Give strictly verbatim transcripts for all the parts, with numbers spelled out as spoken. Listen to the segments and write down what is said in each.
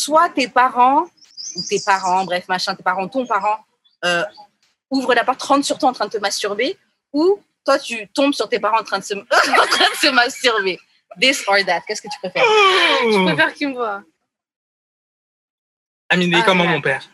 soit tes parents, ou tes parents, bref, machin, tes parents, ton parent, euh, ouvrent la porte, rentrent sur toi en train de te masturber, ou toi, tu tombes sur tes parents en train de se, en train de se masturber. This or that, qu'est-ce que tu préfères? Je préfère qu'ils me voient. Amine, ah, comment ouais. mon père?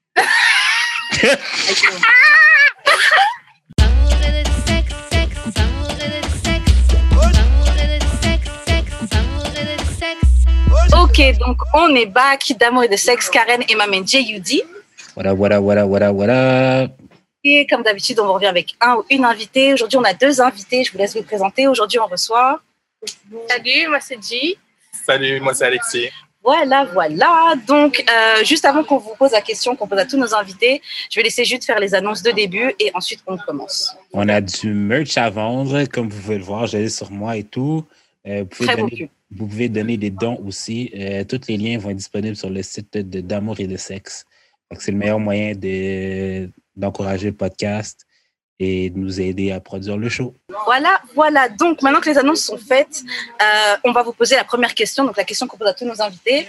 Ok, donc on est back d'amour et de sexe, Karen et ma main J U D. Voilà, voilà, voilà, voilà, voilà. Et comme d'habitude, on revient avec un ou une invitée. Aujourd'hui, on a deux invités. Je vous laisse vous présenter. Aujourd'hui, on reçoit. Salut, moi c'est J. Salut, moi c'est Alexis. Voilà, voilà. Donc, euh, juste avant qu'on vous pose la question qu'on pose à tous nos invités, je vais laisser Jude faire les annonces de début et ensuite on commence. On a du merch à vendre, comme vous pouvez le voir, j'ai sur moi et tout. Euh, vous, pouvez donner, vous pouvez donner des dons aussi. Euh, tous les liens vont être disponibles sur le site de, d'Amour et de Sexe. Donc, c'est le meilleur moyen de, d'encourager le podcast et de nous aider à produire le show. Voilà, voilà. Donc, maintenant que les annonces sont faites, euh, on va vous poser la première question. Donc, la question qu'on pose à tous nos invités.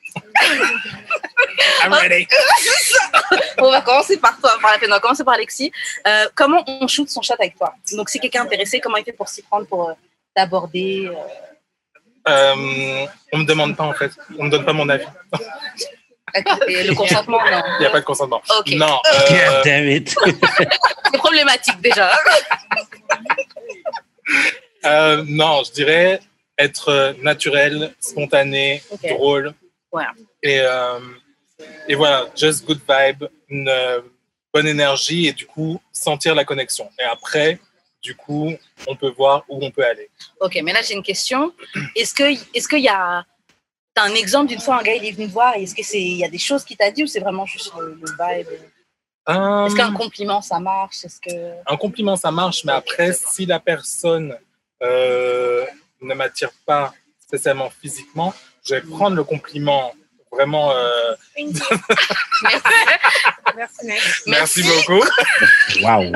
I'm ready. On va commencer par toi, par la peine. On va commencer par Alexis. Euh, comment on shoot son chat avec toi? Donc, si quelqu'un est intéressé, comment il fait pour s'y prendre, pour euh, t'aborder euh... euh, On me demande pas, en fait. On me donne pas mon avis. Et le consentement, non. Il n'y a pas de consentement. Okay. Non. Euh... God damn it. C'est problématique déjà. euh, non, je dirais être naturel, spontané, okay. drôle. Ouais. Et, euh, et voilà, just good vibe, une euh, bonne énergie et du coup, sentir la connexion. Et après, du coup, on peut voir où on peut aller. Ok, mais là, j'ai une question. Est-ce que, est-ce qu'il y a... T'as un exemple d'une fois un gars il est venu te voir et est-ce que c'est il y a des choses qu'il t'a dit ou c'est vraiment juste le, le vibe? Um, est-ce qu'un compliment ça marche? Est-ce que un compliment ça marche, mais après si la personne euh, ne m'attire pas spécialement physiquement, je vais prendre le compliment vraiment. Euh... Merci. Merci. Merci. Merci beaucoup. Waouh.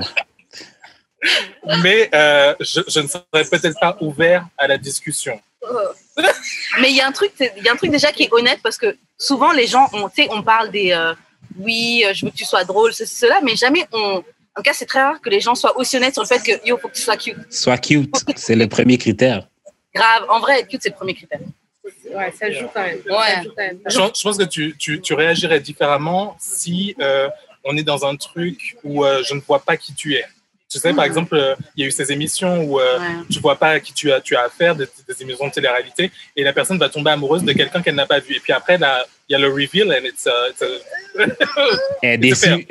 Mais euh, je, je ne serais peut-être pas ouvert à la discussion. Oh. Mais il y a un truc, il y a un truc déjà qui est honnête parce que souvent les gens, on, on parle des euh, oui, je veux que tu sois drôle, ceci, cela, mais jamais on. En tout cas, c'est très rare que les gens soient aussi honnêtes sur le fait que yo, faut que tu sois cute. Sois cute, c'est le premier critère. Grave, en vrai, être cute, c'est le premier critère. Ouais, ça joue quand même. Ouais. Ça joue quand même. Je, je pense que tu, tu, tu réagirais différemment si euh, on est dans un truc où euh, je ne vois pas qui tu es. Tu sais, par exemple, il euh, y a eu ces émissions où euh, ouais. tu ne vois pas à qui tu as, tu as affaire, des, des émissions de télé-réalité, et la personne va tomber amoureuse de quelqu'un qu'elle n'a pas vu. Et puis après, il y a le reveal, and it's, uh, it's a... Elle est déçue.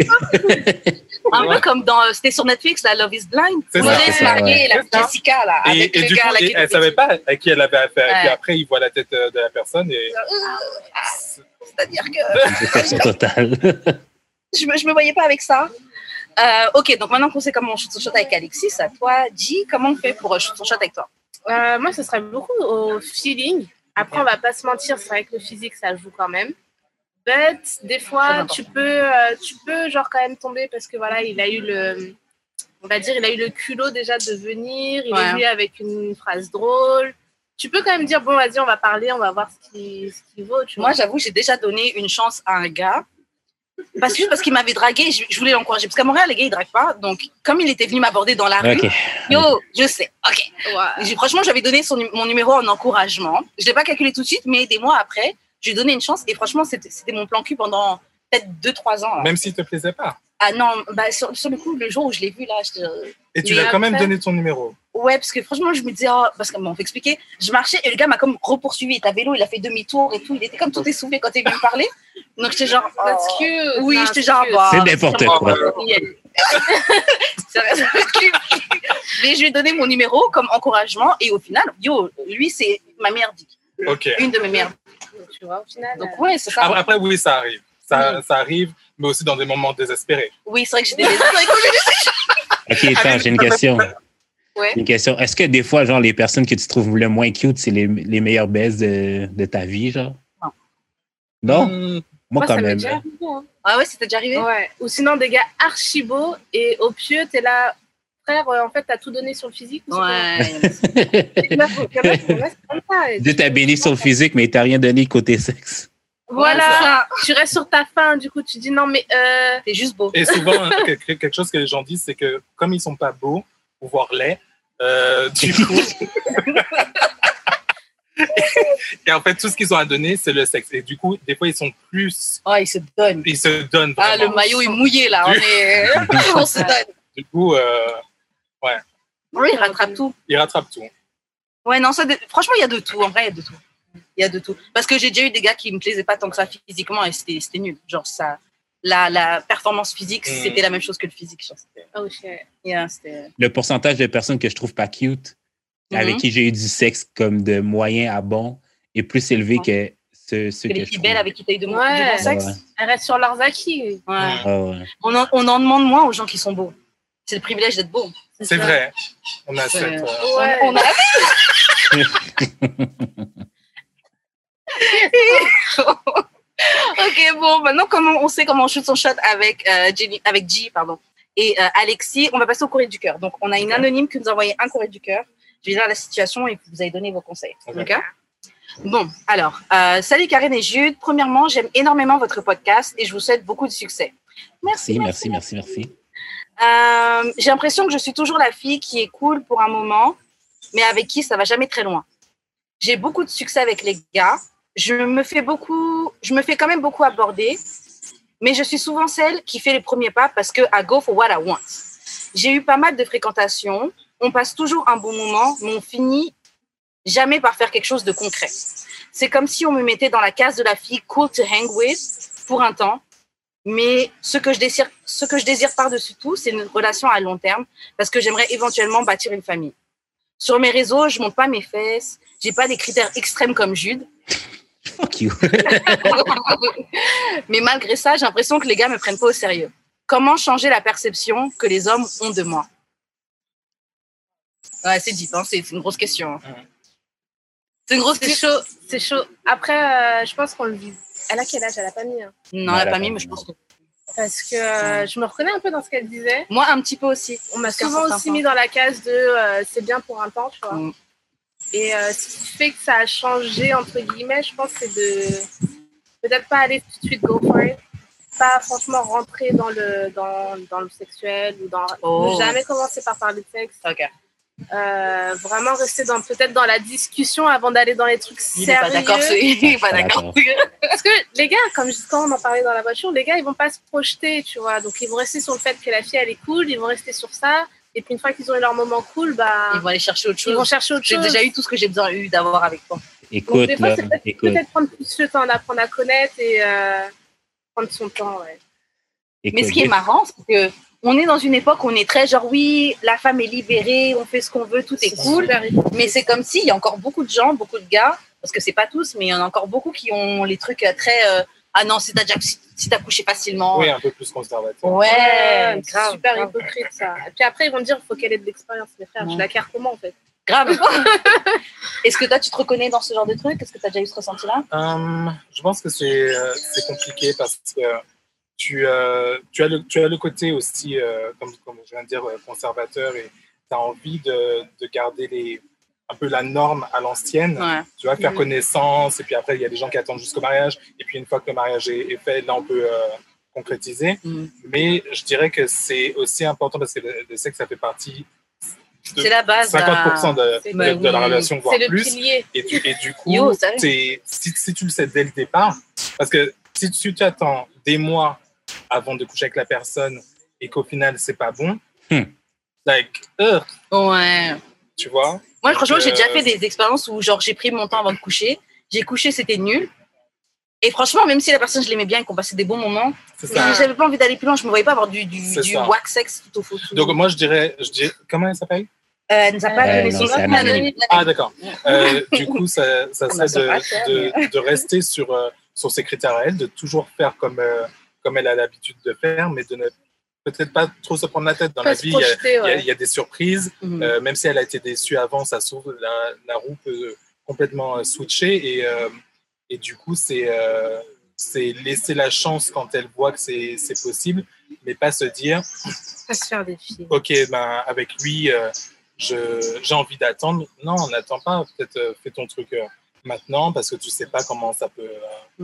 Un peu comme dans, c'était sur Netflix, la Love is Blind. C'est ça. C'est ça. Mariée, la Jessica, là. Et, avec et le du gars, coup, là, et elle ne savait pas à qui elle avait affaire. Ouais. Et puis après, il voit la tête de la personne et... C'est-à-dire que... Déception totale. Je ne me, me voyais pas avec ça. Euh, ok, donc maintenant qu'on sait comment on shoot son shot avec Alexis, à toi, G, comment on fait pour shoot son shot avec toi? euh, Moi, ce serait beaucoup au feeling. Après, on va pas se mentir, c'est vrai que le physique, ça joue quand même. But, des fois, tu peux, euh, tu peux genre quand même tomber parce que voilà, il a eu le, on va dire, il a eu le culot déjà de venir, il ouais. est venu avec une phrase drôle. Tu peux quand même dire, bon, vas-y, on va parler, on va voir ce qu'il ce qu'il vaut. Tu Moi, vois. j'avoue, j'ai déjà donné une chance à un gars. Parce que, parce qu'il m'avait dragué, je, je voulais l'encourager. Parce qu'à Montréal, les gars, ils draguent pas. Donc, comme il était venu m'aborder dans la rue, okay. yo, je sais, ok. Ouais. J'ai, franchement, j'avais donné son, mon numéro en encouragement. Je l'ai pas calculé tout de suite, mais des mois après, j'ai donné une chance. Et franchement, c'était, c'était mon plan cul pendant peut-être deux trois ans. Là. Même s'il te plaisait pas? Ah non, bah, sur, sur le coup, le jour où je l'ai vu, là, je Et tu lui as quand même donné ton numéro? Ouais, parce que franchement, je me disais, oh, parce que bon, on fait expliquer, je marchais et le gars m'a comme repoursuivi. Il était à vélo, il a fait demi-tour et tout. Il était comme tout essoufflé quand il est venu me parler. Donc j'étais genre, oh, that's cute. Oui, j'étais genre, bah, c'est n'importe quoi. C'est cute. Mais je lui ai donné mon numéro comme encouragement et au final, yo, lui, c'est ma meilleure dick. Okay. Une de mes meilleures. Tu vois, au final. Donc ouais, c'est ça. Après, après oui, ça arrive. Ça, oui. ça arrive, mais aussi dans des moments désespérés. Oui, c'est vrai que j'ai des désespérés. Ok, attends, j'ai une question. Ouais. Une question. Est-ce que des fois, genre, les personnes que tu trouves le moins cute, c'est les, les meilleures baisses de, de ta vie, genre? Non. Non? Mmh. Moi, Moi, quand ça même. m'est déjà arrivé, hein. Ah ouais, c'était déjà arrivé? Ouais. Ou sinon, des gars archi beaux et au pieu, t'es là, frère, euh, en fait, t'as tout donné sur le physique. Ou ouais. Dieu t'a béni sur le physique, mais t'as rien donné côté sexe. Voilà, tu restes sur ta faim, du coup, tu dis non, mais euh... t'es juste beau. Et souvent, quelque chose que les gens disent, c'est que comme ils sont pas beaux, ou voire laids, euh, du coup. Et en fait, tout ce qu'ils ont à donner, c'est le sexe. Et du coup, des fois, ils sont plus. Oh, ils se donnent. Ils se donnent vraiment. Ah, le maillot est mouillé, là. On, est... on se donne. Du coup, euh... ouais. Oui, il rattrape tout. Il rattrape tout. Ouais, non, ça, franchement, il y a de tout. En vrai, il y a de tout. Il y a de tout. Parce que j'ai déjà eu des gars qui me plaisaient pas tant que ça physiquement et c'était, c'était nul. Genre, ça. La, la performance physique, mmh. c'était la même chose que le physique. Genre, c'était... Oh, shit. Yeah, c'était... Le pourcentage de personnes que je trouve pas cute, mm-hmm. avec qui j'ai eu du sexe comme de moyen à bon, est plus élevé oh. que ceux, ceux que, que les je filles belles avec qui tu as eu de ouais. du bon sexe. Ouais. Elles restent sur leurs acquis. Ouais. Ouais. Oh, ouais. On, en, on en demande moins aux gens qui sont beaux. C'est le privilège d'être beau. C'est, c'est vrai. On a cette... Euh... Ouais. On a... Ok, bon, maintenant, comme on sait comment on shoot son shot avec, euh, Jenny, avec G pardon, et euh, Alexis, on va passer au courrier du cœur. Donc, on a une okay. anonyme qui nous a envoyé un courrier du cœur. Je vais lire la situation et vous allez donner vos conseils. Okay. Okay. Bon, alors, euh, salut Karine et Jude. Premièrement, j'aime énormément votre podcast et je vous souhaite beaucoup de succès. Merci, merci, merci, merci. merci. Euh, j'ai l'impression que je suis toujours la fille qui est cool pour un moment, mais avec qui ça va jamais très loin. J'ai beaucoup de succès avec les gars. Je me fais beaucoup, je me fais quand même beaucoup aborder, mais je suis souvent celle qui fait les premiers pas parce que I go for what I want. J'ai eu pas mal de fréquentations, on passe toujours un bon moment, mais on finit jamais par faire quelque chose de concret. C'est comme si on me mettait dans la case de la fille cool to hang with pour un temps, mais ce que je désire, ce que je désire par-dessus tout, c'est une relation à long terme parce que j'aimerais éventuellement bâtir une famille. Sur mes réseaux, je monte pas mes fesses, j'ai pas des critères extrêmes comme Jude. Fuck you. Mais malgré ça, j'ai l'impression que les gars me prennent pas au sérieux. Comment changer la perception que les hommes ont de moi? Ouais, c'est deep, hein, c'est, c'est une grosse question. Hein. C'est une grosse c'est question. chaud, c'est chaud. Après, euh, je pense qu'on le vit. Elle a quel âge? Elle a pas mis. Hein. Non, elle a pas mis, mais je pense que... Parce que euh, je me reconnais un peu dans ce qu'elle disait. Moi, un petit peu aussi. On m'a souvent aussi temps. mis dans la case de euh, c'est bien pour un temps, tu vois. Mm. Et euh, ce qui fait que ça a changé, entre guillemets, je pense, c'est de peut-être pas aller tout de suite go for it. Pas franchement rentrer dans le, dans, dans le sexuel ou dans. Oh. Ne jamais commencer par parler de sexe. Ok. Euh, vraiment rester dans, peut-être dans la discussion avant d'aller dans les trucs il sérieux. Est pas d'accord, c'est... Il est pas d'accord. Parce que les gars, comme quand on en parlait dans la voiture, les gars, ils vont pas se projeter, tu vois. Donc, ils vont rester sur le fait que la fille, elle est cool, ils vont rester sur ça. Et puis, une fois qu'ils ont eu leur moment cool, bah... Ils vont aller chercher autre chose. Ils vont chercher autre j'ai chose. J'ai déjà eu tout ce que j'ai besoin eu d'avoir avec toi. Écoute, donc, des fois, là, c'est peut-être, écoute. peut-être prendre plus le temps d'apprendre à connaître et euh, prendre son temps, ouais. Écoute, mais ce qui est marrant, c'est que on est dans une époque où on est très genre, oui, la femme est libérée, on fait ce qu'on veut, tout est, est cool. Mais c'est comme s'il y a encore beaucoup de gens, beaucoup de gars, parce que c'est pas tous, mais il y en a encore beaucoup qui ont les trucs très... Euh, ah non, si t'as déjà si, si t'as couché facilement. Oui, un peu plus conservateur. Ouais, ouais grave, super grave. hypocrite ça. Et puis après, ils vont dire qu'il faut qu'elle ait de l'expérience. Mais frère, ouais. Je l'acquiers comment en fait? Grave. Est-ce que toi, tu te reconnais dans ce genre de truc? Est-ce que tu as déjà eu ce ressenti-là? um, Je pense que c'est, euh, c'est compliqué parce que tu, euh, tu, as, le, tu as le côté aussi, euh, comme, comme je viens de dire, conservateur et tu as envie de, de garder les, un peu la norme à l'ancienne. Ouais. Tu vas faire mmh. connaissance et puis après, il y a des gens qui attendent jusqu'au mariage et puis une fois que le mariage est, est fait, là, on peut euh, concrétiser. Mmh. Mais je dirais que c'est aussi important parce que le, le sexe, ça fait partie de c'est la base, cinquante pour cent de, c'est de, de, de la relation, voire c'est plus. Le pilier. Et, du, et du coup, Yo, si, si tu le sais dès le départ, parce que si tu t'attends des mois avant de coucher avec la personne et qu'au final, c'est pas bon, hmm. like, uh, ouais. Tu vois? Moi, franchement, euh... j'ai déjà fait des expériences où genre, j'ai pris mon temps avant de coucher. J'ai couché, c'était nul. Et franchement, même si la personne, je l'aimais bien et qu'on passait des bons moments, j'avais pas envie d'aller plus loin. Je me voyais pas avoir du, du, du whack sexe tout au fond. Donc, moi, je dirais, je dirais comment elle s'appelle? Euh, elle nous a pas euh, donné son nom. Anonyme. Ah, d'accord. Euh, du coup, ça, ça serait de, de, de rester sur, euh, sur ses critères à elle, de toujours faire comme, euh, comme elle a l'habitude de faire, mais de ne peut-être pas trop se prendre la tête. Dans pas la vie, il y, ouais. y, y a des surprises. Mm-hmm. Euh, même si elle a été déçue avant, ça s'ouvre, la, la roue peut complètement switcher. Et, euh, et du coup, c'est, euh, c'est laisser la chance quand elle voit que c'est, c'est possible, mais pas se dire... Pas se faire des filles. Ok, ben, avec lui... Euh, Je, j'ai envie d'attendre. Non, on n'attend pas. Peut-être euh, fais ton truc euh, maintenant parce que tu sais pas comment ça peut, euh, mm.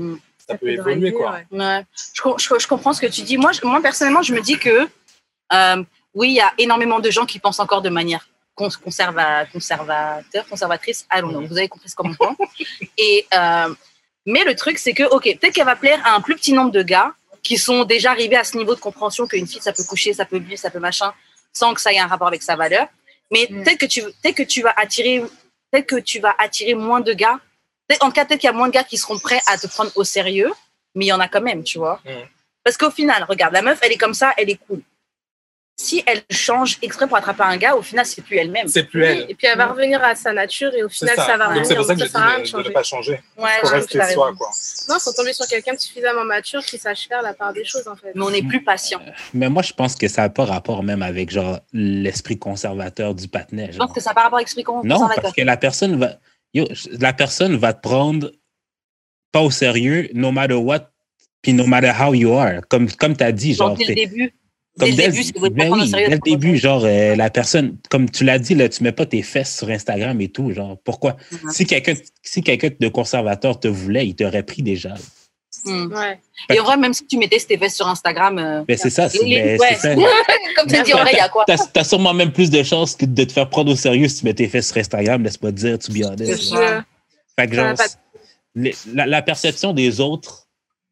ça, ça peut évoluer, driver, quoi. Ouais. Ouais. Je, je, je comprends ce que tu dis. Moi, je, moi personnellement, je me dis que euh, oui, il y a énormément de gens qui pensent encore de manière conserva, conservateur, conservatrice. Allons, donc vous avez compris ce qu'on pense. Et euh, mais le truc, c'est que ok, peut-être qu'elle va plaire à un plus petit nombre de gars qui sont déjà arrivés à ce niveau de compréhension qu'une fille, ça peut coucher, ça peut vivre, ça peut machin, sans que ça ait un rapport avec sa valeur. Mais mm. peut-être que tu, peut-être que tu vas attirer, peut-être que tu vas attirer moins de gars. En tout cas, peut-être qu'il y a moins de gars qui seront prêts à te prendre au sérieux, mais il y en a quand même, tu vois. Mm. Parce qu'au final, regarde, la meuf, elle est comme ça, elle est cool. Si elle change exprès pour attraper un gars, au final, c'est plus elle-même. C'est plus elle. Et puis elle va revenir à sa nature et au final, ça. ça va revenir. Donc c'est pour ça que je dis de, de ne pas changer. Ouais, faut rester soi, quoi. Non, il faut tomber sur quelqu'un de suffisamment mature qui sache faire la part des choses, en fait. Mais on est plus patient. Mais moi, je pense que ça n'a pas rapport même avec genre l'esprit conservateur du patinet. Je pense que ça n'a pas rapport avec l'esprit conservateur. Non, parce que la personne va, yo, la personne va te prendre pas au sérieux, no matter what, puis no matter how you are. Comme, comme tu as dit, genre. Dès le début. Comme dès dès, le début, c'est ben oui, dès le début, genre, euh, la personne, comme tu l'as dit, là, tu mets pas tes fesses sur Instagram et tout, genre, pourquoi? Mm-hmm. Si quelqu'un si quelqu'un de conservateur te voulait, il t'aurait pris déjà. Mm. Ouais. Et en vrai, même si tu mettais tes fesses sur Instagram... Euh, ben c'est ça, c'est, ben, ouais. c'est ça. Comme tu dis, en vrai, il y a quoi? T'as, t'as sûrement même plus de chances que de te faire prendre au sérieux si tu mets tes fesses sur Instagram, laisse-moi te dire, tu be honest. Ouais. Fait que genre, les, la, la perception des autres,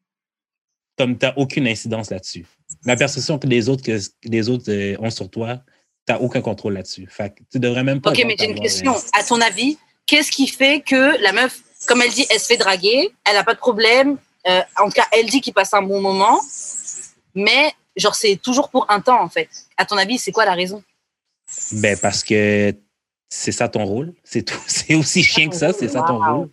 comme t'as aucune incidence là-dessus. La perception que les autres, que les autres euh, ont sur toi, tu n'as aucun contrôle là-dessus. Fait que tu devrais même pas... Ok, mais j'ai une question. À ton avis, qu'est-ce qui fait que la meuf, comme elle dit, elle se fait draguer, elle n'a pas de problème, euh, en tout cas, elle dit qu'il passe un bon moment, mais genre, c'est toujours pour un temps, en fait. À ton avis, c'est quoi la raison? Ben, parce que c'est ça ton rôle. C'est tout. C'est aussi chiant que ça, c'est ça ton wow. rôle.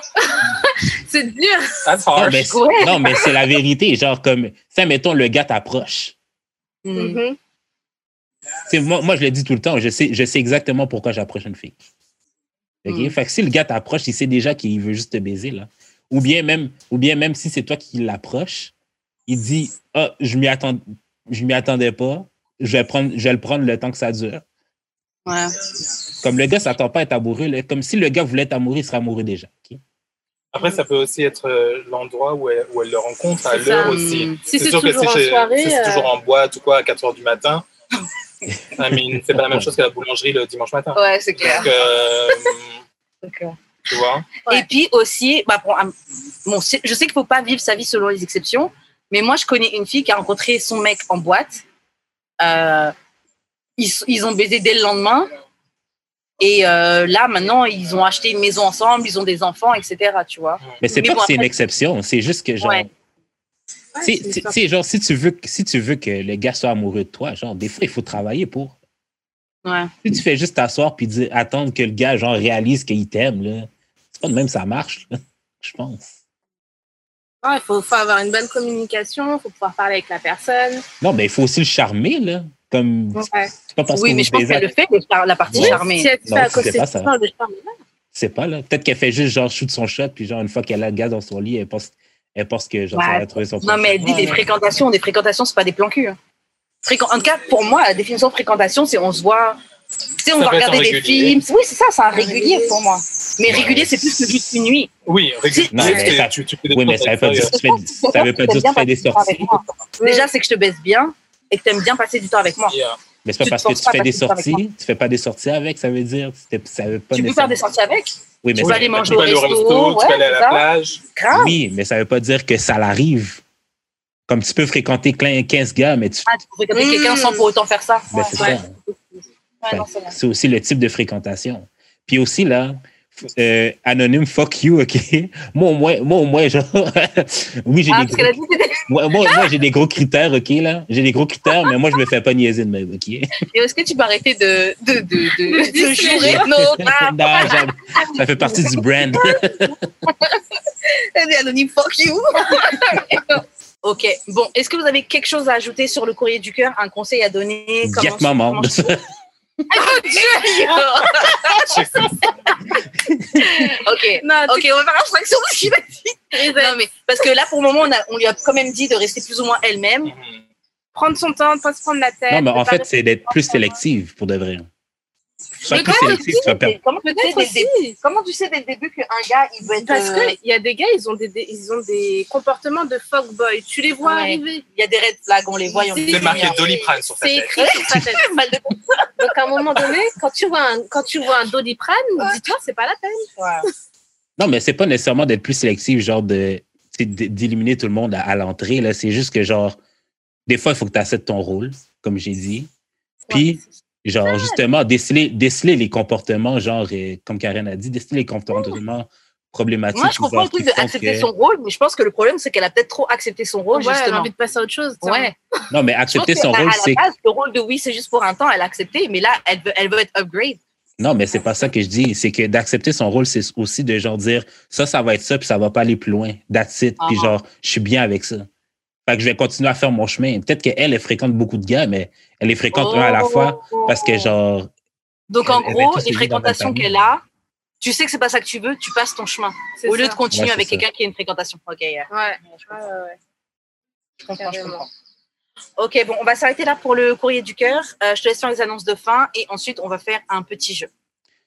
C'est dur. That's harsh. Non, mais c'est, ouais. non, mais c'est la vérité. Genre, comme, ça, mettons, le gars t'approche. Mm-hmm. C'est, moi, moi, je le dis tout le temps. Je sais, je sais exactement pourquoi j'approche une fille. OK? Mm. Fait que si le gars t'approche, il sait déjà qu'il veut juste te baiser, là. Ou bien même, ou bien même si c'est toi qui l'approche, il dit, ah, oh, je m'y attend, je m'y attendais pas. Je vais prendre, je vais le prendre le temps que ça dure. Ouais. Comme le gars s'attend pas à être amoureux. Là. Comme si le gars voulait être amoureux, il serait amoureux déjà. Okay? Après, ça peut aussi être euh, l'endroit où elle, où elle le rencontre, à l'heure aussi. Si c'est, c'est sûr toujours que si, en j'ai, soirée, si c'est euh... toujours en boîte ou quoi, à quatre heures du matin, I mean, c'est pas la même chose que la boulangerie le dimanche matin. Ouais, c'est clair. Donc, euh, c'est clair. Tu vois? Ouais. Et puis aussi, bah, bon, bon, je sais qu'il ne faut pas vivre sa vie selon les exceptions, mais moi, je connais une fille qui a rencontré son mec en boîte. Euh, ils, ils ont baisé dès le lendemain. Et euh, là, maintenant, ils ont acheté une maison ensemble, ils ont des enfants, et cetera. Tu vois. Mais c'est mais pas bon, que c'est après, une exception, c'est juste que genre, ouais. c'est, c'est, c'est genre si tu veux, si tu veux que le gars soit amoureux de toi, genre des fois il faut travailler pour. Ouais. Si tu fais juste t'asseoir puis dire, attendre que le gars genre réalise qu'il t'aime là, c'est pas de même ça marche, là, je pense. Il ouais, faut, faut avoir une bonne communication, il faut pouvoir parler avec la personne. Non, mais il faut aussi le charmer là. Comme, ouais. c'est pas parce oui, que mais je pense qu'elle le fait, la partie ouais. charmée. Si elle non, fait à côté c'est pas ça. De charmer, c'est pas là. Peut-être qu'elle fait juste genre shoot son shot, puis genre une fois qu'elle a le gaz dans son lit, elle pense, elle pense que genre ouais. ça va trouver son. Non, mais elle dit ouais. des fréquentations. Des fréquentations, c'est pas des plans cul. Hein. Fréquent... En tout cas, pour moi, la définition de fréquentation, c'est on se voit. Tu sais, on ça va regarder des films. Oui, c'est ça, c'est un régulier pour moi. Mais ouais. régulier, c'est plus que juste une nuit. Oui, régulier. Non, mais ça, tu, tu oui, mais ça veut pas dire que tu fais, ça veut pas dire que tu fais des sorties. Déjà, c'est que je te baisse bien et que tu aimes bien passer du temps avec moi. Yeah. Mais c'est pas tu parce que tu fais des sorties, tu fais pas des sorties avec, ça veut dire. Ça veut pas tu peux faire des sorties avec. Oui, mais tu peux ça, aller manger tu au resto, resto, tu peux aller à la plage. Grave. Oui, mais ça veut pas dire que ça l'arrive. Comme tu peux fréquenter quinze gars, mais tu. Ah, tu peux fréquenter mmh. quelqu'un sans pour autant faire ça. Ben, c'est ouais. ça. Ouais, non, c'est, c'est aussi le type de fréquentation. Puis aussi, là, euh, anonyme, fuck you, OK? Moi, au moins, moi, au moins genre, oui, j'ai ah, des gros... moi, moi, moi, j'ai des gros critères, OK, là? J'ai des gros critères, mais moi, je me fais pas niaiser de même, OK? Et est-ce que tu peux arrêter de, de, de, de, de jurer? Non, non, jamais. Ça fait partie du brand. Anonyme, fuck you! OK. Bon, est-ce que vous avez quelque chose à ajouter sur le courrier du cœur? Un conseil à donner? Get maman. ok, non, ok, on va faire abstraction de ce qu'il a dit. Non, mais parce que là, pour le moment, on, a, on lui a quand même dit de rester plus ou moins elle-même. Prendre son temps, ne pas se prendre la tête. Non, mais en fait, c'est d'être plus sélective pour de vrai. Sois plus sélectif, sois per- Comment tu sais Peut-être dès le aussi. début- comment tu sais dès le début qu'un gars, il veut être... Parce euh, qu'il y a des gars, ils ont des, des- ils ont des comportements de fuckboy. Tu les vois Ouais. arriver. il y a des red flags, on les voit. et on C'est les C'est dit, marqué hein. Doliprane sur sa C'est tête. écrit sur sa tête. Mal de tête. Donc à un moment donné, quand tu vois un, quand tu vois un Doliprane, dis-toi, c'est pas la peine. Ouais. Non, mais c'est pas nécessairement d'être plus sélectif, genre de tu sais, d- d'éliminer tout le monde à, à l'entrée. Là. C'est juste que, genre, des fois, il faut que tu acceptes ton rôle, comme j'ai dit. Puis, genre, justement, déceler, déceler les comportements, genre, euh, comme Karen a dit, déceler les comportements problématiques. Moi, je comprends genre, le truc qui font d'accepter que- son rôle, mais je pense que le problème, c'est qu'elle a peut-être trop accepté son rôle, Ouais, elle a justement. envie de passer à autre chose. tiens. Ouais. Non, mais Je pense accepter que son à- rôle, à c'est... la base, le rôle de oui, c'est juste pour un temps, elle a accepté, mais là, elle veut, elle veut être upgrade. Non, mais c'est pas ça que je dis. C'est que d'accepter son rôle, c'est aussi de genre dire ça, ça va être ça, puis ça va pas aller plus loin. That's it. Puis Ah. genre, je suis bien avec ça. Fait que je vais continuer à faire mon chemin. Peut-être qu'elle, elle fréquente beaucoup de gars, mais elle les fréquente un à la fois parce que genre. Donc, en Elle- elle va gros, tous les les jours fréquentations dans ta qu'elle a, tu sais que c'est pas ça que tu veux, tu passes ton chemin. C'est Au lieu ça. de continuer Ouais, c'est avec ça. quelqu'un qui a une fréquentation. Ok, yeah. Ouais, ouais, ouais, ouais. Je comprends, je Carrément. comprends. Ok, bon, on va s'arrêter là pour le courrier du cœur. Euh, je te laisse faire les annonces de fin et ensuite, on va faire un petit jeu.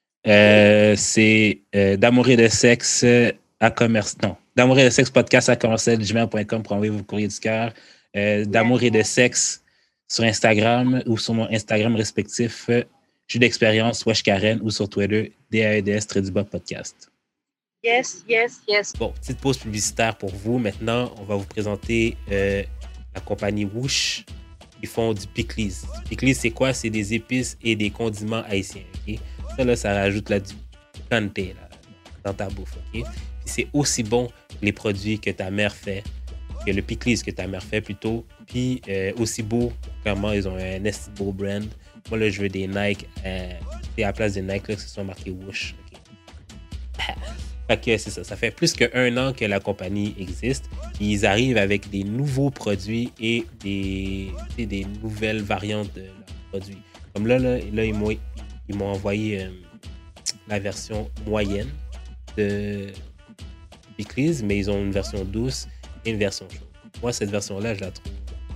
Euh, c'est euh, d'amour et de sexe à commerce. Non, d'amour et de sexe podcast à commercial gmail point com pour envoyer vos courriers du cœur. Euh, d'amour et de sexe sur Instagram ou sur mon Instagram respectif. Euh, Jeu d'expérience, Wesh Karen ou sur Twitter, D A E D S trait du bas podcast. Yes, yes, yes. Bon, petite pause publicitaire pour vous. Maintenant, on va vous présenter euh, la compagnie Woosh. Ils font du pickles. Du pickles, c'est quoi? C'est des épices et des condiments haïtiens. Okay? Ça, là, ça rajoute là, du picante là, dans ta bouffe. Okay? Puis c'est aussi bon que les produits que ta mère fait, que le pickles que ta mère fait plutôt. Puis euh, aussi beau, clairement, ils ont un esti beau brand. Moi, là, je veux des Nike. Euh, et à la place des Nike, là, que ce soit marqué Woosh. Okay? Fait que c'est ça. Ça fait plus qu'un an que la compagnie existe. Ils arrivent avec des nouveaux produits et des, et des nouvelles variantes de leurs produits. Comme là, là, là ils m'ont ils m'ont envoyé euh, la version moyenne de Pickles, mais ils ont une version douce et une version chaude. Moi, cette version-là, je la trouve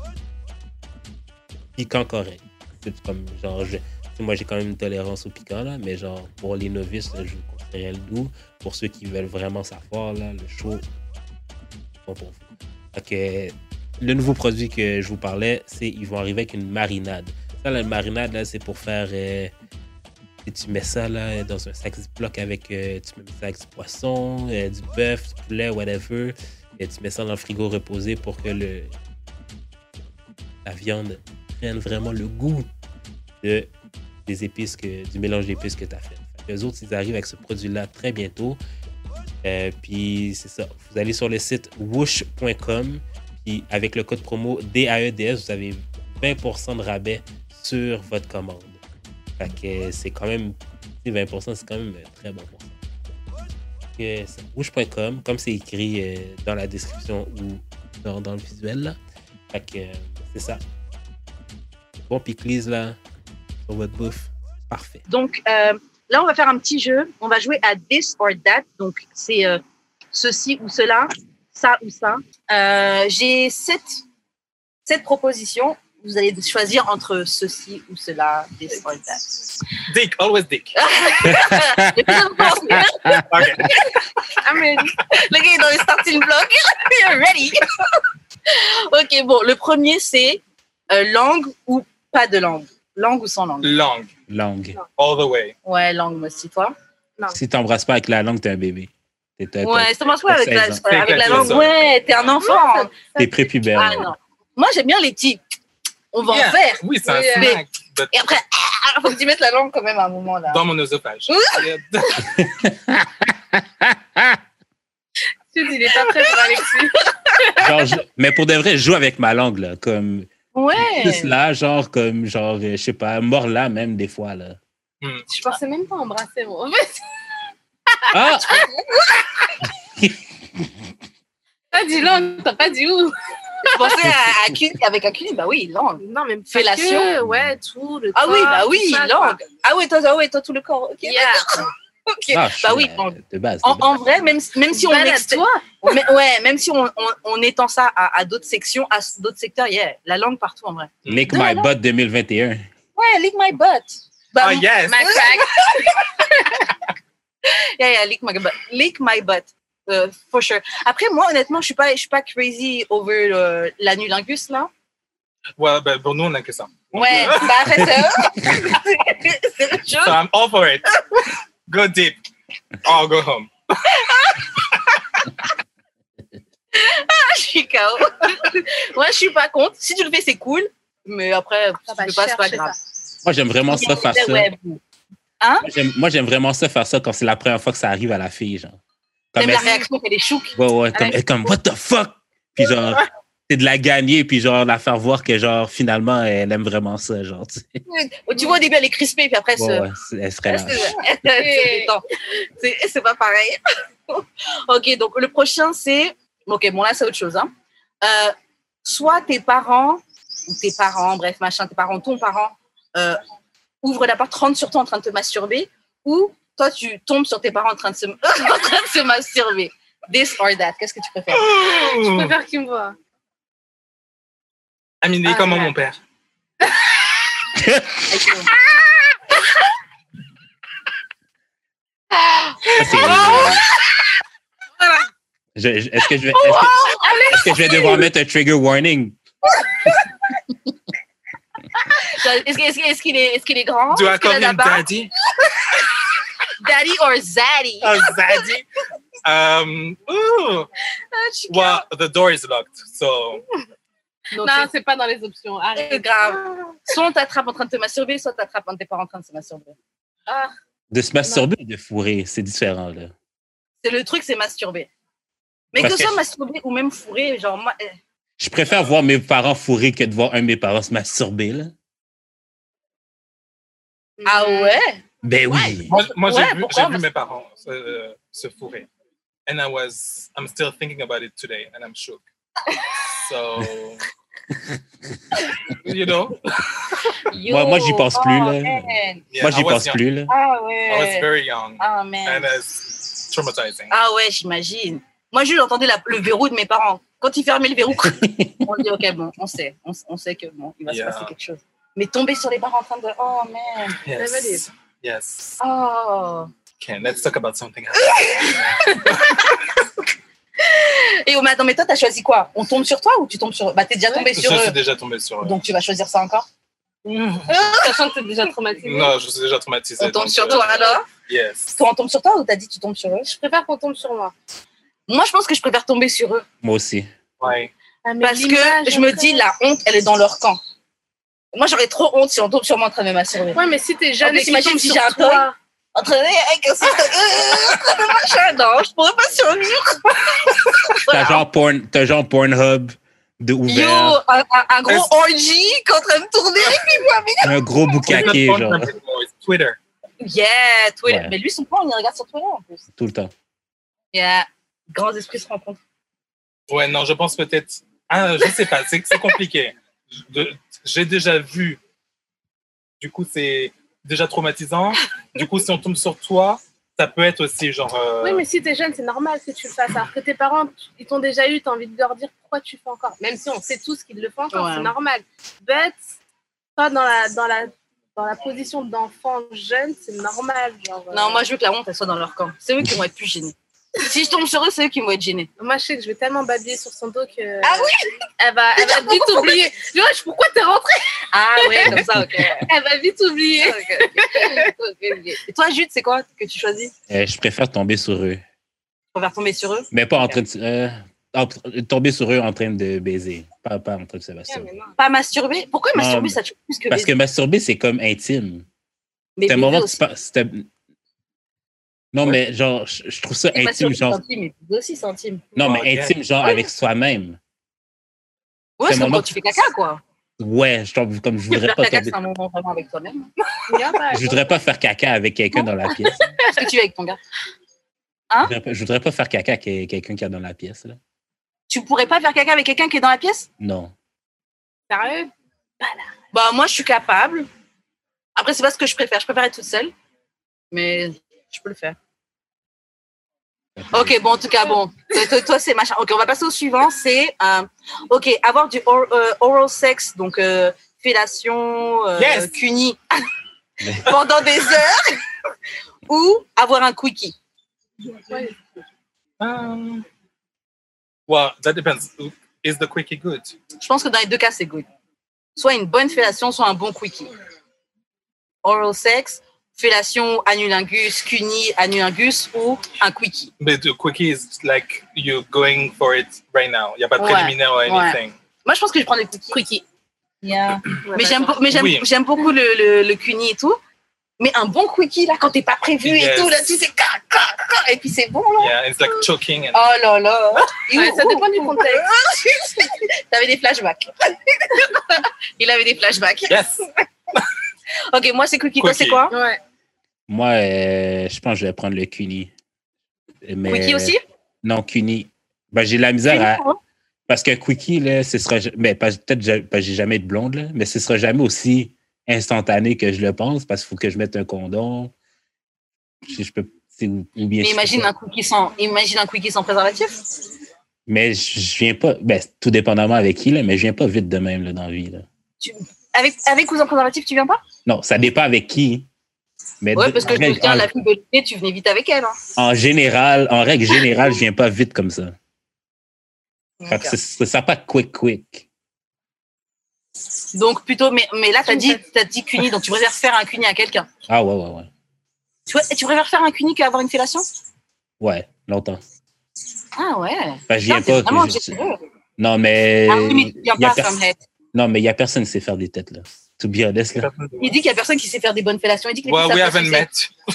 piquant correct. C'est comme, genre, je, moi, j'ai quand même une tolérance au piquant, là, mais genre, pour les novices, là, je vous conseillerais le doux. Pour ceux qui veulent vraiment savoir, là, le chaud, bon pour vous. Fait que, le nouveau produit que je vous parlais, c'est ils vont arriver avec une marinade. Ça, la marinade, là, c'est pour faire... Euh, tu mets ça là, dans un sac Ziploc avec, euh, tu mets ça avec du poisson, euh, du bœuf, du poulet, whatever. Et tu mets ça dans le frigo reposé pour que le, la viande prenne vraiment le goût de, des épices, que, du mélange d'épices que tu as fait. fait les autres, ils arrivent avec ce produit-là très bientôt. Euh, puis c'est ça. Vous allez sur le site woosh point com. Puis avec le code promo D A E D S, vous avez vingt pour cent de rabais sur votre commande. Fait que c'est quand même, vingt pour cent, c'est quand même très bon pour ça. C'est woosh point com, comme c'est écrit euh, dans la description ou dans, dans le visuel. Là. Fait que euh, c'est ça. Bon pickles là, sur votre bouffe. Parfait. Donc, euh, là, on va faire un petit jeu. On va jouer à This or That. Donc, c'est euh, ceci ou cela, ça ou ça. Euh, j'ai sept, sept propositions. Vous allez choisir entre ceci ou cela, this or that. Dick, always dick. Le plus important, Okay. I'm ready. Le gars est dans les starting blocks. You're ready. Ok, bon, le premier, c'est euh, langue ou pas de langue. Langue ou sans langue. Langue, Langue. all the way. Ouais, langue, moi aussi, toi. Si t'embrasses pas avec la langue, t'es un bébé. T'es, t'es, Ouais, ça marche pas avec la, seize ans. avec la T'es langue. ça. Ouais, t'es un enfant. t'es prépubère. Ah non. Moi, j'aime bien les petits. On va Yeah. en faire. Oui, c'est un Oui, snack. but Et après, il faut que tu mettes la langue quand même à un moment là. Dans mon oesophage. Tu dis, il est pas prêt pour Alexis. Genre, je- mais pour de vrai, je joue avec ma langue, là. Comme, Ouais. plus là, genre, comme, genre, euh, je sais pas, mort là, même, des fois, là. Je pensais même pas embrasser, moi. En fait, Ah! t'as dit langue, t'as pas dit où. Je pensais à, à cul- avec un cul, bah oui, langue. Non, même Fellation. que, ouais, tout, le Ah corps, oui, bah oui, tout ça, langue. Ah oui, toi, ah oui, toi, tout le corps. Ok. quoi. Yeah. Ok. Ah, je suis, Bah oui, euh, langue. de base. En, de en base. vrai, même, même si on extend, Balade-toi. mais, ouais, même si on, on, on étend ça à, à d'autres sections, à d'autres secteurs, yeah, la langue partout en vrai. Lick de my la butt deux mille vingt et un. Ouais, lick my butt. Bah, Oh, yes. My crack. yeah, yeah, lick my butt. Lick my butt. Uh, for sure. Après, moi, honnêtement, je suis pas, je suis pas crazy over euh, l'anulingus, là. Ouais, ben, pour nous, on n'a que ça. Ouais, bah après ça, c'est autre So chose. I'm all for it. Go deep. Or go home. Je suis K O. Moi, je suis pas contre. Si tu le fais, c'est cool. Mais après, si Ça tu va le fais pas, c'est pas chercher grave. Moi, j'aime vraiment ça faire ça. Ouais, hein? Moi, j'aime- Moi, j'aime vraiment ça faire ça quand c'est la première fois que ça arrive à la fille, genre. Comme T'aimes la elle- réaction qu'elle est chouque. Ouais, ouais, comme, elle est comme, what the fuck? Puis genre, c'est de la gagner, puis genre, la faire voir que genre, finalement, elle aime vraiment ça, genre, tu sais. Tu vois, au début, elle est crispée, puis après, Ouais, c'est- ouais, c'est- elle serait là. c'est attends, c'est c'est pas pareil. Ok, donc le prochain, c'est. Ok, bon, là, c'est autre chose. Hein. Euh, soit tes parents, ou tes parents, bref, machin, tes parents, ton parent, euh, ouvrent la porte, rentrent sur toi en train de te masturber, ou toi, tu tombes sur tes parents en train de se, en train de se masturber. This or that, qu'est-ce que tu préfères? Je préfère qu'il me voit. Amine, Ah, comment ouais. mon père? Ça, c'est- Je- je- Est-ce que je vais, est-ce que, est-ce que je vais devoir mettre un trigger warning? Est-ce qu'il est, est, qu'il est, est, qu'il est grand? Do I Est-ce qu'il a call la him barbe? daddy? Daddy or zaddy? Oh, daddy? Um, ooh. Well, the door is locked, so... Donc, Non, c'est- c'est pas dans les options. c'est Arrête. grave. Soit on t'attrape en train de te masturber, soit t'attrapes tes parents en train de se masturber. Ah, De se masturber ou de fourrer, c'est différent, là. C'est le truc, c'est masturber. Mais Parce que ce soit que- masturber ou même fourrer, genre moi. euh, Je préfère voir mes parents fourrer que de voir un de mes parents se masturber, là. Ah ouais? Ben oui. Ouais. Moi, moi Ouais, j'ai vu, pourquoi? j'ai vu mes parents euh, se fourrer. And I was... I'm still thinking about it today, and I'm shook. So... you know? Yo, Moi- moi, j'y pense plus, oh, là. man. Yeah, Moi, I j'y was pense young. plus, là. Ah I was ouais. very young, Ah man. and it's traumatizing. Ah ouais, j'imagine. Moi, juste j'entendais la- le verrou de mes parents. Quand ils fermaient le verrou, on dit ok, bon, on sait, on, on sait que bon, il va Yeah. se passer quelque chose. Mais tomber sur les parents en train de, oh man. Yes. Yes. Oh. Okay, let's talk about something else. Et oh, mais attends, mais toi, t'as choisi quoi? On tombe sur toi ou tu tombes sur. Bah, t'es déjà tombé Je sur suis eux. déjà tombé sur eux. Donc tu vas choisir ça encore? sachant que t'es déjà traumatisé. Non, je suis déjà traumatisé. On tombe donc, sur euh, toi alors? Yes. Toi, on tombe sur toi ou t'as dit tu tombes sur eux? Je préfère qu'on tombe sur moi. Moi, je pense que je préfère tomber sur eux. Moi aussi. Ouais. Ah, mais Parce l'image, que je me après- dis, la honte, elle est dans leur camp. Moi, j'aurais trop honte si on tombe sur moi en train de me masturber. Ouais, mais si t'es En jeune plus, et qu'ils imagine tombent si sur j'ai un toi. En train de avec un système. Machin, non, je pourrais pas survivre. T'as genre, porn, t'as genre Pornhub de Yo, ouvert, un, un- un gros Est-ce- orgy qui est en train de tourner. Puis moi, mais- un gros boucaquet, Who's the genre, phone number more? It's Twitter. Yeah, Twitter. Ouais. Mais lui, son plan, il regarde sur Twitter en plus. tout le temps. Yeah. Grands esprits se rencontrent. Ouais, non, je pense peut-être. Ah, je sais pas, c'est c'est compliqué. De- J'ai déjà vu. Du coup, c'est déjà traumatisant. Du coup, si on tombe sur toi, ça peut être aussi genre. euh, Oui, mais si t'es jeune, c'est normal que tu le fasses. Alors que tes parents, ils t'ont déjà eu, t'as envie de leur dire pourquoi tu fais encore. Même si on sait tous qu'ils le font encore, Ouais. c'est normal. But, pas dans la, dans la, dans la position d'enfant jeune, c'est normal. Genre, euh, Non, moi, je veux que la honte, elle soit dans leur camp. C'est eux qui vont être plus gênés. Si je tombe sur eux, c'est eux qui vont être gênés. Moi, je sais que je vais tellement babiller sur son dos que. Ah oui? Elle va, elle va vite oublier. Je dis, Wesh, pourquoi t'es rentrée? Ah ouais, comme ça, ok. Elle va vite oublier. Ok, ok. Ok, ok. Et toi, Jude, c'est quoi que tu choisis? Euh, je préfère tomber sur eux. Tu préfères tomber sur eux? Mais pas en train de... euh, en- tomber sur eux en train de baiser. Pas, pas en train de se Ah, masturber. mais non. Pas masturber? Pourquoi Non, masturber, mais- ça tue plus que Parce que baiser? masturber, c'est comme intime. Mais C'était un baiser moment que aussi. tu pas- c'était- Non, mais genre, je, je trouve ça Et intime, masturber, c'est genre... intime, mais baiser aussi, c'est intime. Non, Oh, mais yeah. intime, genre, Ouais. avec soi-même. Ouais, C'est c'est un comme moment quand tu fais caca, quoi. Ouais, je tombe comme je voudrais Faire pas caca, tomber... c'est un moment vraiment avec toi-même. Viens pas. Je voudrais pas faire caca avec quelqu'un dans la pièce. Qu'est-ce que tu fais avec ton gars? Je voudrais pas- Je voudrais pas faire caca avec quelqu'un qui est dans la pièce, là. Tu pourrais pas faire caca avec quelqu'un qui est dans la pièce? Non. Sérieux? Bah, moi, je suis capable. Après, c'est pas ce que je préfère. Je préfère être toute seule. Mais je peux le faire. Ok, bon, en tout cas, bon. Toi, toi, toi, c'est machin. Ok, on va passer au suivant. C'est, euh, ok, avoir du or- euh, oral sex, donc euh, fellation, euh, Yes. cuni. pendant des heures ou avoir un quickie? Um, well, that depends. Is the quickie good? Je pense que dans les deux cas, c'est good. Soit une bonne fellation, soit un bon quickie. Oral sex, fellation, anulingus, cuni, anulingus ou un quickie. But the quickie is like you're going for it right now. Il n'y a pas de préliminaire ouais, or anything. Ouais. Moi, je pense que je prends des quickies. Quickie. Yeah. Ouais, mais j'aime, mais j'aime, oui. j'aime beaucoup le, le, le cuni et tout. Mais un bon quickie, là, quand t'es pas prévu yes. et tout, là, tu sais, et puis c'est bon, là. Yeah, it's like choking. And... Oh là là. Ouais, ça dépend du contexte. T'avais des flashbacks. Il avait des flashbacks. Yes. Ok, moi, c'est quickie. Toi, c'est quoi? Ouais. Moi, euh, je pense que je vais prendre le cuni. Mais... Quickie aussi? Non, cuni. Ben, j'ai de la misère à... Parce qu'un quickie, là, ce sera... Ben, peut-être que j'ai jamais de blonde, là, mais ce sera jamais aussi instantané que je le pense parce qu'il faut que je mette un condom. Je, je peux... Ou bien mais imagine un, quickie sans... imagine un quickie sans préservatif. Mais je, je viens pas... Ben, tout dépendamment avec qui, là, mais je viens pas vite de même là, dans la vie. Là. Tu... Avec, avec ou sans préservatif, tu viens pas? Non, ça dépend avec qui. Mais ouais, de, parce que je me souviens, la fille de l'été, tu venais vite avec elle. Hein. En général, en règle générale, je viens pas vite comme ça. Fait que c'est ça pas quick, quick. Donc plutôt, mais, mais là, tu as dit, t'as dit cuni, donc tu préfères faire un cuni à quelqu'un. Ah ouais, ouais, ouais. Tu, tu préfères faire un cuni qu'avoir une fellation? Ouais, longtemps. Ah ouais. Enfin, je viens pas. Vraiment Je... Non, mais. Ah oui, mais tu viens pas comme head. Non, mais il y a personne qui sait faire des têtes, là. To be honest, là. Il dit qu'il y a personne qui sait faire des bonnes fellations. Il dit que les well, we haven't met.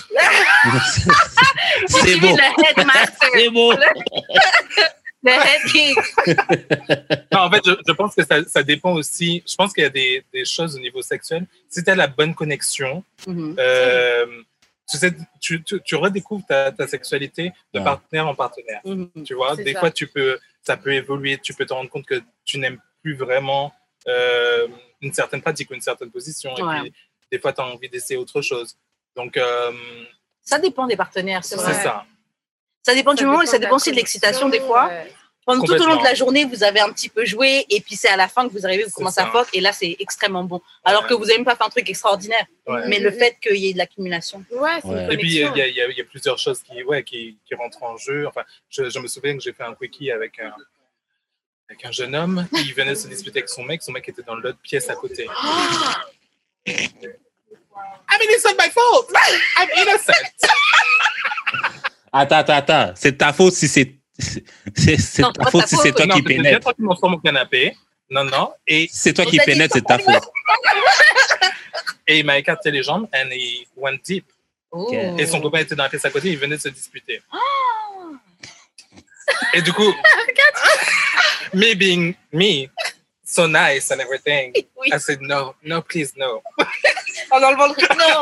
C'est beau. Le headmaster. C'est beau. Le head king. Non, en fait, je, je pense que ça, ça dépend aussi. Je pense qu'il y a des, des choses au niveau sexuel. Si tu as la bonne connexion, mm-hmm. euh, tu, sais, tu, tu, tu redécouvres ta, ta sexualité de ouais. partenaire en partenaire. Mm-hmm. Tu vois, des ça. fois, tu peux, ça peut évoluer. Tu peux te rendre compte que tu n'aimes plus vraiment euh, une certaine pratique ou une certaine position. Ouais. Et puis, des fois, tu as envie d'essayer autre chose. Donc, euh, ça dépend des partenaires, c'est vrai. C'est ça. Ça dépend du moment et ça dépend aussi de l'excitation des fois. Ouais. Pendant tout au long de la journée, vous avez un petit peu joué et puis c'est à la fin que vous arrivez, vous commencez à fuck et là, c'est extrêmement bon. Alors ouais. que vous n'avez même pas fait un truc extraordinaire. Ouais. Mais le fait qu'il y ait de l'accumulation. Ouais, c'est ouais. Et puis, il y, y, y a plusieurs choses qui, ouais, qui, qui rentrent en jeu. Enfin, je, je me souviens que j'ai fait un quickie avec un, avec un jeune homme. Il venait se disputer avec son mec. Son mec était dans l'autre pièce à côté. I mean, it's not my fault. I'm innocent. Attends, attends, attends. C'est de ta faute si c'est. C'est, c'est non, ta faute ta si faute. C'est toi non, qui pénètre. C'est toi qui m'en sur mon canapé. Non, non. Et c'est toi qui pénètre, c'est ta faute. Et il m'a écarté les jambes and he went deep. Okay. Et son copain était dans la pièce à côté, il venait de se disputer. Oh. Et du coup, me being me, so nice and everything, oui. I said no, no, please, no. En enlevant le truc, non,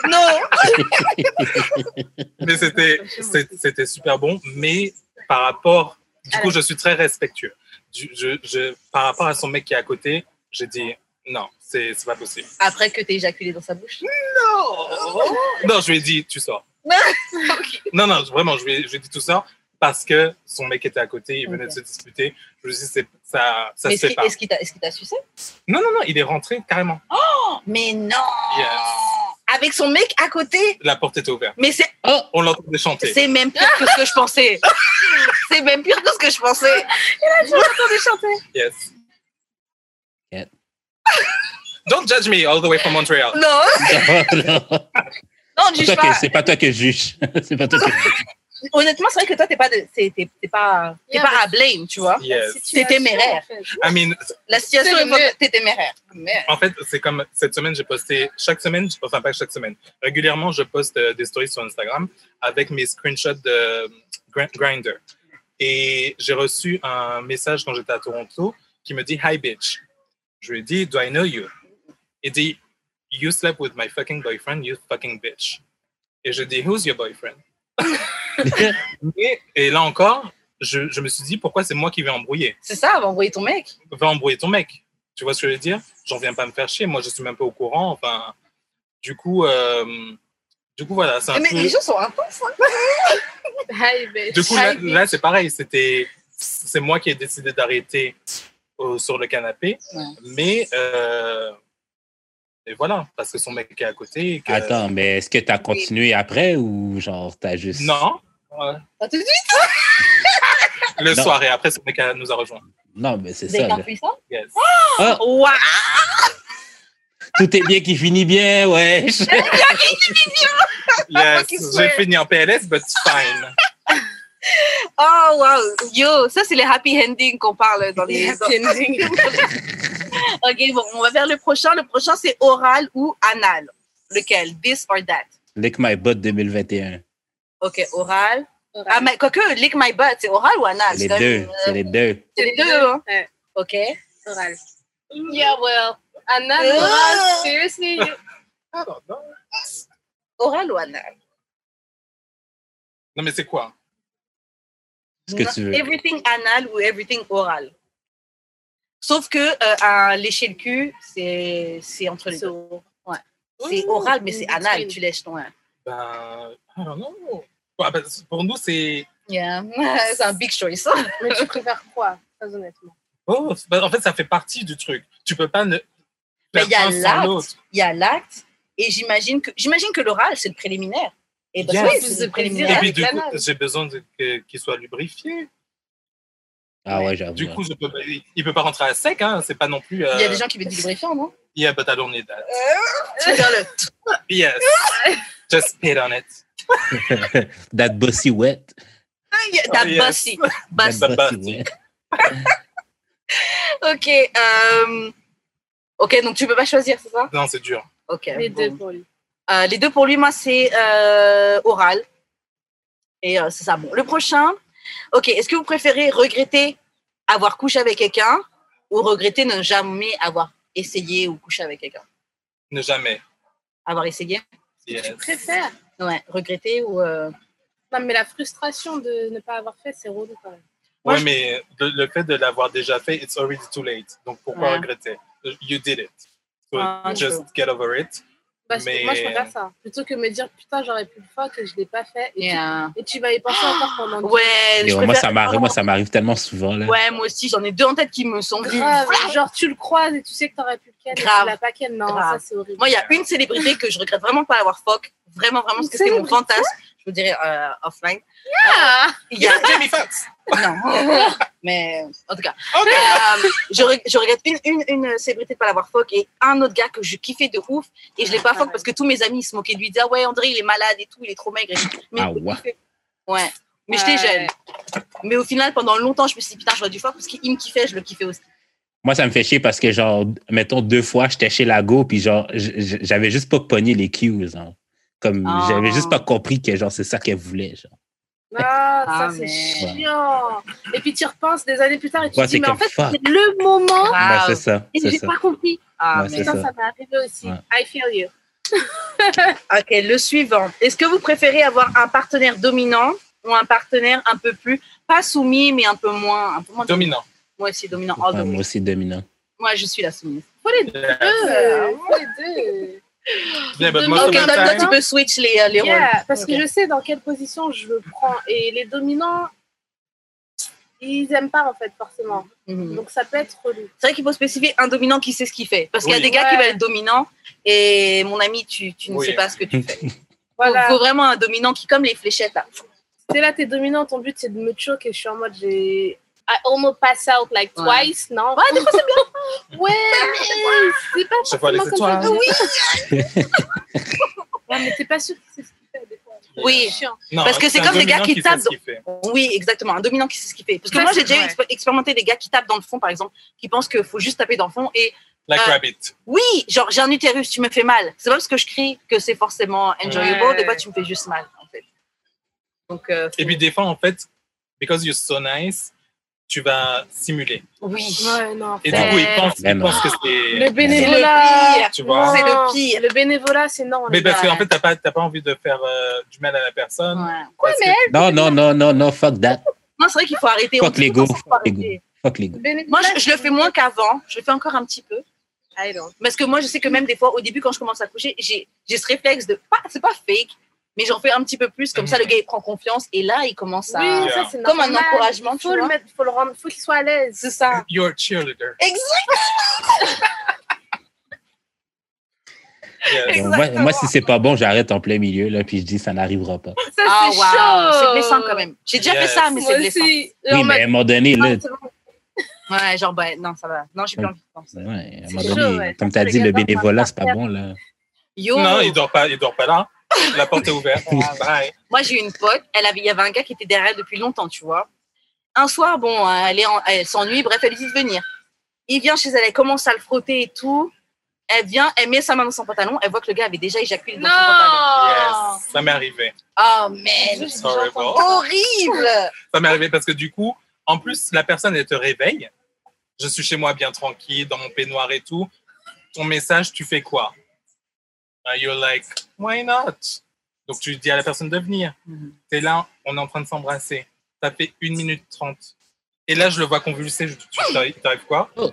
non. Mais c'était, c'était super bon, mais par rapport, du coup, je suis très respectueux. Je, je, je, par rapport à son mec qui est à côté, j'ai dit non, c'est, c'est pas possible. Après que t'aies éjaculé dans sa bouche? Non. Non, je lui ai dit tu sors. Okay. Non, non, vraiment, je lui ai, je lui ai dit tu sors parce que son mec était à côté, il venait okay. de se disputer. Je lui ai dit c'est, ça, ça mais se fait pas. Est-ce qu'il t'a, est-ce qu'il t'a sucé? Non, non, non, il est rentré carrément. Oh, mais non. Yes. Avec son mec à côté. La porte était ouverte. Mais c'est. Oh, on l'entendait chanter. C'est même pire que ce que je pensais. C'est même pire que ce que je pensais. Et là, tu l'entendais chanter. Yes. Yeah. Don't judge me all the way from Montreal. Non. non, non. Non, juge pas. Que, c'est pas toi que je juge. C'est pas toi que je juge. Honnêtement, c'est vrai que toi, t'es pas, de, t'es, t'es, t'es pas, t'es yeah, pas à blame, tu vois. Yes. T'es téméraire. En fait. I mean, la situation est que t'es téméraire. En fait, c'est comme cette semaine, j'ai posté chaque semaine, enfin pas chaque semaine, régulièrement, je poste euh, des stories sur Instagram avec mes screenshots de Grindr. Et j'ai reçu un message quand j'étais à Toronto qui me dit Hi bitch. Je lui ai dit Do I know you? Il dit You slept with my fucking boyfriend, you fucking bitch. Et je dis Who's your boyfriend? et, et là encore, je, je me suis dit pourquoi c'est moi qui vais embrouiller. C'est ça, va embrouiller ton mec. Va embrouiller ton mec. Tu vois ce que je veux dire? J'en viens pas me faire chier. Moi, je suis même pas au courant. Enfin, du coup, euh, du coup voilà. C'est un mais peu... les gens sont intenses. Hein. Du coup, là, là, c'est pareil. C'était, c'est moi qui ai décidé d'arrêter au, sur le canapé. Ouais. Mais euh, et voilà, parce que son mec est à côté. Et que... Attends, mais est-ce que tu as continué oui. après ou genre t'as juste. Non. Ouais. Pas tout de suite. Le non. soir et après, son mec nous a rejoint. Non, mais c'est Des ça. Des puissants? Yes. Oh, oh wow. Tout est bien qui finit bien, ouais. Yes, j'ai fini en P L S, but fine. Oh, wow. Yo, ça, c'est les happy endings qu'on parle dans les... happy endings. OK, bon, on va vers le prochain. Le prochain, c'est oral ou anal. Lequel? This or that? Lick My Butt deux mille vingt et un. OK, oral. oral. Ah, mais quoique, lick my butt, c'est oral ou anal? C'est les deux, même, c'est euh, les deux. C'est les deux, hein? Ouais. OK. Oral. Yeah, well... Anal, uh, oral, seriously? I don't know. Oral ou anal? Non, mais c'est quoi? Ce que tu veux. Everything anal ou everything oral. Sauf que euh, à lécher le cul, c'est, c'est entre les deux. Ouais. C'est oral, mais c'est anal. Tu lèches ton... Ben, I don't know. Ouais, ben, pour nous, c'est... Yeah. C'est un big choice. Mais tu préfères quoi, très honnêtement? Oh, ben, en fait, ça fait partie du truc. Tu peux pas ne... Il y a l'acte, il y a l'acte, et j'imagine que, j'imagine que l'oral, c'est le préliminaire. Et parce yes. que c'est le préliminaire. Et puis, du coup, j'ai besoin de, que, qu'il soit lubrifié. Ah ouais, j'avoue. Du coup, je peux, il ne peut pas rentrer à sec, hein, c'est pas non plus... Euh... Il y a des gens qui veulent du lubrifiant, non? Yeah, but I don't need that. Tu veux dire le... Yes, just spit on it. That bossy wet. That oh, yes. bossy. Bossy. That bossy wet. OK, euh... OK, donc tu peux pas choisir, c'est ça? Non, c'est dur. OK. Les bon. deux pour lui. Euh, les deux pour lui, moi, c'est euh, oral. Et euh, c'est ça. Bon, le prochain. OK, est-ce que vous préférez regretter avoir couché avec quelqu'un ou regretter ne jamais avoir essayé ou couché avec quelqu'un? Ne jamais. Avoir essayé? Yes. Tu préfères? Ouais, regretter ou... Euh... Non, mais la frustration de ne pas avoir fait, c'est relou quand même. Oui, je... mais le, le fait de l'avoir déjà fait, it's already too late. Donc, pourquoi ouais. regretter? You did it. So ah, just true. Get over it. Parce mais... que moi, je préfère ça. Plutôt que me dire, putain, j'aurais pu le faire, que je ne l'ai pas fait. Et, yeah. tu, et tu vas y penser encore pendant ouais, je préfère... moi, ça m'arrive, moi, ça m'arrive tellement souvent. Là. Ouais, moi aussi, j'en ai deux en tête qui me sont venus. Genre, tu le croises et tu sais que tu aurais pu le ken. Grave. Et tu l'as pas ken. Non, Grave. Ça, c'est horrible. Moi, il y a une célébrité que je regrette vraiment pas avoir fuck. Vraiment, vraiment, parce que c'était mon fantasme. Je vous dirais euh, offline. Yeah! Euh, il y a Jamie Foxx. Non, mais en tout cas, okay. euh, je, je regrette une, une, une célébrité de pas l'avoir fuck et un autre gars que je kiffais de ouf et je l'ai pas fuck parce que tous mes amis se moquaient de lui, disaient ah ouais André il est malade et tout, il est trop maigre. Et mais ah ouais. Ouais, mais ouais. J'étais jeune. Mais au final pendant longtemps je me suis dit putain j'aurais dû fuck parce qu'il me kiffait, je le kiffais aussi. Moi ça me fait chier parce que genre mettons deux fois j'étais chez la go puis genre j'avais juste pas pogné les cues genre. Comme oh. J'avais juste pas compris que genre c'est ça qu'elle voulait genre. Ah, ah, ça c'est mais... chiant. Et puis tu y repenses des années plus tard et tu ouais, te dis mais en fait fuck. C'est le moment. Ouais, c'est ça. Et c'est j'ai ça. pas compris. Ah ouais, mais ça, ça. ça m'est arrivé aussi. Ouais. I feel you. Ok, le suivant. Est-ce que vous préférez avoir un partenaire dominant ou un partenaire un peu plus pas soumis mais un peu moins, un peu moins dominant. Moi aussi dominant. Ouais, moi aussi dominant. Moi je suis la soumise. Faut les deux. Yeah. Faut les deux. Yeah, but ok, toi, toi tu peux switch les, les yeah, rôles. Parce okay. que je sais dans quelle position je le prends. Et les dominants, ils n'aiment pas en fait forcément. Mm-hmm. Donc ça peut être relou. C'est vrai qu'il faut spécifier un dominant qui sait ce qu'il fait. Parce oui. qu'il y a des gars ouais. qui veulent être dominants et mon ami, tu, tu ne oui. sais pas ce que tu fais. Voilà. Il faut vraiment un dominant qui, comme les fléchettes là. C'est là, t'es dominant, ton but c'est de me choquer et je suis en mode j'ai. I almost pass out like ouais. twice, non? Ouais, des fois c'est bien. Ouais, mais c'est pas je vois les étoiles. Oui. Ouais, mais t'es pas sûr que c'est ce qu'il fait des fois. Oui, non, parce que c'est comme des gars qui, qui tapent. Dans... Oui, exactement, un dominant qui sait ce qu'il fait. Parce que ça, moi j'ai déjà ouais. expérimenté des gars qui tapent dans le fond, par exemple, qui pensent qu'il faut juste taper dans le fond et. Like euh, rabbit. Oui, genre j'ai un utérus, tu me fais mal. C'est pas parce que je crie que c'est forcément enjoyable. Ouais. Des fois tu me fais juste mal, en fait. Donc. Euh, et puis des fois en fait, because you're so nice. Tu vas simuler. Oui. Ouais, non, et du coup, ils pensent, ils pensent que c'est... Le bénévolat. Tu vois? C'est le pire. Le bénévolat, c'est non. Mais parce qu'en fait, t'as pas, t'as pas envie de faire euh, du mal à la personne. Ouais. Quoi, mais elle, Non, non, non, non, non, fuck that. Non, c'est vrai qu'il faut arrêter. Fuck les go. Fuck les go. Moi, je, je le fais moins qu'avant. Je le fais encore un petit peu. I don't. Parce que moi, je sais que même des fois, au début, quand je commence à coucher, j'ai, j'ai ce réflexe de... Pas, c'est pas fake. Mais j'en fais un petit peu plus, comme mm-hmm. ça le gars il prend confiance et là il commence à. Oui, ça, c'est comme un encouragement. Il faut le mettre, faut le rendre, faut qu'il soit à l'aise. C'est ça. You're a cheerleader. Exactement. Yes. Moi, moi, si c'est pas bon, j'arrête en plein milieu, là, puis je dis ça n'arrivera pas. Ça, Ah, c'est wow. chaud. C'est blessant quand même. J'ai déjà Yes. fait ça, mais Moi c'est blessant. aussi. Oui, Genre, mais à un moment donné, là, Ouais, genre, bah, non, ça va. Non, j'ai plus envie de penser. ouais, à un C'est moment chaud, donné, ouais. comme Ça, tu as les dit, le gars, ça bénévolat, va c'est pas faire. bon, là. Yo, Non, il dort pas, il dort pas là. La porte est ouverte. Bye. moi, j'ai eu une pote, elle avait, il y avait un gars qui était derrière elle depuis longtemps, tu vois. Un soir, bon, elle est en- elle s'ennuie, bref, elle lui dit de venir. Il vient chez elle, elle commence à le frotter et tout. Elle vient, elle met sa main dans son pantalon, elle voit que le gars avait déjà éjaculé dans son pantalon. Non. Yes, ça m'est arrivé. Oh, man, It's horrible. horrible. Ça m'est arrivé parce que du coup, en plus, la personne, elle te réveille. Je suis chez moi bien tranquille, dans mon peignoir et tout. Ton message, tu fais quoi? Uh, You're like, why not? Donc, tu dis à la personne de venir. Mhm. T'es là, on est en train de s'embrasser. Ça fait une minute trente. Et là, je le vois convulser. Je dis, tu t'arrives t'arrives quoi? Oh.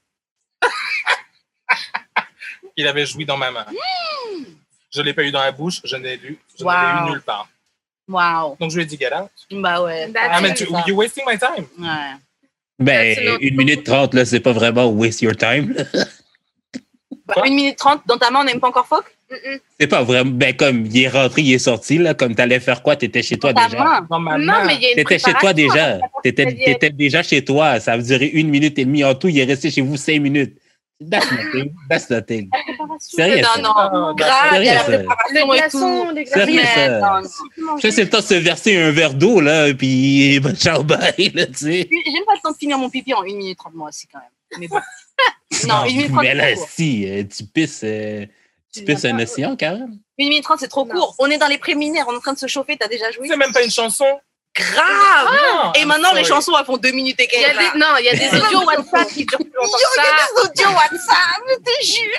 Il avait joui dans ma main. Je ne l'ai pas eu dans la bouche, je n'ai lu, je ne Wow. l'ai eu nulle part. Wow. Donc, je lui ai dit, get out. Bah ouais. That's Ah, mais it. tu, you're wasting my time. Ouais. Ben, Absolument. une minute trente, là, c'est pas vraiment waste your time. là. Bah, Quoi? une minute trente, dans ta main, on n'aime pas encore phoque? Mm-mm. C'est pas vraiment. Ben, comme il est rentré, il est sorti, là, comme t'allais faire quoi? T'étais chez toi Dans ta déjà. main. Dans ma Non, main. mais il y a une T'étais chez toi préparation. déjà. T'étais, Préparation. t'étais déjà chez toi. Ça a duré une minute et demie. En tout, il est resté chez vous cinq minutes. That's nothing. That's nothing. Sérieux, ça? Non, non. Ah, Grave, il y a la Sérieux, ça. préparation Les et glaçons, tout. les Sérieux, glaçons. ça? Non, non. Ça, c'est le temps de se verser un verre d'eau, là, puis bah, ciao, bye, là, tu sais. J'aime pas le temps de finir mon pipi en une minute trente, moi aussi, quand même. Mais bon. Non, une minute trente, Mais c'est là, trop court. si, euh, tu pisses, euh, tu pisses un océan, Karen. Une minute trente, c'est trop Non. court. On est dans les préliminaires, on est en train de se chauffer, t'as déjà joué? C'est même pas une chanson. Grave! Non, Et I'm maintenant, les sorry. chansons, elles font deux minutes et Il y a quelques. là. des, non, il y a des audios WhatsApp qui durent plus Yo, longtemps il que y ça. a des audios WhatsApp, je te jure.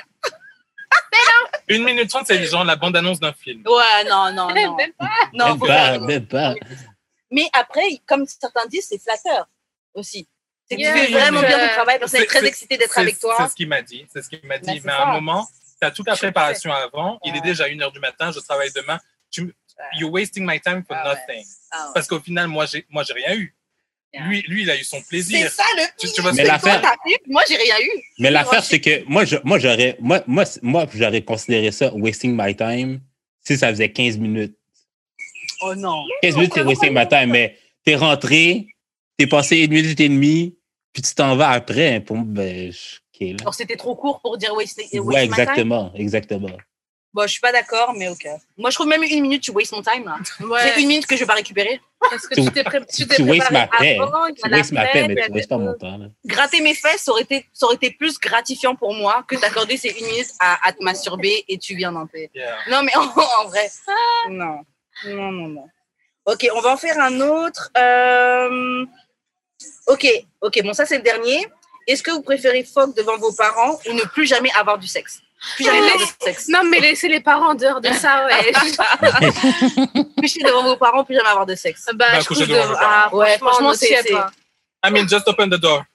Une minute trente, c'est genre la bande-annonce d'un film. Ouais, non, non, non. Même pas. Non, Même faut pas, faire- même pas. Mais après, comme certains disent, c'est flatteur aussi. C'est que Yeah, tu fais vraiment mais- bien ton travail, la personne est C'est- très c'est- excitée d'être C'est avec toi. c'est ce qu'il m'a dit. C'est ce qu'il m'a dit. Bah, c'est mais à ça. un moment, tu as toute la préparation avant. Il Ouais. est déjà une heure du matin. Je travaille demain. Tu, me- You're wasting my time for Ah ouais. nothing. Ah ouais. Parce qu'au final, moi, j'ai, moi, j'ai rien eu. Yeah. Lui, lui, il a eu son C'est plaisir. ça le Tu, pire. tu vois ce Mais que la- je veux Toi, dire? t'as eu, moi, j'ai rien eu. Mais l'affaire, c'est que moi, je, moi, j'aurais, moi, moi, moi, j'aurais considéré ça wasting my time si ça faisait quinze minutes. Oh non. quinze minutes, c'est wasting my time, mais t'es rentré, t'es passé une minute et demie, puis tu t'en vas après. Pour moi, ben, je- OK, là. Alors, c'était trop court pour dire waste, waste Ouais, my time. exactement, exactement. Bon, je suis pas d'accord, mais ok. Moi, je trouve même une minute, tu waste mon time. Là. Ouais. C'est une minute que je vais pas récupérer. Parce que tu t'es pré- tu t'es Tu wastes ma préparé paix. avant, il y Tu a la wastes ma paix, paix, mais il y a tu wastes pas des- mon temps, là. Gratter mes fesses, ça aurait été, ça aurait été plus gratifiant pour moi que d'accorder ces une minute à, à te masturber et tu viens d'en paix. Yeah. Non, mais en, en vrai, non. Non, non, non. Ok, on va en faire un autre. Euh, Ok, ok, bon, ça, c'est le dernier. Est-ce que vous préférez fuck devant vos parents ou ne plus jamais avoir du sexe? Plus jamais faire de sexe. Non, mais laissez les parents en dehors de ça, ouais. Coucher devant vos parents, plus jamais avoir de sexe. Bah, Bah, je coucher trouve devant de- vos parents. Ah, Ouais, franchement, franchement, on c'est- s'y est c'est- pas. I mean, just open the door.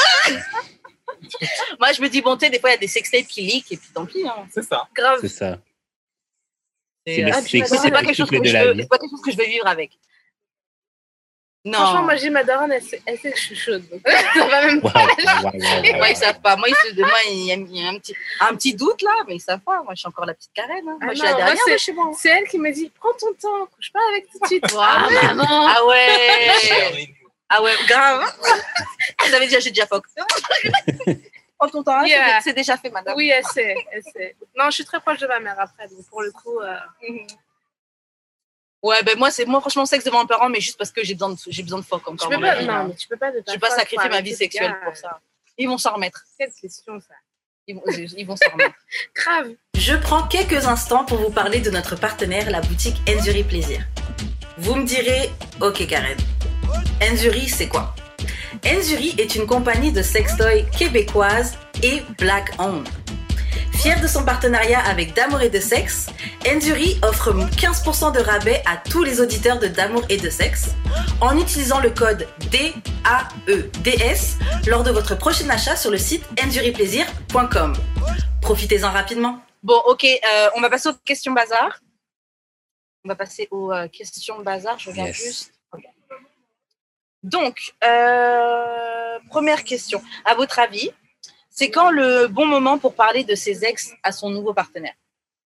Moi, je me dis, bon, tu sais, des fois, il y a des sextapes qui leak et puis tant pis. Hein. C'est ça. Grave. C'est ça. C'est C'est le euh, Ah, sexe, puis c'est pas c'est quelque le chose cycle que de je la veux, vie. c'est pas quelque chose que je vais vivre avec. Non. Franchement, moi, j'ai ma daronne, elle sait, elle sait que je suis chaude. Donc, ça va même Wow, pas. wow, wow, wow, Moi, ils wow. savent pas. Moi, ils se- moi, il y a, il y a un, petit, un petit doute là, mais ils savent pas. Moi, je suis encore la petite Karen. Hein. Ah Moi, je suis non, la moi, dernière c'est- de chez moi. C'est elle qui me dit prends ton temps, couche pas avec tout de suite. Ah, maman. Ah ouais. Charlene. Ah ouais, grave. Vous avez déjà, j'ai déjà fuck. Prends ton temps, hein, Yeah. c'est- c'est déjà fait, madame. Oui, elle sait, elle sait. Non, je suis très proche de ma mère après, donc pour le coup. euh, Ouais, ben moi, c'est moi, franchement, sexe devant un parent, mais juste parce que j'ai besoin de, j'ai besoin de fuck Tu encore. peux dans ma pas, vie, non, là. mais tu peux pas de Je vais pas sacrifier ma vie sexuelle pour ça. Ils vont s'en remettre. Quelle question ça. Ils vont, ils vont s'en remettre. Grave. Je prends quelques instants pour vous parler de notre partenaire, la boutique Enzuri Plaisir. Vous me direz, ok Karen, Enzuri c'est quoi? Enzuri est une compagnie de sextoys québécoise et black owned. Fier de son partenariat avec D'Amour et de Sexe, Enzuri offre quinze pour cent de rabais à tous les auditeurs de D'Amour et de Sexe en utilisant le code D A E D S lors de votre prochain achat sur le site enzuri plaisir point com. Profitez-en rapidement. Bon, ok, euh, on va passer aux questions bazar. On va passer aux euh, questions bazar. Je regarde Yes. juste. Ok. Donc, euh, première question. À votre avis, c'est quand le bon moment pour parler de ses ex à son nouveau partenaire?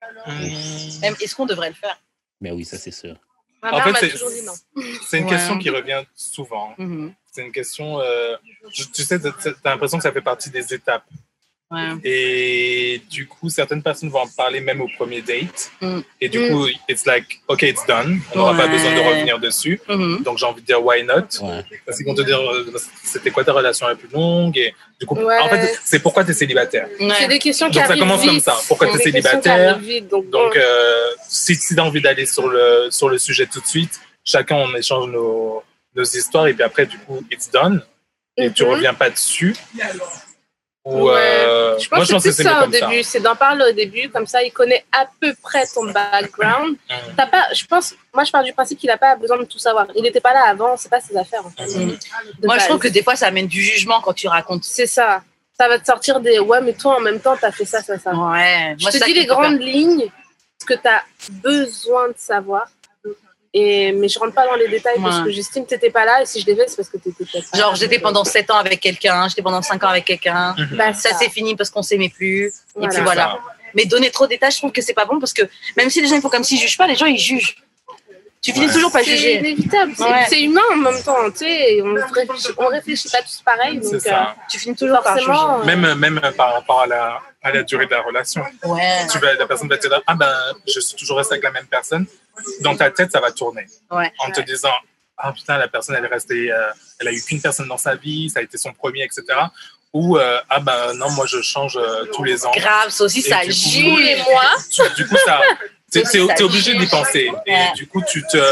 Même, est-ce qu'on devrait le faire? Mais oui, ça, c'est sûr. Ma En mère fait, m'a c'est- toujours dit non. C'est une Ouais. question qui revient souvent. Mhm. C'est une question. Euh, tu tu sais, tu as l'impression que ça fait partie des étapes. Ouais. Et du coup, certaines personnes vont en parler même au premier date. Mm. Et du Mm. coup, it's like, OK, it's done. On n'aura pas Ouais. besoin de revenir dessus. Mhm. Donc, j'ai envie de dire, why not? Ouais. Parce qu'ils vont te dire, euh, c'était quoi ta relation la plus longue? Et du coup, Ouais. en fait, c'est pourquoi tu es célibataire. C'est Ouais. des questions qui Donc, ça arrivent commence vite. comme ça. Pourquoi C'est tu es des questions qui célibataire? arrivent vite, Donc, Donc, bon. euh, si, si tu as envie d'aller sur le, sur le sujet tout de suite, chacun on échange nos, nos histoires et puis après, du coup, it's done. Et tu Mhm. reviens pas dessus. Ou, Ouais. euh, Je pense moi, que c'est c'est ça mieux au comme ça. début, c'est d'en parler au début, comme ça il connaît à peu près ton background. Mhm. T'as pas, je pense, moi je pars du principe qu'il n'a pas besoin de tout savoir. Il n'était pas là avant, c'est pas ses affaires en fait. Mhm. De Moi, je base. trouve que des fois, ça amène du jugement quand tu racontes. c'est ça. Ça va te sortir des ouais, mais toi en même temps t'as fait ça, ça, ça. Ouais. Je Moi, te ça dis qui les me fait grandes lignes, ce que tu as besoin de savoir. Et, mais je rentre pas dans les détails parce Ouais. que j'estime que tu n'étais pas là et si je devais, c'est parce que tu étais peut-être pas Genre, là. j'étais pendant sept ans avec quelqu'un, j'étais pendant cinq ans avec quelqu'un. Mhm. Bah, Ça, c'est fini parce qu'on s'aimait plus. Et Voilà. puis voilà. Mais donner trop de détails, je trouve que c'est pas bon parce que même si les gens ils font comme s'ils jugent pas, les gens ils jugent. Tu finis Ouais. toujours pas C'est juger. inévitable, c'est Ouais. c'est humain en même temps, tu sais, on réfléchit, on réfléchit pas tous pareil, C'est donc ça. Tu finis toujours par juger. forcément, euh, Même, même par rapport à la, à la durée de la relation. Ouais. Tu vas, la personne va te dire, ah ben, je suis toujours resté avec la même personne. Dans ta tête, ça va tourner. Ouais. En te disant, ah putain, la personne, elle est restée, euh, elle a eu qu'une personne dans sa vie, ça a été son premier, et cetera. Ou, euh, ah ben non, moi je change euh, tous les ans. Grave, ça aussi, Et ça du coup, juge. tous les mois, Tu- du coup, ça, t'es, t'es- Ça t'es obligé juge. d'y penser. Et Ouais. du coup, tu te,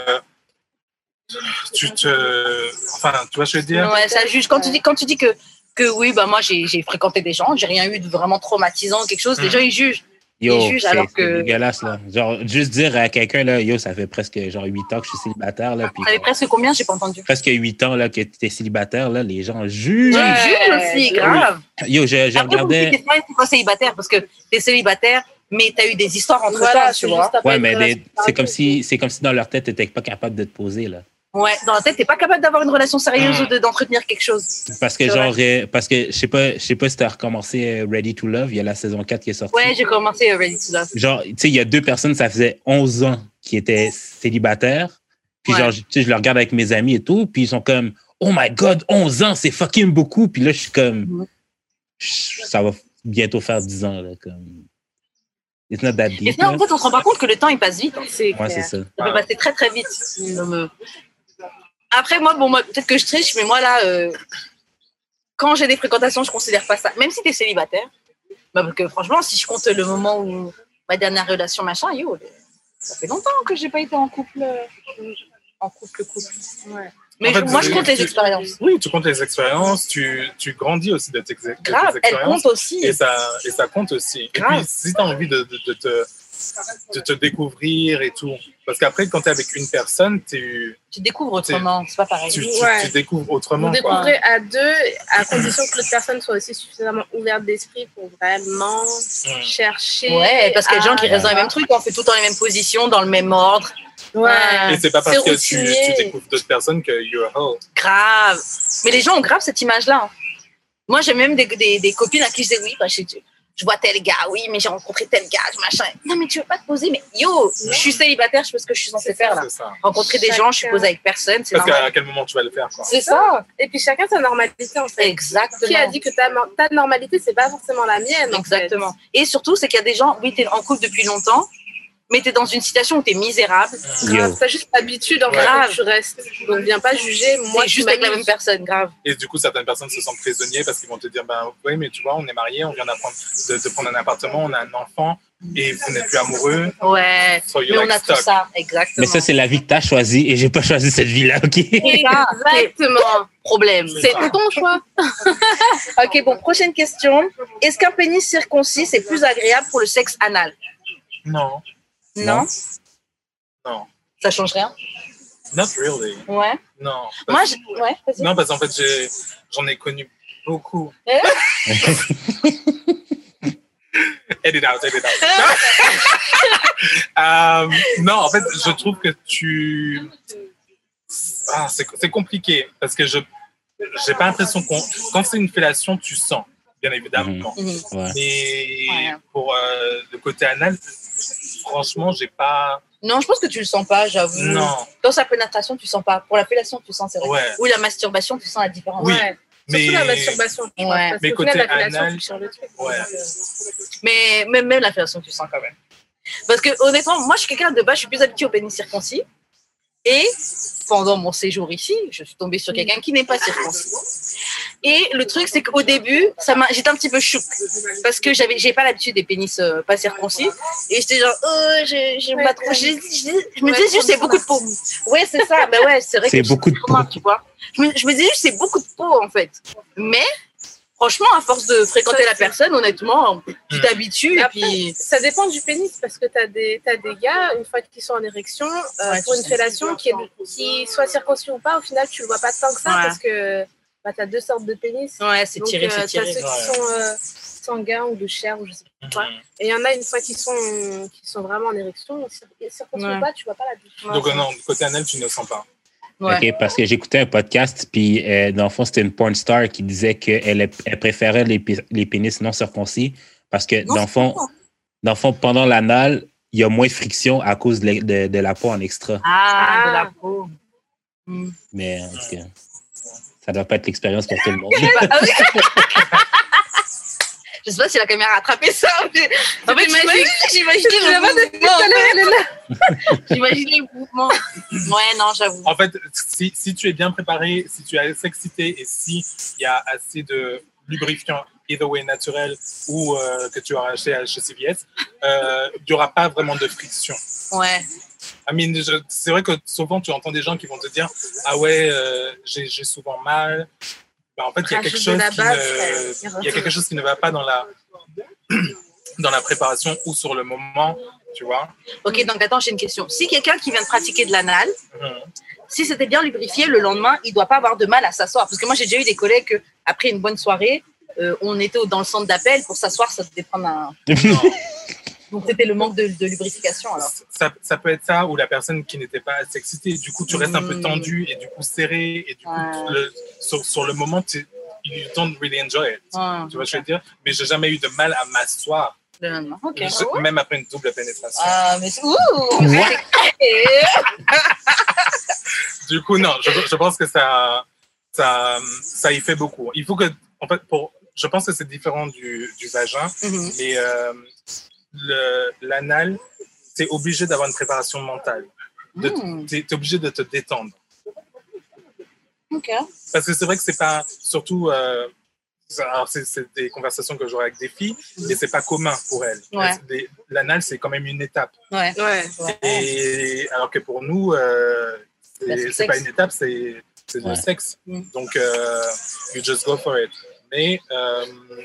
tu te, enfin, tu vois ce que je veux dire? Ouais, ça juge. Quand tu dis, quand tu dis que, que oui, bah moi j'ai j'ai fréquenté des gens, j'ai rien eu de vraiment traumatisant, quelque chose, les Mm. gens ils jugent. Yo, Ils jugent c'est alors c'est que- dégueulasse, là. Genre, juste dire à quelqu'un, là, yo, ça fait presque genre huit ans que je suis célibataire, là, puis Ça fait presque combien, j'ai pas entendu. presque huit ans, là, que tu es célibataire, là, les gens jugent. Ils Ouais. jugent aussi, Oui. grave. Yo, je, je Après, vous regardais... t'es pas, t'es pas célibataire parce que t'es célibataire, mais t'as eu des histoires entre voilà, temps, c'est tu juste vois. après Ouais, une mais relation des- c'est comme perdue. si c'est comme si dans leur tête, tu n'étais pas capable de te poser, là. Ouais, dans la tête, t'es pas capable d'avoir une relation sérieuse Mm. ou de- d'entretenir quelque chose. Parce que, C'est genre, euh, parce que je sais pas, je sais pas si tu as recommencé euh, Ready to Love, il y a la saison quatre qui est sortie. Ouais, j'ai commencé euh, Ready to Love. Genre, tu sais, il y a deux personnes, ça faisait onze ans qui étaient célibataires. Puis, Ouais. genre, tu sais, je le regarde avec mes amis et tout, puis ils sont comme, oh my god, onze ans, c'est fucking beaucoup. Puis là, je suis comme, Mhm. je- ça va bientôt faire dix ans, là, comme. It's not that Et deep. sinon, là. en fait, on se rend pas compte que le temps il passe vite. hein. C'est Ouais, c'est clair. ça. Ça peut passer très très vite. Donc, euh, Après, moi, bon, moi, peut-être que je triche, mais moi là, euh, quand j'ai des fréquentations, je considère pas ça. Même si t'es célibataire, bah, parce que franchement, si je compte le moment où ma dernière relation, machin, yo, ça fait longtemps que j'ai pas été en couple, euh, en couple, couple. Ouais. Mais En fait, je- moi, je tu- compte les tu- expériences. Oui, tu comptes les expériences, tu, tu grandis aussi de tes, de tes Grave, elles expériences. comptent aussi. Et ça, et ça compte aussi. Grave. Et puis, si tu as envie de, de, de te, de te découvrir et tout. Parce qu'après, quand tu es avec une personne, tu, Tu découvres autrement, c'est pas pareil. tu, tu, Ouais. tu découvres Vous autrement. Quoi. découvrez à deux, à condition que l'autre personne soit aussi suffisamment ouverte d'esprit pour vraiment Mm. chercher. Ouais, parce qu'il y a des gens qui à- restent dans les mêmes trucs, on fait tout dans les mêmes positions, dans le même ordre. Ouais. Et c'est pas parce C'est que tu, routinier. tu découvres d'autres personnes que you're a hoe. Grave. Mais les gens ont grave cette image-là. hein. Moi, j'ai même des, des, des copines à qui je dis oui, bah, je, je vois tel gars, oui, mais j'ai rencontré tel gars, machin. Non, mais tu veux pas te poser, mais yo, je suis célibataire, je fais ce que je suis censée faire là. C'est ça. Rencontrer des gens, je suis posée avec personne, c'est Parce qu'à normal. à quel moment tu vas le faire, quoi. C'est ça. Et puis chacun sa normalité en fait. Exactement. Qui a dit que ta, ta normalité, c'est pas forcément la mienne en fait. Exactement. Et surtout, c'est qu'il y a des gens, oui, t'es en couple depuis longtemps, mais t'es dans une situation où t'es misérable. Grave, Yo. t'as juste l'habitude en fait Grave. que tu restes. Donc viens pas juger. Moi, T'es tu juste avec la m'amuses. même personne, grave. Et du coup, certaines personnes se sentent prisonniers parce qu'ils vont te dire, ben oui, mais tu vois, on est mariés, on vient d'apprendre de, de prendre un appartement, on a un enfant et vous n'êtes plus amoureux. Ouais. So Mais you're on like a tout stuck. ça, exactement. Mais ça, c'est la vie que tu as choisie et j'ai pas choisi cette vie-là, OK? C'est ça, c'est Exactement. problème. C'est C'est ça. ton choix. Ok, bon, prochaine question. Est-ce qu'un pénis circoncis, c'est plus agréable pour le sexe anal? Non, Non. Non. non, Ça change rien? not really. Ouais. Non. Moi, Parce- je... ouais, vas-y. Non, parce qu'en fait, j'ai- j'en ai connu beaucoup. Eh Edit out, edit out. Euh, non, en fait, je trouve que tu... Ah, c'est c'est compliqué parce que je j'ai pas l'impression qu'on... Quand c'est une fellation, tu sens. bien évidemment. Mmh. Ouais. Mais Ouais. pour euh, le côté anal, franchement, j'ai pas. Non, je pense que tu le sens pas, j'avoue. Non. Dans sa pénétration, tu sens pas. Pour la fellation, tu sens, c'est vrai. Ouais. Ou la masturbation, tu sens la différence. Oui. Ouais. Mais Surtout la masturbation. je crois, Ouais. parce Mais qu'au final, côté la fellation, anal, tu tires le truc. ouais. Donc, euh, Mais même, même la fellation, tu sens quand même. Parce que honnêtement, moi, je suis quelqu'un de base, je suis plus habituée au pénis circoncis. Et pendant mon séjour ici, je suis tombée sur quelqu'un qui n'est pas circoncis. Et le truc, c'est qu'au début, ça m'a, j'étais un petit peu chouk parce que j'avais, j'ai pas l'habitude des pénis euh, pas circoncis. Et j'étais genre, oh, j'ai, j'ai Ouais, pas trop. ouais. j'ai- j'ai- Je me Ouais, disais juste, c'est beaucoup de peau. Ouais, c'est ça. Ben ouais, c'est vrai C'est que beaucoup de comment, peau. tu vois. Je me, je me disais juste, c'est beaucoup de peau en fait. Mais franchement, à force de fréquenter la personne, honnêtement, tu t'habitues et Après, puis. ça dépend du pénis parce que tu as des, t'as des gars, une fois qu'ils sont en érection, euh, Ouais, pour tu une sais. fellation, qui, est, qui soit circoncis ou pas, au final, tu le vois pas tant que ça Ouais. parce que bah, tu as deux sortes de pénis. Ouais, c'est Donc, tiré, euh, c'est t'as tiré. ceux qui Ouais. sont euh, sanguins ou de chair ou je sais pas quoi. Mhm. Et il y en a une fois qu'ils sont, qui sont vraiment en érection, cir- circoncis Ouais. ou pas, tu vois pas la différence. Donc, euh, non, côté anal, tu ne sens pas. Ouais. OK, parce que j'écoutais un podcast, puis euh, dans le fond, c'était une porn star qui disait qu'elle elle préférait les, pi- les pénis non circoncis parce que, Non, dans le c'est fond, pas. dans le fond, pendant l'anal, il y a moins de friction à cause de la, de, de la peau en extra. Ah, de Ah. la peau. Hmm. Mais en tout cas, ça doit pas être l'expérience pour tout le monde. Bah, ah oui. Je sais pas si la caméra a attrapé ça. Mais... En fait, magique. j'imaginais Tu l'as pas le depuis tout à l'heure, elle est là. mouvement. J'imaginais le mouvement. Ouais, non, j'avoue. En fait, si, si tu es bien préparé, si tu es assez excité et s'il y a assez de lubrifiant, either way naturel ou euh, que tu auras acheté à chez C V S, euh, il n'y aura pas vraiment de friction. Ouais. I mean, je- c'est vrai que souvent tu entends des gens qui vont te dire ah ouais, euh, j'ai j'ai souvent mal. Ben, en fait, il y a quelque Rajoute chose de la qui base, ne, frère. il y a quelque chose qui ne va pas dans la dans la préparation ou sur le moment, tu vois. Ok, donc attends, j'ai une question. Si quelqu'un qui vient de pratiquer de l'anal, Mhm. si c'était bien lubrifié, le lendemain, il doit pas avoir de mal à s'asseoir. Parce que moi, j'ai déjà eu des collègues que, après une bonne soirée, euh, on était au- dans le centre d'appel pour s'asseoir, ça devait prendre un. Non. Donc c'était le manque de, de lubrification alors. Ça, ça peut être ça ou la personne qui n'était pas assez excitée. Du coup, tu restes un peu Mm. tendu et du coup serré. Et du coup, Ouais. le- sur, sur le moment, tu you don't really enjoy it. Ouais, Tu vois ce que je ok. veux dire? Mais j'ai jamais eu de mal à m'asseoir, Le lendemain. Ok. Je- même après une double pénétration. Ah, mais c'est. Ouh! mais c'est- Du coup, non, je, je pense que ça, ça, ça y fait beaucoup. Il faut que, en fait, pour, je pense que c'est différent du, du vagin, Mhm. mais euh, le- l'anal, tu es obligé d'avoir une préparation mentale. De, Mm. Tu es obligé de te détendre. Ok. Parce que c'est vrai que c'est pas, surtout, euh, alors c'est, c'est des conversations que j'aurai avec des filles, mais c'est pas commun pour elles. Ouais. Les- L'anal, c'est quand même une étape. Ouais. Ouais. Et alors que pour nous, euh, Bah, c'est c'est, le c'est pas sexe. une étape, c'est, c'est le Ouais. sexe. Mm. Donc, euh, you just go for it. Mais euh,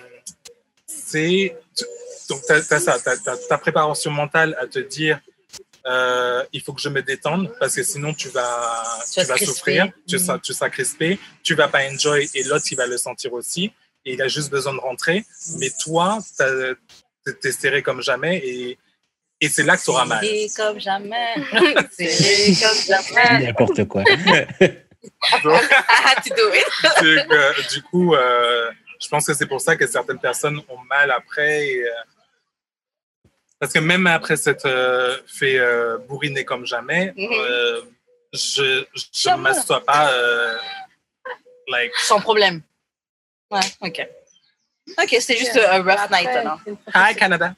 c'est, tu- donc t'as, t'as ça, t'as, t'as ta préparation mentale à te dire. Euh, il faut que je me détende parce que sinon tu vas, Tu tu vas vas te souffrir, crisper. tu, Mm. seras, tu seras crispé, tu vas pas enjoy et l'autre il va le sentir aussi et il a juste besoin de rentrer. Mais toi, t'as- t'es serré comme jamais et, et c'est là que tu auras mal. Serré comme jamais. Serré comme jamais. N'importe quoi. Donc, Ah, tu dois. c'est que, du coup, euh, je pense que c'est pour ça que certaines personnes ont mal après. Et, euh, parce que même après s'être euh, fait euh, bourriner comme jamais, Mhm. euh, je ne Jamais. m'assois pas euh, like, Sans problème. Ouais, ok. Ok, c'est juste un rough Après, night alors. c'est une Hi Canada.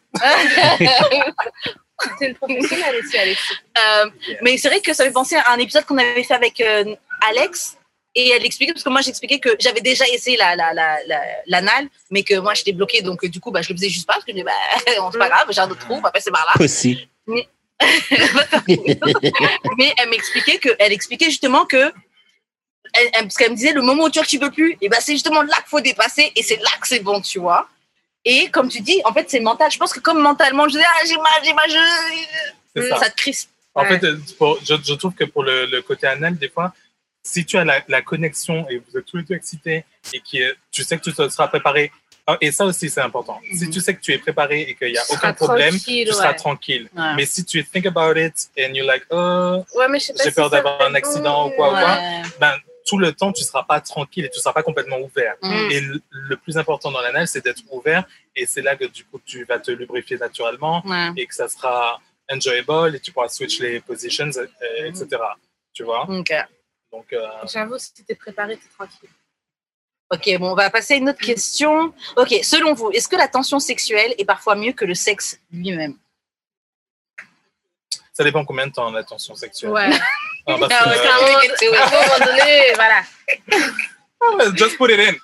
C'est une professionnelle aussi, Alexis. Euh, mais c'est vrai que ça fait penser à un épisode qu'on avait fait avec euh, Alex. Et elle expliquait, parce que moi j'expliquais que j'avais déjà essayé la, la, la, la, l'anal, mais que moi j'étais bloquée, donc euh, du coup bah, je le faisais juste pas, parce que je me disais, bah, c'est pas grave, j'ai un autre trou, on va passer par là. Aussi. Mais elle m'expliquait que, elle expliquait justement que, elle, elle- parce qu'elle me disait, le moment où tu vois que tu veux plus, et ben c'est justement là qu'il faut dépasser, et c'est là que c'est bon, tu vois. Et comme tu dis, en fait c'est mental. Je pense que comme mentalement, je dis, ah j'ai mal, j'ai mal, je... C'est ça. ça. te crispe. En Ouais. fait, euh, pour- je, je trouve que pour le, le côté anal, des fois, si tu as la, la connexion et vous êtes tous les deux excités et que tu sais que tu te seras préparé, ah, et ça aussi c'est important, si Mhm. tu sais que tu es préparé et qu'il n'y a Tu aucun seras problème, tranquille, tu seras ouais. tranquille. Ouais. Mais si tu think about it and you're like, oh, Ouais, mais je sais pas j'ai si peur ça d'avoir fait un accident bon. ou quoi, ou quoi, Ouais. ben, tout le temps, tu ne seras pas tranquille et tu ne seras pas complètement ouvert. Mm. Et le, le plus important dans l'anal, c'est d'être ouvert. Et c'est là que du coup, tu vas te lubrifier naturellement Ouais. et que ça sera enjoyable et tu pourras switch les positions, et, et cetera. Tu vois? Ok. Donc, euh... J'avoue, si tu es préparé, tu es tranquille. Ok, bon, on va passer à une autre question. Ok, selon vous, est-ce que la tension sexuelle est parfois mieux que le sexe lui-même? Ça dépend combien de temps la tension sexuelle. Ouais. Ah, parce Ah, que, ouais, euh, À un moment, à un moment donné, voilà. just put it in.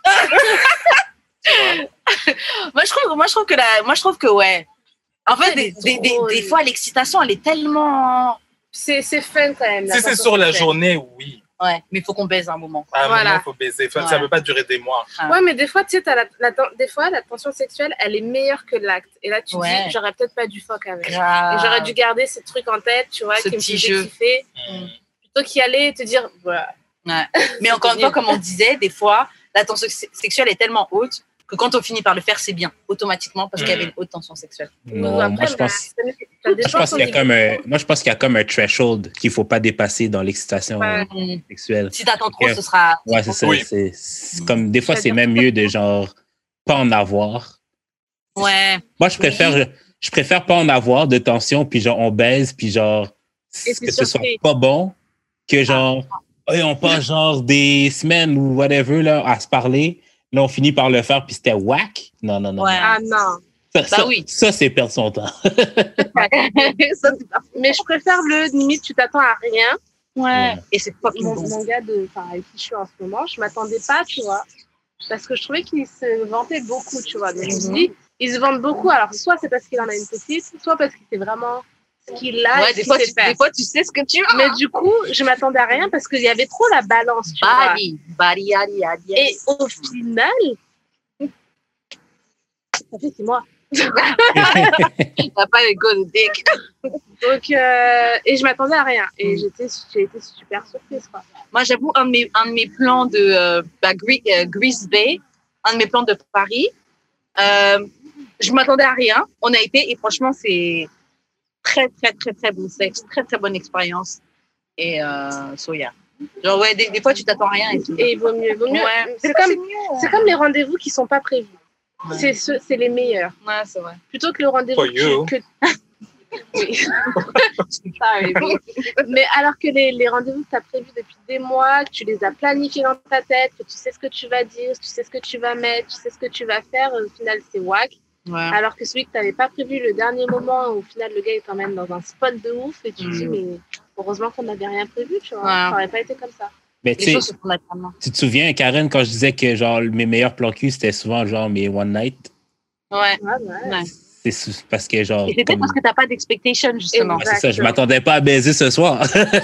moi, je trouve, moi, je trouve que la, moi, je trouve que ouais. En fait, des, des, des, des fois, l'excitation, elle est tellement. C'est, c'est fun quand même. Si c'est sur la journée, oui. Ouais, mais il faut qu'on baise un moment. À un Voilà. moment, il faut baiser. Enfin, Ouais. Ça ne peut pas durer des mois. Ah. Ouais, mais des fois, tu sais, t'as la, la, des fois, la tension sexuelle, elle est meilleure que l'acte. Et là, tu Ouais. te dis, j'aurais peut-être pas dû fuck avec. Grave. Et j'aurais dû garder ces trucs en tête, tu vois, Ce qui me petit faisaient jeu. kiffer. Mm. Plutôt qu'y aller et te dire, voilà. Ouais. Mais encore une fois, comme on disait, des fois, la tension se- sexuelle est tellement haute que quand on finit par le faire, c'est bien, automatiquement, parce qu'il y avait une haute tension sexuelle. Non, Après, moi, je bah, pense, t'as des je gens pense qui qu'il y a ont comme un, moi, je pense qu'il y a comme un threshold qu'il ne faut pas dépasser dans l'excitation Ouais. euh, sexuelle. Si t'attends trop, Ok. ce sera. Ouais, c'est ça. Oui. C'est, c'est comme, des fois, c'est C'est-à-dire- même mieux de genre pas en avoir. Ouais. Moi, je préfère, je, je préfère pas en avoir de tension, puis genre, on baise, puis genre, Et que c'est ce soit surpris. pas bon, que genre, hey, on passe genre des semaines ou whatever là, à se parler. Là, on finit par le faire, puis c'était whack. Non, non, non. Ouais. Ah non. Ça, Bah ça, oui. ça, c'est perdre son temps. Ça, c'est pas- Mais je préfère le limite, tu t'attends à rien. Ouais. Et c'est pas Mon, bon. mon gars de, enfin, avec qui je suis en ce moment, je m'attendais pas, tu vois. Parce que je trouvais qu'il se vantait beaucoup, tu vois. Donc, je me suis dit, il se vante beaucoup. Alors, soit c'est parce qu'il en a une petite, soit parce qu'il sait vraiment ce qu'il a Ouais, et ce des qu'il fois, sait tu, faire. des fois, tu sais ce que tu as. Mais du coup, je m'attendais à rien parce qu'il y avait trop la balance, tu vois. Bali, bali, yali, yali. Et au final, ça fait six mois. T'as pas les go de dick. Donc, euh, et je m'attendais à rien. Et Mm. j'étais, j'ai été super surprise, quoi. Moi, j'avoue, un de mes, un de mes plans de euh, bah, Gre- euh, Grease Bay, un de mes plans de Paris, euh, je m'attendais à rien. On a été, et franchement, c'est très, très, très, très bon sexe, très, très bonne expérience. Et euh, so, yeah. Genre, ouais, des, des fois, tu t'attends à rien et tout. Et il vaut mieux, vaut mieux. Ouais. C'est Des fois, comme, mieux. c'est comme les rendez-vous qui sont pas prévus. Ouais. C'est ceux, c'est les meilleurs. Ouais, c'est vrai. Plutôt que le rendez-vous For you. que, que- Oui. Sorry. Mais alors que les, les rendez-vous que tu as prévus depuis des mois, que tu les as planifiés dans ta tête, que tu sais ce que tu vas dire, tu sais ce que tu vas mettre, tu sais ce que tu vas faire, au final c'est whack. Ouais. Alors que celui que tu n'avais pas prévu le dernier moment, au final le gars il t'emmène dans un spot de ouf et tu te dis Mm. mais heureusement qu'on n'avait rien prévu, tu vois. Ouais. Ça n'aurait pas été comme ça. Mais tu Les sais, choses se font naturellement. tu te souviens, Karen, quand je disais que genre mes meilleurs plans cul, c'était souvent genre mes one night. Ouais. Ouais, ouais. Ouais. C'est sou- parce que genre. Et c'est peut-être comme- parce que t'as pas d'expectation, justement. Ouais, c'est ça, je m'attendais pas à baiser ce soir.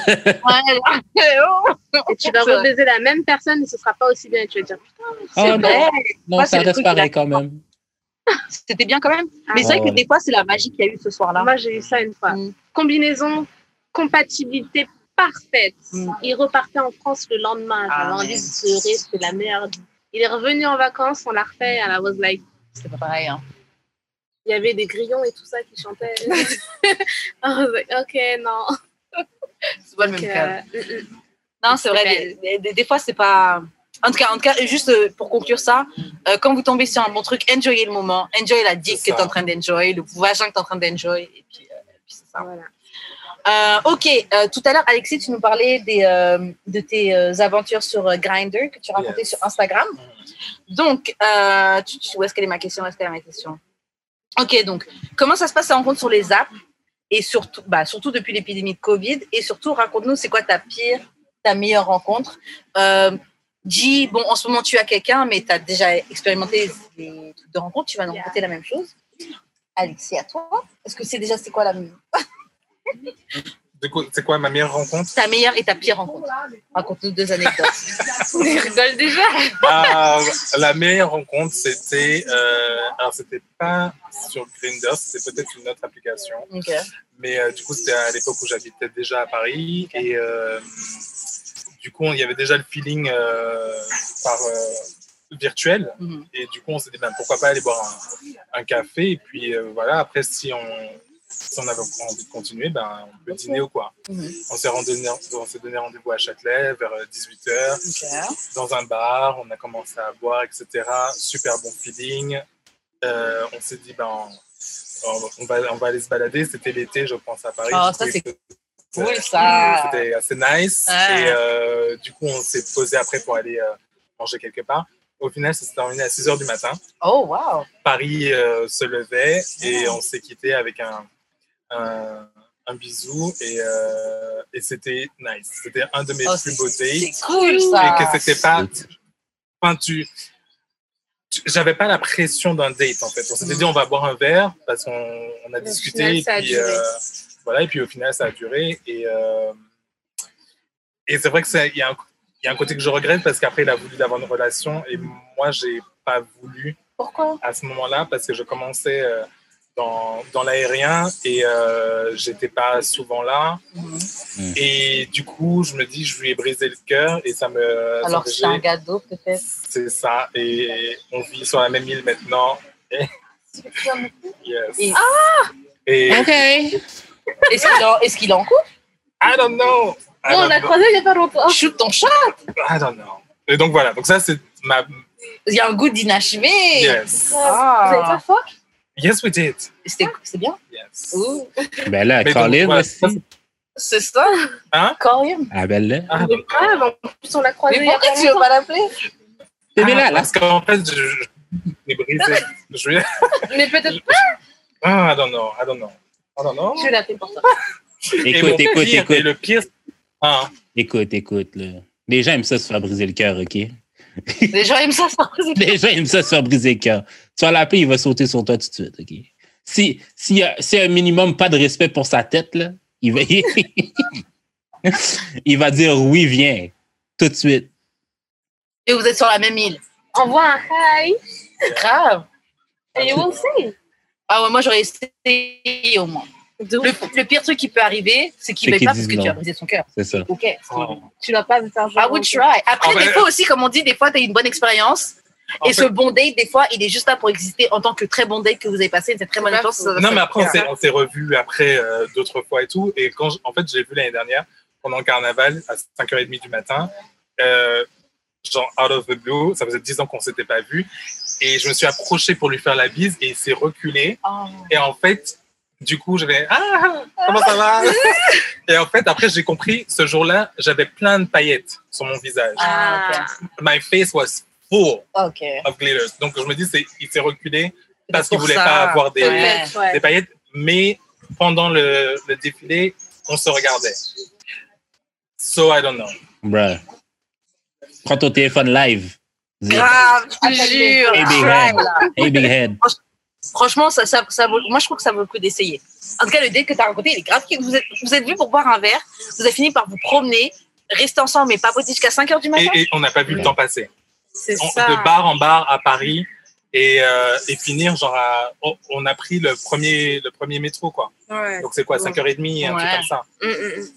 Ouais. Et tu vas C'est vrai. rebaiser la même personne et ce sera pas aussi bien. Et tu vas dire putain, mais C'est Oh, vrai. non, Moi, ça c'est le reste truc pareil qu'il a- quand même. C'était bien quand même. Mais c'est Ah vrai que ouais. des fois, c'est la magie qu'il y a eu ce soir-là. moi j'ai eu ça une fois. Mm. Combinaison, compatibilité parfaite. Mm. Il repartait en France le lendemain. Ah, J'avais envie mais- de pleurer, c'était la meilleure. Il est revenu en vacances, on l'a refait. And I was like, C'est pas pareil. Hein. il y avait des grillons et tout ça qui chantaient. I was like, ok, non. C'est pas le même Donc, cas. euh, mm, mm. Non, c'est vrai. Des, des- des- des fois, c'est pas. En tout cas, en tout cas, juste euh, pour conclure ça, euh, quand vous tombez sur un bon truc, enjoyez le moment, enjoy la dick C'est que tu es ça. en train d'enjoy, le vagin que tu es en train d'enjoy, et puis, euh, et puis c'est ça. Voilà. Euh, ok, euh, tout à l'heure, Alexis, tu nous parlais des, euh, de tes euh, aventures sur euh, Grindr que tu racontais Yes. sur Instagram. Donc, euh, tu, tu- où est-ce qu'elle est ma question? Où est-ce qu'elle est ma question? Ok, donc, comment ça se passe la rencontre sur les apps? Et surtout, bah, surtout depuis l'épidémie de Covid. Et surtout, raconte-nous, c'est quoi ta pire, ta meilleure rencontre? Euh, G, bon, en ce moment, tu as quelqu'un, mais tu as déjà expérimenté des trucs de rencontre, tu vas nous raconter la même chose. Alexis, à toi. Est-ce que c'est déjà, c'est quoi la Du coup, c'est quoi ma meilleure rencontre? ta meilleure et ta pire rencontre? Raconte-nous deux anecdotes. Il rigole déjà. Ah, la meilleure rencontre, c'était. Euh, alors, c'était pas sur Grindr, c'était peut-être une autre application. Ok. Mais euh, du coup, c'était à l'époque où j'habitais déjà à Paris. Et euh, du coup, il y avait déjà le feeling euh, par euh, virtuel. Mhm. Et du coup, on s'est dit, ben, pourquoi pas aller boire un, un café. Et puis euh, voilà, après, si on, si on avait envie de continuer, ben, on peut okay. dîner ou quoi. Mm-hmm. On s'est, donné, on s'est donné rendez-vous à Châtelet vers dix-huit heures, okay. dans un bar, on a commencé à boire, et cetera. Super bon feeling. Euh, on s'est dit, ben, on, on, va, on va aller se balader. C'était l'été, je pense, à Paris. Oh, ça, c'est cool, ça. C'était assez nice. Ah. Et euh, du coup, on s'est posé après pour aller euh, manger quelque part. Au final, ça s'est terminé à six heures du matin. Oh, wow! Paris euh, se levait et on s'est quitté avec un, un, un bisou et, euh, et c'était nice. C'était un de mes oh, plus beaux dates. C'est cool, ça! Et que c'était pas... Enfin, tu... tu j'avais pas la pression d'un date, en fait. On s'était dit, on va boire un verre parce qu'on on a discuté. Final, et, puis, euh, voilà, et puis au final, ça a duré. Et, euh, et c'est vrai qu'il y a un... Il y a un côté que je regrette parce qu'après, il a voulu avoir une relation et moi, je n'ai pas voulu. Pourquoi? À ce moment-là, parce que je commençais euh, dans, dans l'aérien et euh, je n'étais pas souvent là. Mmh. Et du coup, je me dis, je lui ai brisé le cœur et ça me... Alors, c'est un gâteau, peut-être? C'est ça. Et on vit sur la même île maintenant. Et... yes. Et... Ah! Et... OK. Est-ce qu'il est, est-ce qu'il est en couple? I don't know. Non, on a croisé il n'y a pas longtemps. Shoot ton chat. I don't know. Et donc voilà, donc ça c'est ma... Il y a un goût d'inachevé. Yes. Ah. Vous avez pas fort? Yes, we did. C'était, c'est bien? Yes. Ooh. Ben là, Colin voilà, aussi. C'est ça? Hein? Colin. Ah ben là. Ah, ben. Ah, en plus on l'a croisé. Mais pourquoi tu veux pas l'appeler? Ah, mais là, là. Parce qu'en fait, je, je, je l'ai brisé. Je vais... Mais peut-être pas. Ah, I don't know, I don't know. I don't know. Je vais l'appeler pour ça. Écoute, écoute, pire, écoute. Et le pire... Ah. Écoute, écoute, là. Les gens aiment ça se faire briser le cœur, OK? Les gens aiment ça se faire briser le cœur. Les gens aiment ça se faire briser le cœur. Tu vas l'appeler, il va sauter sur toi tout de suite, OK? Si, si, euh, si un minimum pas de respect pour sa tête, là, il va, il va dire oui, viens, tout de suite. Et vous êtes sur la même île. Envoie un hi. Grave. Et you will see. Ah ouais, moi j'aurais essayé au moins. Le, le pire truc qui peut arriver, c'est qu'il ne veut pas parce que non. Tu as brisé son cœur. C'est ça. Ok. Oh. Tu ne vas pas me faire jouer. I would try. Après, oh, des mais... fois aussi, comme on dit, des fois, tu as une bonne expérience. En et fait... ce bon date, des fois, il est juste là pour exister en tant que très bon date que vous avez passé. C'est très bonne expérience. Non, mais après, on s'est, on s'est revus après euh, d'autres fois et tout. Et quand, je, en fait, j'ai vu l'année dernière, pendant le carnaval, à cinq heures trente du matin, euh, genre out of the blue, ça faisait dix ans qu'on ne s'était pas vus. Et je me suis approché pour lui faire la bise et il s'est reculé. Oh. Et en fait, du coup, j'avais ah, comment ça va? Et en fait, après, j'ai compris, ce jour-là, j'avais plein de paillettes sur mon visage. Ah, okay. My face was full okay. of glitter. Donc, je me dis, c'est, il s'est reculé parce qu'il ne voulait ça. pas avoir des, ouais. des paillettes. Mais pendant le, le défilé, on se regardait. So, I don't know. Bruh. Prends ton téléphone live. Grave, je te jure. Hey, big head. Hey, big head. Franchement, ça, ça, ça vaut, moi, je trouve que ça vaut le coup d'essayer. En tout cas, le date que tu as raconté, il est grave. Vous êtes, vous êtes vus pour boire un verre, vous avez fini par vous promener, rester ensemble, mais papoter jusqu'à cinq heures du matin. Et, et on n'a pas vu ouais. le temps passer. C'est on, ça. De bar en bar à Paris et, euh, et finir, genre, à, on, on a pris le premier, le premier métro, quoi. Ouais. Donc, c'est quoi, cinq heures trente, un ouais. truc comme ça. Mm, mm.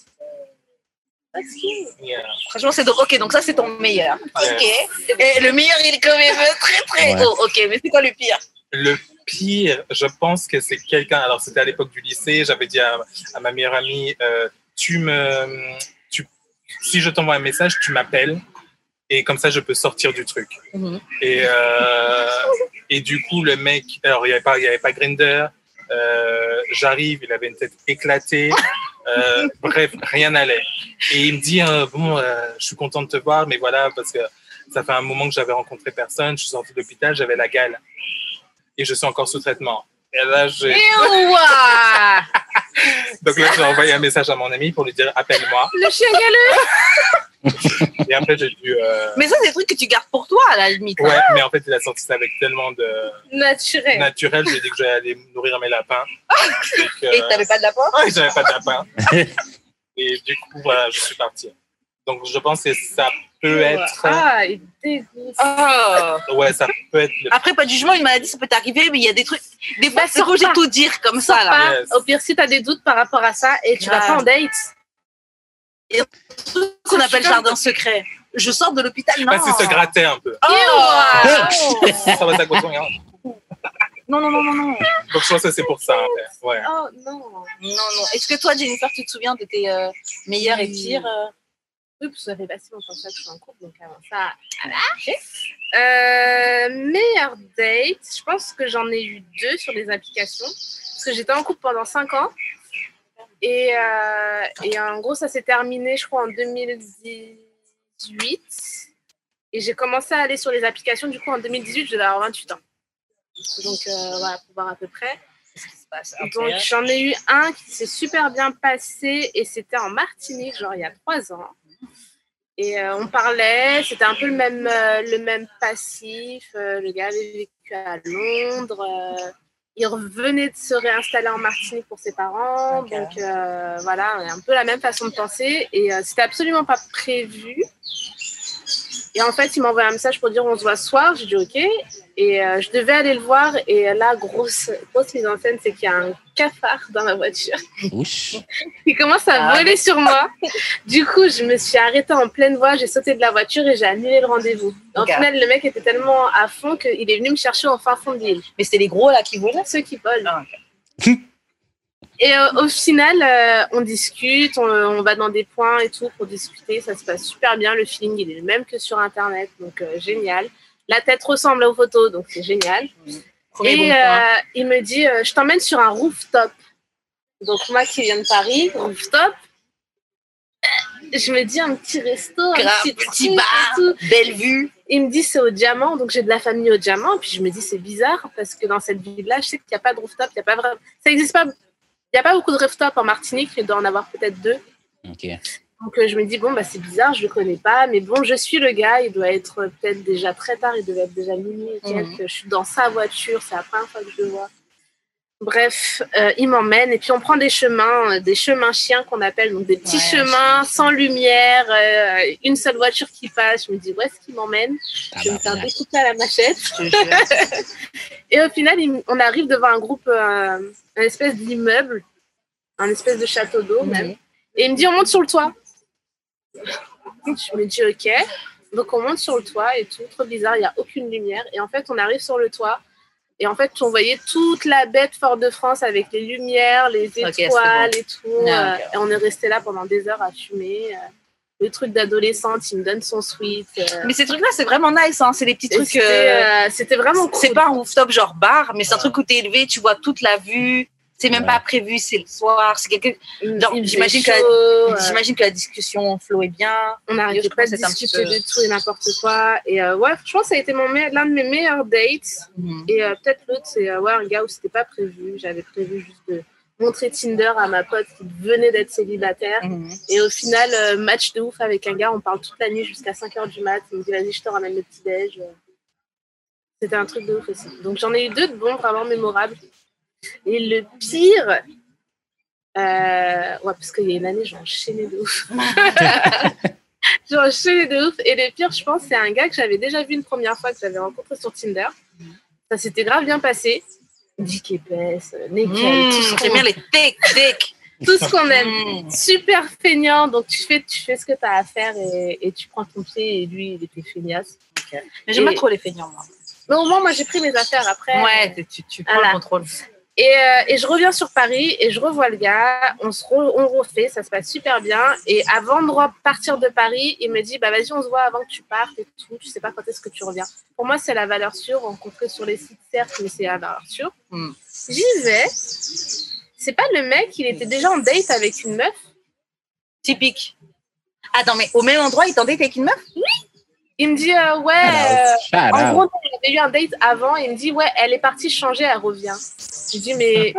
Yeah. Franchement, c'est drôle. Ok, donc ça, c'est ton meilleur. Yeah. Ok. Et le meilleur, il est quand même très, très ouais. haut. Ok, mais c'est quoi le pire? Le pire, je pense que c'est quelqu'un. Alors, c'était à l'époque du lycée. J'avais dit à, à ma meilleure amie, euh, tu me, tu, si je t'envoie un message, tu m'appelles et comme ça, je peux sortir du truc. Mm-hmm. Et euh, et du coup, le mec, alors il y avait pas, il y avait pas Grindr. Euh, j'arrive, il avait une tête éclatée. Euh, bref, rien n'allait. Et il me dit euh, bon, euh, je suis content de te voir, mais voilà, parce que ça fait un moment que j'avais rencontré personne. Je suis sorti de l'hôpital, j'avais la gale et je suis encore sous traitement. Et là, j'ai donc là, j'ai envoyé un message à mon ami pour lui dire appelle-moi. Le chien galeux. Et après, j'ai dû. Euh... Mais ça, c'est des trucs que tu gardes pour toi à la limite. Ouais, hein. mais en fait, il a sorti ça avec tellement de naturel. Naturel, j'ai dit que j'allais aller nourrir mes lapins. Et, que... et t'avais pas de lapin? Oui, j'avais pas de lapin. Et du coup, voilà, je suis parti. Donc, je pense que ça peut être. Ah, il dégoûte. Oh. Ouais, ça peut être. Le... Après, pas de jugement, une maladie, ça peut t'arriver, mais il y a des trucs. Des fois, c'est obligé de tout dire comme ça, là. Yes. Au pire, si t'as des doutes par rapport à ça et tu vas pas en date. Et un truc qu'on appelle jardin secret. Je sors de l'hôpital, non. Bah, c'est se gratter un peu. Oh. Oh. Ça va t'accompagner. Non, non, non, non, non. Donc, je pense que c'est pour ça. Ouais. Oh, non. Non, non. Est-ce que toi, Jennifer, tu te souviens de tes euh, meilleurs oui. et pires euh... Oui, parce que ça fait pas si longtemps que ça que je suis en couple, donc avant ça. Okay. Euh, meilleure date, je pense que j'en ai eu deux sur les applications. Parce que j'étais en couple pendant cinq ans. Et, euh, et en gros, ça s'est terminé, je crois, en deux mille dix-huit. Et j'ai commencé à aller sur les applications, du coup, en deux mille dix-huit, je devais avoir vingt-huit ans. Donc, euh, voilà, pour voir à peu près. Donc, j'en ai eu un qui s'est super bien passé et c'était en Martinique, genre il y a trois ans. Et euh, on parlait, c'était un peu le même, euh, le même passif. Euh, le gars avait vécu à Londres. Euh, il revenait de se réinstaller en Martinique pour ses parents. Okay. Donc, euh, voilà, un peu la même façon de penser. Et euh, c'était absolument pas prévu. Et en fait, il m'a envoyé un message pour dire on se voit ce soir. J'ai dit OK. Et euh, je devais aller le voir. Et là, grosse, grosse mise en scène, c'est qu'il y a un cafard dans ma voiture. Ouch. Il commence à voler sur moi. Du coup, je me suis arrêtée en pleine voie. J'ai sauté de la voiture et j'ai annulé le rendez-vous. Au okay. final, le mec était tellement à fond qu'il est venu me chercher au fin fond de l'île. Mais c'était les gros là qui volent? Ceux qui volent. Ah, okay. Et euh, au final, euh, on discute, on, on va dans des points et tout pour discuter. Ça se passe super bien. Le feeling, il est le même que sur Internet. Donc, euh, génial. La tête ressemble aux photos, donc c'est génial. Mmh. Et bon euh, il me dit, euh, je t'emmène sur un rooftop. Donc, moi qui viens de Paris, rooftop. Je me dis, un petit resto, Grave, un petit, petit bar, belle vue. Il me dit, c'est au Diamant. Donc, j'ai de la famille au Diamant. Puis, je me dis, c'est bizarre parce que dans cette ville-là, je sais qu'il n'y a pas de rooftop. Il y a pas vraiment... Ça n'existe pas. Il n'y a pas beaucoup de rooftops en Martinique, il doit en avoir peut-être deux. Okay. Donc, euh, je me dis, bon, bah, c'est bizarre, je ne le connais pas. Mais bon, je suis le gars, il doit être euh, peut-être déjà très tard, il devait être déjà minuit et quelques. Mm-hmm. Je suis dans sa voiture, c'est la première fois que je le vois. Bref, euh, il m'emmène et puis on prend des chemins, euh, des chemins chiens qu'on appelle, donc des petits ouais, chemins sans lumière, euh, une seule voiture qui passe. Je me dis, où est-ce qu'il m'emmène? ah Je vais bah, me faire découper à la machette. Et au final, il, on arrive devant un groupe, euh, un espèce d'immeuble, un espèce de château d'eau mmh. même. Et il me dit, on monte sur le toit. Je me dis, ok. Donc on monte sur le toit et tout, trop bizarre, il n'y a aucune lumière. Et en fait, on arrive sur le toit. Et en fait, on voyait toute la baie de Fort-de-France avec les lumières, les étoiles okay, bon. et tout. Ah, okay. euh, et on est resté là pendant des heures à fumer. Euh, le truc d'adolescente, il me donne son sweet. Euh... Mais ces trucs-là, c'est vraiment nice. Hein. C'est des petits trucs. C'était, euh, c'était vraiment cool. C'est pas un rooftop genre bar, mais c'est un truc où t'es élevé, tu vois toute la vue. C'est même ouais. pas prévu, c'est le soir. C'est quelque... Donc, j'imagine, chaud, que la... euh... j'imagine que la discussion flowait bien. On n'arrêtait pas de discuter peu... de tout et n'importe quoi. Et euh, ouais, franchement, ça a été mon me... l'un de mes meilleurs dates. Mm-hmm. Et euh, peut-être l'autre, c'est euh, ouais, un gars où c'était pas prévu. J'avais prévu juste de montrer Tinder à ma pote qui venait d'être célibataire. Mm-hmm. Et au final, euh, match de ouf avec un gars. On parle toute la nuit jusqu'à cinq heures du mat. Il me dit, vas-y, je te ramène le petit-déj. C'était un truc de ouf aussi. Donc, j'en ai eu deux de bons, vraiment mémorables. Et le pire, euh, ouais, parce qu'il y a une année, j'ai enchaîné de ouf. j'ai enchaîné de ouf. Et le pire, je pense, c'est un gars que j'avais déjà vu une première fois, que j'avais rencontré sur Tinder. Ça s'était grave bien passé. Dick épaisse, nickel. Mmh, tout ce qu'on aime, les tic, tic. Tout ce qu'on aime. Mmh. Super feignant. Donc, tu fais, tu fais ce que tu as à faire et, et tu prends ton pied. Et lui, il était feignasse. Okay. Mais j'aime et... pas trop les feignants, moi. Mais au moins, moi, j'ai pris mes affaires après. Ouais, tu, tu prends voilà. le contrôle. Et, euh, et je reviens sur Paris et je revois le gars, on se re, on refait, ça se passe super bien. Et avant de partir de Paris, il me dit, bah vas-y, on se voit avant que tu partes et tout. Tu sais pas quand est-ce que tu reviens. Pour moi, c'est la valeur sûre, rencontrer sur les sites, certes, mais c'est la valeur sûre. Mm. J'y vais. C'est pas le mec, il était déjà en date avec une meuf. Typique. Attends, mais au même endroit, il était en date avec une meuf? Oui. Il me dit, euh, ouais, euh, en gros, il avait eu un date avant. Il me dit, ouais, elle est partie changer, elle revient. Je dis, mais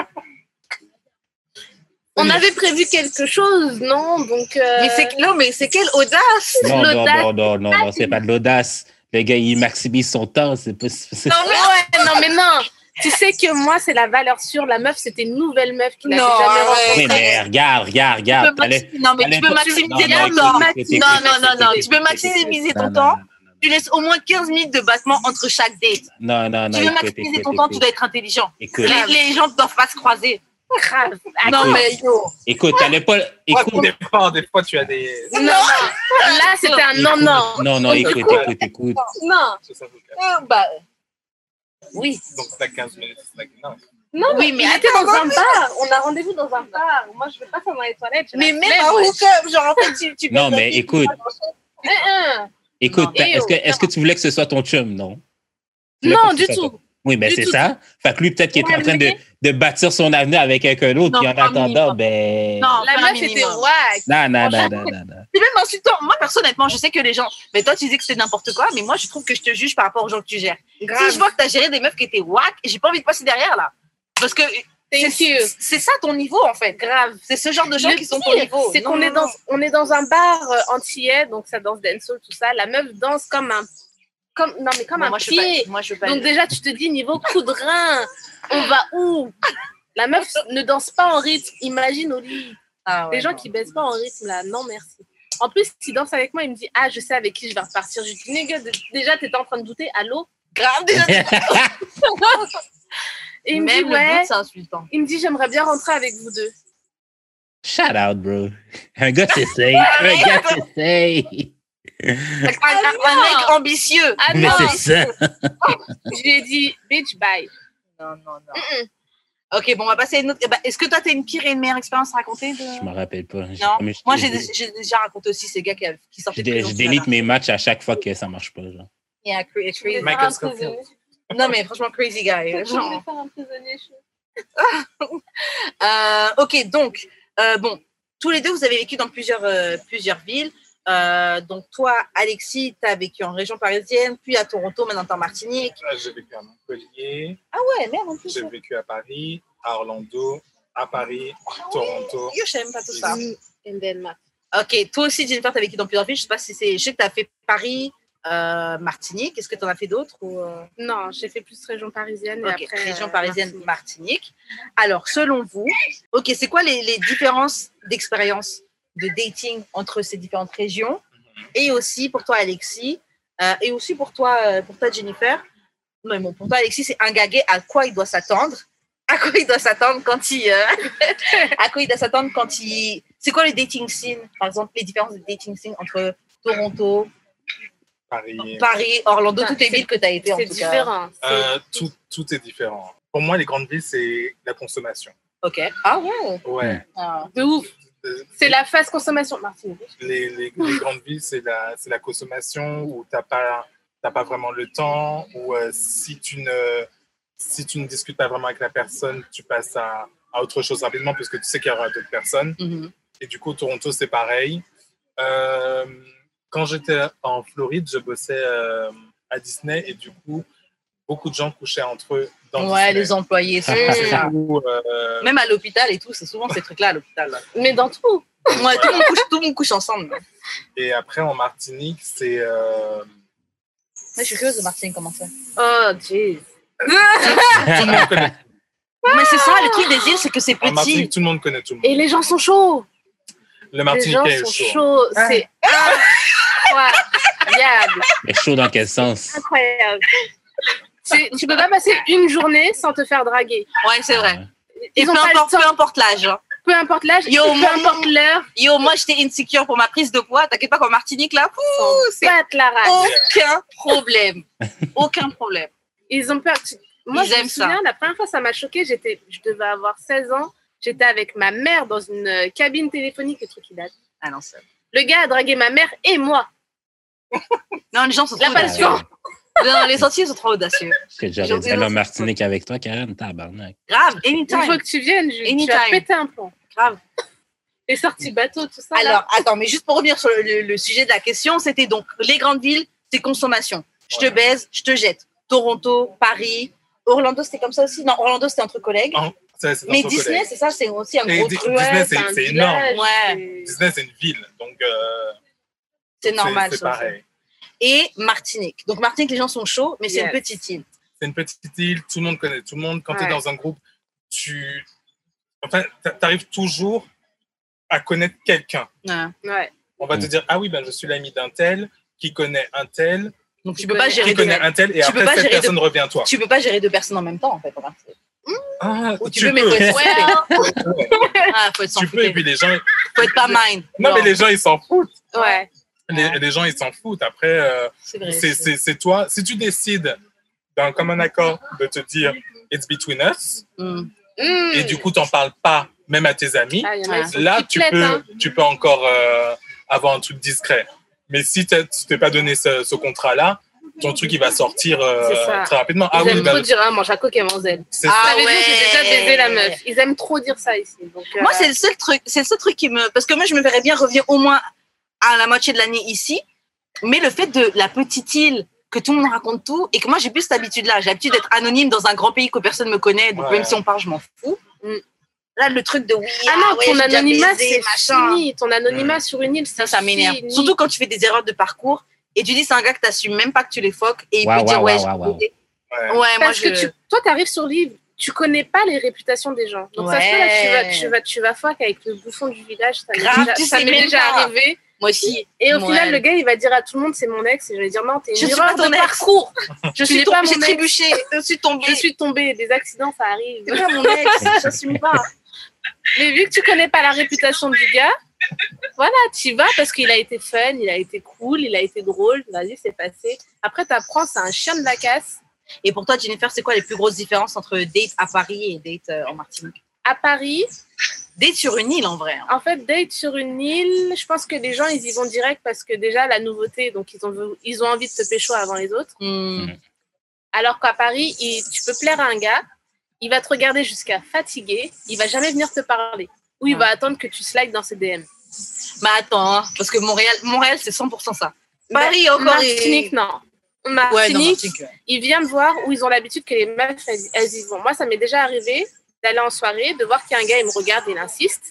on avait prévu quelque chose, non? Donc, euh... mais c'est, non, mais c'est quelle audace? Non, non, non, non, non, non, c'est pas de l'audace. Le gars, il maximise son temps. C'est pas, c'est... Non, mais ouais, non, mais non. Tu sais que moi, c'est la valeur sûre. La meuf, c'était une nouvelle meuf qui n'avait jamais rencontrée. Oui, mais regarde, regarde, regarde. Maxi... Non, mais tu peux maximiser ton temps. Non, non, non, non. Tu peux maximiser ton temps. Tu laisses au moins quinze minutes de battement entre chaque date. Non, non, non. Tu veux écoute, maximiser écoute, ton écoute, temps, écoute. tu dois être intelligent. Écoute. Les, les gens ne doivent pas se croiser. Grave. Non, mais yo. Écoute, t'allais pas. Écoute. Ouais, des, fois, des fois, tu as des. Non, là, c'était un non, non. Non, non, écoute, écoute, écoute. Non. Euh, bah. Oui. Donc, t'as quinze minutes, c'est like, non. Non, Oui, mais mais il était attends, dans un bar. On a rendez-vous dans un bar. Moi, je veux pas faire dans les toilettes. j'ai Mais la même flemme, un ouais. hook-up, genre en fait, tu, tu Non, baisses mais la fille, écoute. tu vas Hein, hein. Écoute, Non. t'as- Eh est-ce que, oh, est-ce que tu voulais que ce soit ton chum? Non. Tu voulais Non, pas que ce du soit tout. ton- Oui, mais Du c'est tout. ça. Fait que lui, peut-être qu'il était Ouais, en train de, mais- de bâtir son avenir avec quelqu'un d'autre, Non, puis en pas un attendant, minimum. ben. Non. La Faire un meuf était minimum. wack. Non, non, non, non, non, non. C'est même insultant. Moi, personnellement, je sais que les gens. Mais toi, tu disais que c'était n'importe quoi, mais moi, je trouve que je te juge par rapport aux gens que tu gères. Si je vois que tu as géré des meufs qui étaient whack, j'ai pas envie de passer derrière là. Parce que Thank c'est you. c'est ça ton niveau en fait. Grave. C'est ce genre de gens Le qui sont pire, ton niveau. C'est Non, qu'on non, est dans, non. on est dans un bar euh, antillais, donc ça danse dancehall, tout ça. La meuf danse comme un, comme, non mais comme Non, un moi, je veux pied. pas- Moi, je veux pas. Donc déjà, tu te dis niveau coup de rein, on va où? La meuf ne danse pas en rythme. Imagine au lit. Ah ouais, Les gens non. qui baissent pas en rythme là, non merci. En plus, s'il danse avec moi, il me dit ah je sais avec qui je vais repartir. Je dis nigga, de- déjà t'étais en train de douter, allô? Grave déjà. Et il me Même dit le ouais. doute, c'est insultant. Il me dit j'aimerais bien rentrer avec vous deux. Shout out, bro. Un gars s'essaye. Un gars s'essaye. Un, un- un mec ambitieux. Ah Mais non. c'est ça. Je lui ai dit bitch bye. Non, non, non. Mm-mm. Ok, bon, on va passer à une autre. Eh ben, est-ce que toi, tu as une pire et une meilleure expérience à raconter de... Je m'en rappelle pas. J'ai- Non. mais je- Moi, j'ai j'ai déjà raconté aussi ces gars qui, qui Je, sortaient dé- de je prison. délite mes matchs à chaque fois que ça marche pas. Genre. Yeah, cra- crazy. Je voulais Michael faire un Scofield. prisonnier. Non, mais franchement, crazy guy. Je voulais Genre. faire un prisonnier chaud. Euh, ok, donc, euh, bon, tous les deux, vous avez vécu dans plusieurs, euh, plusieurs villes. Euh, donc, toi, Alexis, tu as vécu en région parisienne, puis à Toronto, maintenant tu en Martinique. Là, j'ai vécu à Montpellier, Ah ouais, merde, en plus. j'ai vécu à Paris, à Orlando, à Paris, Toronto. Yo, je savais même pas tout ça. In Denmark. Ok, toi aussi, Jennifer, tu as vécu dans plusieurs villes. Je sais pas si c'est. Je sais que tu as fait Paris, euh, Martinique. Est-ce que tu en as fait d'autres ou, euh... Non, j'ai fait plus région parisienne et Ok, après. région euh, parisienne, Martinique. Martinique. Alors, selon vous, ok, c'est quoi les, les différences d'expérience de dating entre ces différentes régions? Et aussi pour toi, Alexis, euh, et aussi pour toi, euh, pour toi, Jennifer. Non, mais bon, pour toi, Alexis, c'est un gars gay, à quoi il doit s'attendre? À quoi il doit s'attendre quand il. Euh, à quoi il doit s'attendre quand il. C'est quoi le dating scene, par exemple, les différences de dating scene entre Toronto, Paris. Paris, Orlando, Bah, toutes les c'est- villes que tu as été en C'est tout cas. différent. Euh, C'est- tout, tout est différent. Pour moi, les grandes villes, c'est la consommation. Ok. Ah ouais. Ouais. Ah. De ouf. Euh, C'est la phase consommation. Martinique. les, les, les grandes villes, c'est la, c'est la consommation où tu n'as pas, t'as pas vraiment le temps, où euh, si, tu ne, si tu ne discutes pas vraiment avec la personne, tu passes à, à autre chose rapidement parce que tu sais qu'il y aura d'autres personnes. Mhm. Et du coup, Toronto, c'est pareil. Euh, quand j'étais en Floride, je bossais euh, à Disney et du coup, beaucoup de gens couchaient entre eux dans Ouais, Disney. les employés, c'est Mmh. ça. Du coup, euh, Même à l'hôpital et tout, c'est souvent ces trucs-là à l'hôpital. Mais dans tout. Ouais, tout, le monde couche, tout le monde couche ensemble. et après, en Martinique, c'est... euh, Moi, je suis curieuse de Martinique, comment ça? Oh, jeez. tout le monde connaît. Mais c'est ça, le truc des îles, c'est que c'est En Martinique, petit. tout le monde connaît tout le monde. Et les gens sont chauds. Le Les Martiniquais gens est sont chaud. chauds. C'est incroyable. Mais chaud dans quel sens? Incroyable. Tu, tu peux pas passer une journée sans te faire draguer. Ouais, c'est vrai. Et Ils peu ont pas le importe, temps. peu importe l'âge. hein. Peu importe l'âge, Yo, peu moi- importe l'heure, Yo, moi, j'étais insecure pour ma prise de poids. T'inquiète pas qu'en Martinique, là, pouh, ils c'est s'en battent la race. aucun problème. Aucun problème. Ils ont peur. Tu- Moi, Ils je me aiment ça. souviens, la première fois, ça m'a choquée. J'étais, je devais avoir seize ans. J'étais avec ma mère dans une euh, cabine téléphonique, le truc qui date. Ah non, c'est... Le gars a dragué ma mère et moi. Non, les gens sont La trop passion. audacieux. Non, les Antillais sont trop audacieux. Est-ce que j'aurais J'ai dû oublié aller en l'autre. Martinique avec toi, Karen? Tabarnak. Grave, Il faut anytime. que tu viennes, Jules. Tu Anytime. vas péter un plomb. Grave. Les sorties bateau, tout ça. là. Alors, attends, mais juste pour revenir sur le, le- le sujet de la question, c'était donc les grandes villes, c'est consommation. Je te Ouais. baise, je te jette. Toronto, Paris, Orlando, c'était comme ça aussi. Non, Orlando, c'était entre collègues. En- ça, c'est dans Mais ton Disney, collègue. c'est ça, c'est aussi un Et gros Di- truc. Disney, Ouais, c'est- un c'est village, énorme. Ouais. c'est- Disney, c'est une ville. Donc, euh, C'est normal. C'est ça. pareil. Et Martinique. Donc, Martinique, les gens sont chauds, mais c'est Yes. une petite île. C'est une petite île, tout le monde connaît tout le monde. Quand tu es Ouais. dans un groupe, tu enfin, arrives toujours à connaître quelqu'un. Ouais. Ouais. On va Mm. te dire, ah oui, ben, je suis l'ami d'un tel, qui connaît un tel, Donc, tu Tu peux pas connais- gérer qui deux, connaît un tel, et Tu peux après, pas cette gérer personne revient à toi. tu peux pas gérer deux personnes en même temps, en fait. en Martinique. Ah, Ou tu, tu peux, mais peux. faut être Ouais. fouté. Ah, faut être sans Tu peux, et fouter. puis les gens... Faut être pas mine. Non, mais les gens, ils s'en foutent. Ouais. Les, Ouais. les gens, ils s'en foutent. Après, euh, C'est vrai. c'est- c'est c'est toi. Si tu décides d'un commun accord de te dire « it's between us Mm. ». Et du coup, tu n'en parles pas même à tes amis. Ah, y en a qui sont Là, qui tu plaident, peux, hein. tu peux encore euh, avoir un truc discret. Mais si tu ne t'es pas donné ce, ce contrat-là, ton truc, il va sortir euh, C'est ça. très rapidement. Ils Ah oui, aiment bah, trop dire ah, mange à coque et manzel. c'est Ah, ça. Ça veut dire ouais. j'ai déjà baisé la meuf. Ils aiment trop dire ça ici. Donc, euh, Moi, c'est le seul truc, c'est le seul truc qui me, parce que moi, je me verrais bien revenir au moins à la moitié de l'année ici. Mais le fait de la petite île, que tout le monde raconte tout, et que moi, j'ai plus cette habitude-là. J'ai l'habitude d'être anonyme dans un grand pays que personne ne me connaît, donc Ouais. même si on parle, je m'en fous. Mm. Là, le truc de oui, Ah non, ouais, ton j'ai déjà anonymat, baisé, c'est machin. fini. Ton anonymat Mm. sur une île, Ça, ça m'énerve. fini. Surtout quand tu fais des erreurs de parcours et tu dis c'est un gars que t'assumes même pas que tu les foques et il Waouh, peut dire waouh, ouais, waouh, j'ai waouh, baisé. Ouais. Ouais, moi, Parce je... que tu, toi, tu arrives sur l'île, tu connais pas les réputations des gens. Donc, ça se fait, là, tu vas, tu vas, tu vas fuck avec le bouffon du village. Ça m'est Grave, déjà, tu ça sais m'est même déjà pas. arrivé. Moi aussi. Et au Ouais. final, le gars, il va dire à tout le monde, c'est mon ex. Et je vais dire, non, t'es Je une suis erreur pas de ton ex. parcours. Je Tu suis n'es tombée, pas mon j'ai ex. trébuché, je suis tombée. Je suis tombée. Des accidents, ça arrive. C'est pas mon ex, j'assume pas. Mais vu que tu connais pas la réputation du gars, voilà, tu y vas parce qu'il a été fun, il a été cool, il a été drôle. Vas-y, c'est passé. Après, t'apprends, c'est un chien de la casse. Et pour toi, Jennifer, c'est quoi les plus grosses différences entre date à Paris et date euh, en Martinique? À Paris, Date sur une île, en vrai. hein. en fait, date sur une île, je pense que les gens, ils y vont direct parce que déjà, la nouveauté, donc ils ont, ils ont envie de te pécho avant les autres. Hmm. Alors qu'à Paris, il- tu peux plaire à un gars, il va te regarder jusqu'à fatiguer, il va jamais venir te parler. Ou il Ouais. va attendre que tu slides dans ses D M. Mais attends, hein, parce que Montréal, Montréal c'est cent pour cent ça. Paris, Ma- encore. Martinique, non. Ouais, non, Martinique, Martinique. ouais. ils viennent voir où ils ont l'habitude que les meufs, elles, elles y vont. Moi, ça m'est déjà arrivé d'aller en soirée, de voir qu'il y a un gars, il me regarde, il insiste.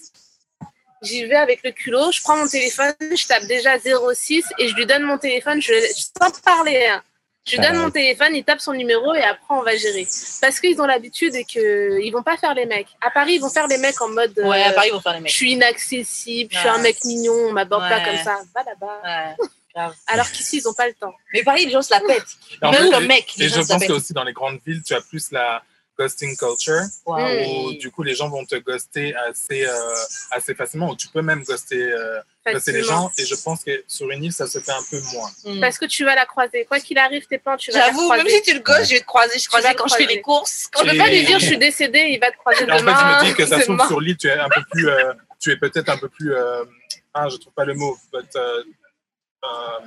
J'y vais avec le culot, je prends mon téléphone, je tape déjà zéro six et je lui donne mon téléphone, je, sans parler. Hein. Je lui donne Ah, mon téléphone, il tape son numéro et après, on va gérer. Parce qu'ils ont l'habitude et qu'ils vont pas faire les mecs. À Paris, ils vont faire les mecs en mode... Ouais, euh, à Paris, ils vont faire les je mecs. suis inaccessible, je suis Ouais. un mec mignon, on m'aborde pas Ouais. comme ça. Va là-bas. Ouais, grave. Alors qu'ici, ils ont pas le temps. Mais Paris, les gens se la pètent. Et en Même fait, comme et- mec, les Et gens je se la pense pètent. qu'aussi dans les grandes villes, tu as plus la ghosting culture, Waouh. Mm. où du coup les gens vont te ghoster assez, euh, assez facilement, ou tu peux même ghoster, euh, ghoster les Facilement. gens. Et je pense que sur une île, ça se fait un peu moins. Hmm. Parce que tu vas la croiser. Quoi qu'il arrive, tes plans, tu vas la J'avoue, croiser. même si tu le gosses, je vais te croiser. Je croise vas le quand je fais croiser. les courses. Quand Tu peux Et- pas lui dire je suis décédée, il va te croiser Et en fait, demain. je me dis que ça se c'est trouve mort. sur l'île, tu es un peu plus, euh, tu es peut-être un peu plus, euh, ah, je trouve pas le mot, but, euh, euh,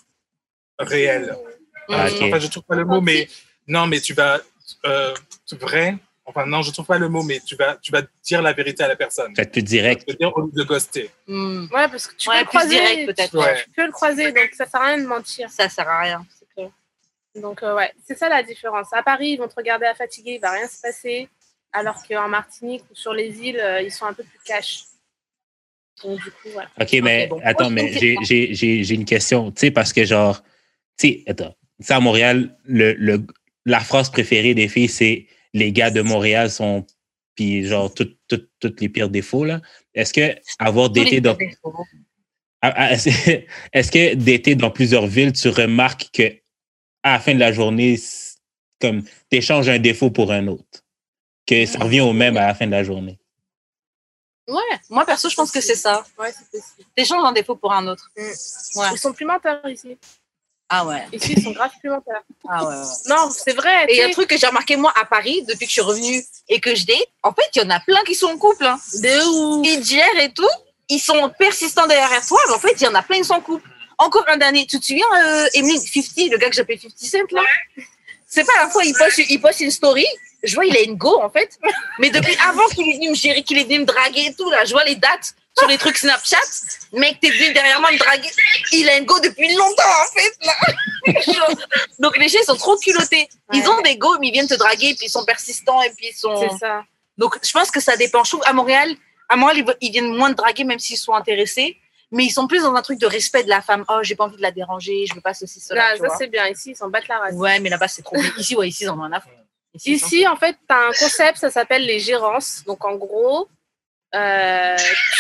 réel. Ah, Euh, ok. Enfin, je trouve pas le mot, mais non, mais tu vas, euh, vrai. Enfin, non, je trouve pas le mot, mais tu vas, tu vas dire la vérité à la personne. Fait plus direct. Tu vas dire au lieu de ghoster. Hmm. Ouais, parce que tu Ouais, peux le plus croiser. direct, peut-être. Ouais. Tu peux le croiser, donc ça sert à rien de mentir. Ça sert à rien. c'est clair. Donc, euh, ouais, c'est ça la différence. À Paris, ils vont te regarder à fatiguer, il va rien se passer. Alors qu'en Martinique ou sur les îles, euh, ils sont un peu plus cash. Donc, du coup, voilà. OK, mais bon. attends, Moi, mais j'ai j'ai, une j'ai, j'ai, j'ai une question. Tu sais, parce que genre, tu sais, attends, tu sais, à Montréal, le, le, la phrase préférée des filles, c'est les gars de Montréal sont, puis genre, tous tout, tout les pires défauts, là. Est-ce que avoir Tous les d'été dans, défauts. Ah, ah, est-ce est-ce que d'été dans plusieurs villes, tu remarques que à la fin de la journée, c'est comme tu échanges un défaut pour un autre, que ça revient au même à la fin de la journée? Ouais, moi perso, je pense que c'est ça. Ouais, c'est possible. Des gens ont un défaut pour un autre. Mm. Ouais. Ils sont plus menteurs ici. Ah ouais. Ici, ils sont grave plus menteurs. Ah ouais. ouais. Non, c'est vrai. Et il y a un tu sais. truc que j'ai remarqué moi à Paris depuis que je suis revenue et que je date. En fait, il y en a plein qui sont en couple. Hein. De ouf. Ils gèrent et tout. Ils sont persistants derrière toi, mais en fait, il y en a plein qui sont en couple. Encore un dernier. Tu te souviens, euh, Emily cinquante, le gars que j'appelle cinquante Cent là? C'est pas la fois il poste, il poste une story. Je vois, il a une go en fait. Mais depuis avant qu'il est venu me gérer, qu'il est venu me draguer et tout, là, je vois les dates sur les trucs Snapchat. Mec, t'es venu derrière moi me draguer. Il a une go depuis longtemps en fait. Là. Genre, donc les gens ils sont trop culottés. Ils Ouais. ont des go, mais ils viennent te draguer, puis ils sont persistants et puis ils sont. C'est ça. Donc je pense que ça dépend. Je trouve à Montréal, à Montréal ils, ils viennent moins te draguer même s'ils sont intéressés. Mais ils sont plus dans un truc de respect de la femme. Oh, j'ai pas envie de la déranger, je veux pas ceci, cela. Là, tu ça, vois. c'est bien. Ici, ils s'en battent la race. Ouais, mais là-bas, c'est trop bien. Ici, ouais, ici, ils en ont un à foutre. Ici, ils sont- Ici, en fait, tu as un concept, ça s'appelle les gérances. Donc, en gros, euh...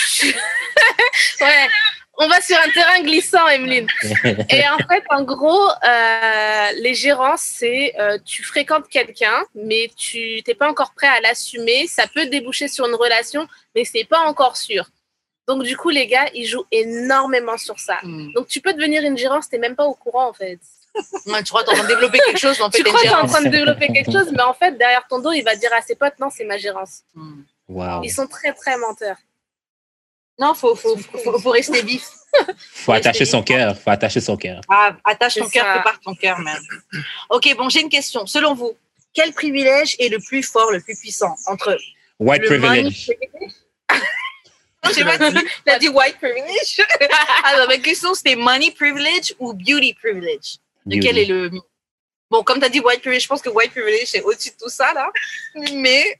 ouais, on va sur un terrain glissant, Emeline. Et en fait, en gros, euh, les gérances, c'est euh, tu fréquentes quelqu'un, mais tu n'es pas encore prêt à l'assumer. Ça peut déboucher sur une relation, mais c'est pas encore sûr. Donc, du coup, les gars, ils jouent énormément sur ça. Hmm. Donc, tu peux devenir une gérance, tu n'es même pas au courant, en fait. Ouais, tu crois que t'es en train de développer quelque chose, mais en fait, Tu t'es crois une que t'es en gérance. train de développer quelque chose, mais en fait, derrière ton dos, il va dire à ses potes, non, c'est ma gérance. Hmm. Wow. Ils sont très, très menteurs. Non, faut, faut, faut, faut, faut rester vif. Faut attacher son cœur. Faut attacher son cœur. Ah, attache ton C'est cœur, ça. prépare ton cœur, même. Ok, bon, j'ai une question. Selon vous, quel privilège est le plus fort, le plus puissant entre White le money privilege. privilege Non, j'ai pas dit. T'as dit white privilege. Alors, ma question, c'était money privilege ou beauty privilege. Lequel Beauty. est le. Bon, comme tu as dit white privilege, je pense que white privilege, c'est au-dessus de tout ça, là. Mais,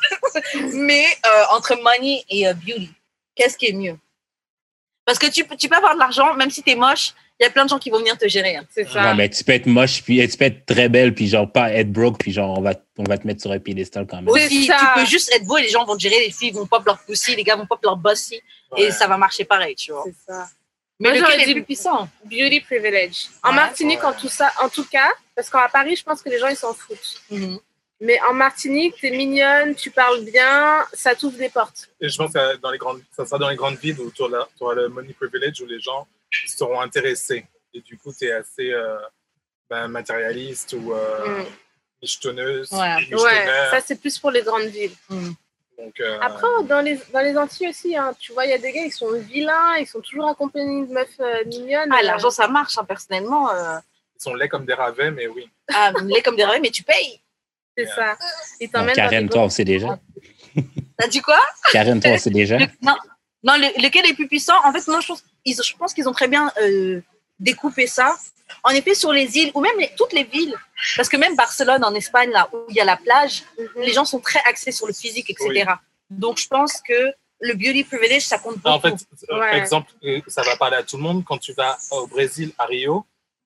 mais euh, entre money et euh, beauty, qu'est-ce qui est mieux? Parce que tu, peux- tu peux avoir de l'argent, même si tu es moche, il y a plein de gens qui vont venir te gérer. Hein. C'est ça. Ouais, mais tu peux être moche, puis tu peux être très belle, puis genre pas être broke, puis genre on va, on va te mettre sur un piédestal quand même. Oui. Aussi, ça. tu peux juste être beau et les gens vont te gérer, les filles vont pop leur pussy, les gars vont pop leur bossy, Ouais. et ça va marcher pareil, tu vois. C'est ça. Mais Moi, lequel j'aurais est dit- le plus puissant? Beauty privilege. En Ouais. Martinique, Ouais. en tout ça, en tout cas, parce qu'à Paris, je pense que les gens, ils s'en foutent. Mhm. Mais en Martinique, t'es mignonne, tu parles bien, ça t'ouvre des portes. Et je pense que dans les grandes, ça sera dans les grandes villes où tu auras, tu auras le money privilege où les gens seront intéressés. Et du coup, tu es assez euh, ben, matérialiste ou euh, Mm. michetonneuse. Ouais. Ouais, michetonneur. ça, c'est plus pour les grandes villes. Mhm. Donc, euh, Après, dans les, dans les Antilles aussi, hein, tu vois, il y a des gars, ils sont vilains, ils sont toujours accompagnés de meufs euh, mignonnes. Ah, euh, l'argent, ça marche, hein, personnellement. Euh... ils sont laids comme des ravets, mais oui. Ah, lait comme des rêves, mais tu payes. C'est ça. Ils Bon, t'emmènent dans Karen, des toi, on sait déjà. T'as dit quoi? Karen, toi, on sait déjà. Le- non, non le- lequel est le plus puissant? En fait, moi, je pense, ils, je pense qu'ils ont très bien euh, découpé ça. En effet, sur les îles, ou même les- toutes les villes, parce que même Barcelone, en Espagne, là où il y a la plage, Mhm. les gens sont très axés sur le physique, et cetera. Donc, je pense que le beauty privilege, ça compte beaucoup. En fait, euh, Ouais. exemple, euh, ça va parler à tout le monde. Quand tu vas au Brésil, à Rio,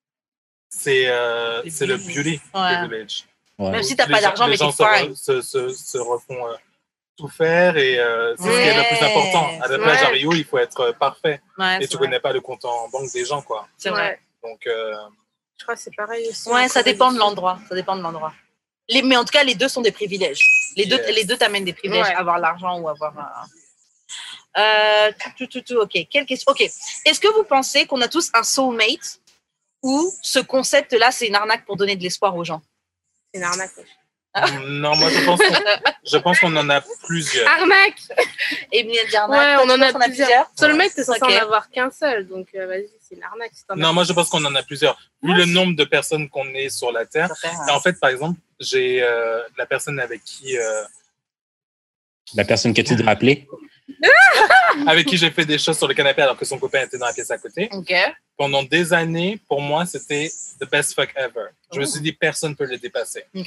c'est euh, Le c'est le beauty. beauty Ouais. privilege. Ouais. Même si t'as Les pas gens- d'argent, les mais gens t'es se, fine. re- se, se, se refont euh, tout faire et euh, c'est ce qui est le plus Ouais. important. À la plage Ouais. à Rio, il faut être euh, parfait Ouais, et c'est tu vrai. connais pas le compte en banque des gens, quoi. C'est vrai. Ouais. Donc, euh, Je crois que c'est pareil aussi. Ouais, en ça Corée dépend du de Sud. l'endroit. Ça dépend de l'endroit. Les, mais en tout cas, les deux sont des privilèges. Les deux, Yes. les deux t'amènent des privilèges, Ouais. avoir l'argent ou avoir. un- Euh, tout, tout, tout, tout. Ok. Quelle question? Ok. Est-ce que vous pensez qu'on a tous un soulmate ou ce concept-là, c'est une arnaque pour donner de l'espoir aux gens? C'est une arnaque. ouais. non, moi je pense qu'on, je pense qu'on en a plusieurs. Arnaque. Et bien dire arnaque. Ouais, Toi, on tu en a penses qu'on plusieurs. Soulmate, t'es censé Ok. en avoir qu'un seul. Donc, euh, vas-y, c'est une arnaque. si t'en as Non, moi je pense qu'on en a plusieurs. Vu le nombre de personnes qu'on est sur la Terre. Ça fait, Et en fait, par exemple, j'ai euh, la personne avec qui, euh, La personne que tu dois appeler. avec qui j'ai fait des choses sur le canapé alors que son copain était dans la pièce à côté. Ok. Pendant des années, pour moi, c'était the best fuck ever. Je me suis dit, personne ne peut le dépasser. Ok.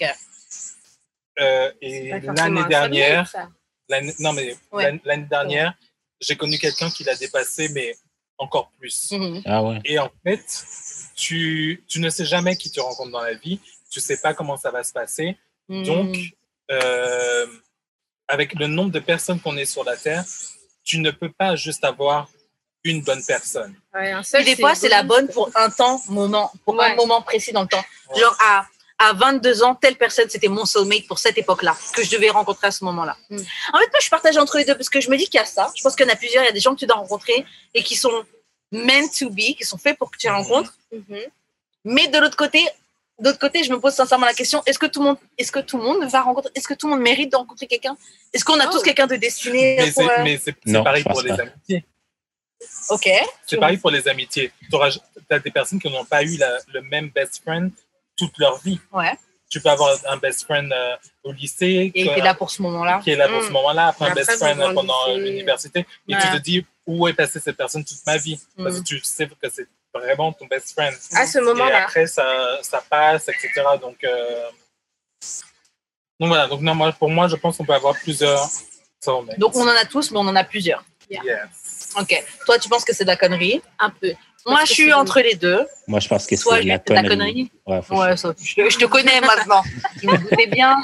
Euh, et pas forcément l'année un dernière, soulmate, ça. l'année, non mais Ouais. l'année, l'année dernière, j'ai connu quelqu'un qui l'a dépassé, mais encore plus. Mhm. Ah ouais. Et en fait, tu, tu ne sais jamais qui tu rencontres dans la vie. Tu sais pas comment ça va se passer. Donc, euh, avec le nombre de personnes qu'on est sur la Terre, tu ne peux pas juste avoir une bonne personne. Ouais, un seul, Et des fois, c'est la égoïste. bonne pour un temps, moment, pour un Ouais. moment précis dans le temps. Ouais. Genre, à, à vingt-deux ans, telle personne, c'était mon soulmate pour cette époque-là, que je devais rencontrer à ce moment-là. Mm. En fait, moi, je suis partagée entre les deux parce que je me dis qu'il y a ça. Je pense qu'il y en a plusieurs. Il y a des gens que tu dois rencontrer et qui sont meant to be, qui sont faits pour que tu les rencontres. Mhm. Mais de l'autre côté, d'autre côté, je me pose sincèrement la question, est-ce que tout le monde, est-ce que tout le monde va rencontrer, est-ce que tout le monde mérite de rencontrer quelqu'un? Est-ce qu'on a Oh. tous quelqu'un de destiné Mais pour, c'est, euh, mais c'est, c'est Non, pareil je pense pour les pas. amitiés. Ok. C'est pareil pour les amitiés. Tu as des personnes qui n'ont pas eu la- le même best friend toute leur vie. Ouais. Tu peux avoir un best friend euh, au lycée Et que- il est là pour ce moment-là. qui est là pour Mm. ce moment-là, après un Après, best vous friend grandissez. pendant euh, l'université, et Ouais. tu te dis où est passée cette personne toute ma vie, parce Mm. que tu sais que c'est vraiment ton best friend. À ce Et moment-là. après, ça, ça passe, et cetera. Donc, euh... donc voilà, donc, non, moi, pour moi, je pense qu'on peut avoir plusieurs soulmates. Donc, on en a tous, mais on en a plusieurs. Yes. Ok. Toi, tu penses que c'est de la connerie? Un peu. Moi, Parce je que suis c'est- entre les deux. Moi, je pense que Soit c'est je de la fais de la connerie. connerie. Ouais, faut Ouais, ça, je, te- je te connais maintenant. Tu me doutais bien.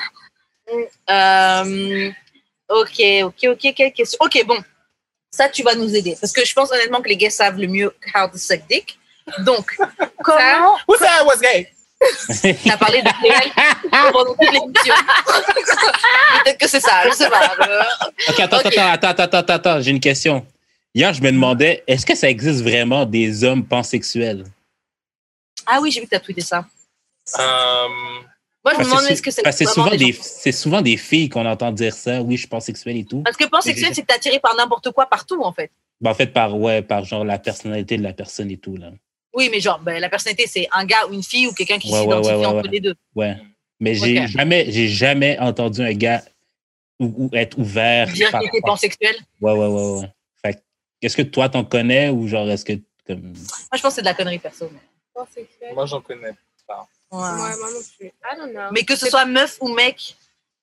Euh, ok, ok, ok. Quelle question? Ok, bon. Ça, tu vas nous aider. Parce que je pense honnêtement que les gays savent le mieux how to suck dick. Donc, comment. Who said I was gay? T'as parlé de réel pendant toute l'émission. Peut-être que c'est ça, je sais pas. Euh, Ok, attends, Ok. attends, attends, attends, attends, attends, j'ai une question. Hier, je me demandais, est-ce que ça existe vraiment des hommes pansexuels? Ah oui, j'ai vu que tu as tweeté ça. Euh... Moi, je me demande c'est, est-ce que c'est. c'est, souvent des, c'est souvent des filles qu'on entend dire ça. Oui, je suis pansexuel et tout. Parce que pansexuel, c'est que t'es attiré par n'importe quoi partout, en fait. Ben, en fait, par, ouais, par genre la personnalité de la personne et tout. Là. Oui, mais genre, ben, la personnalité, c'est un gars ou une fille ou quelqu'un qui ouais, s'identifie ouais, ouais, entre ouais. les deux. Ouais. Mais j'ai, okay. jamais, j'ai jamais entendu un gars ou, ou être ouvert. Dire qu'il était pansexuel. Ouais, ouais, ouais, ouais. Fait, est-ce que toi, t'en connais ou genre, est-ce que. Comme... Moi, je pense que c'est de la connerie perso. Mais... Pansexuel. Moi, j'en connais pas. Ouais, ouais moi non plus. I don't know. Mais que ce soit meuf ou mec,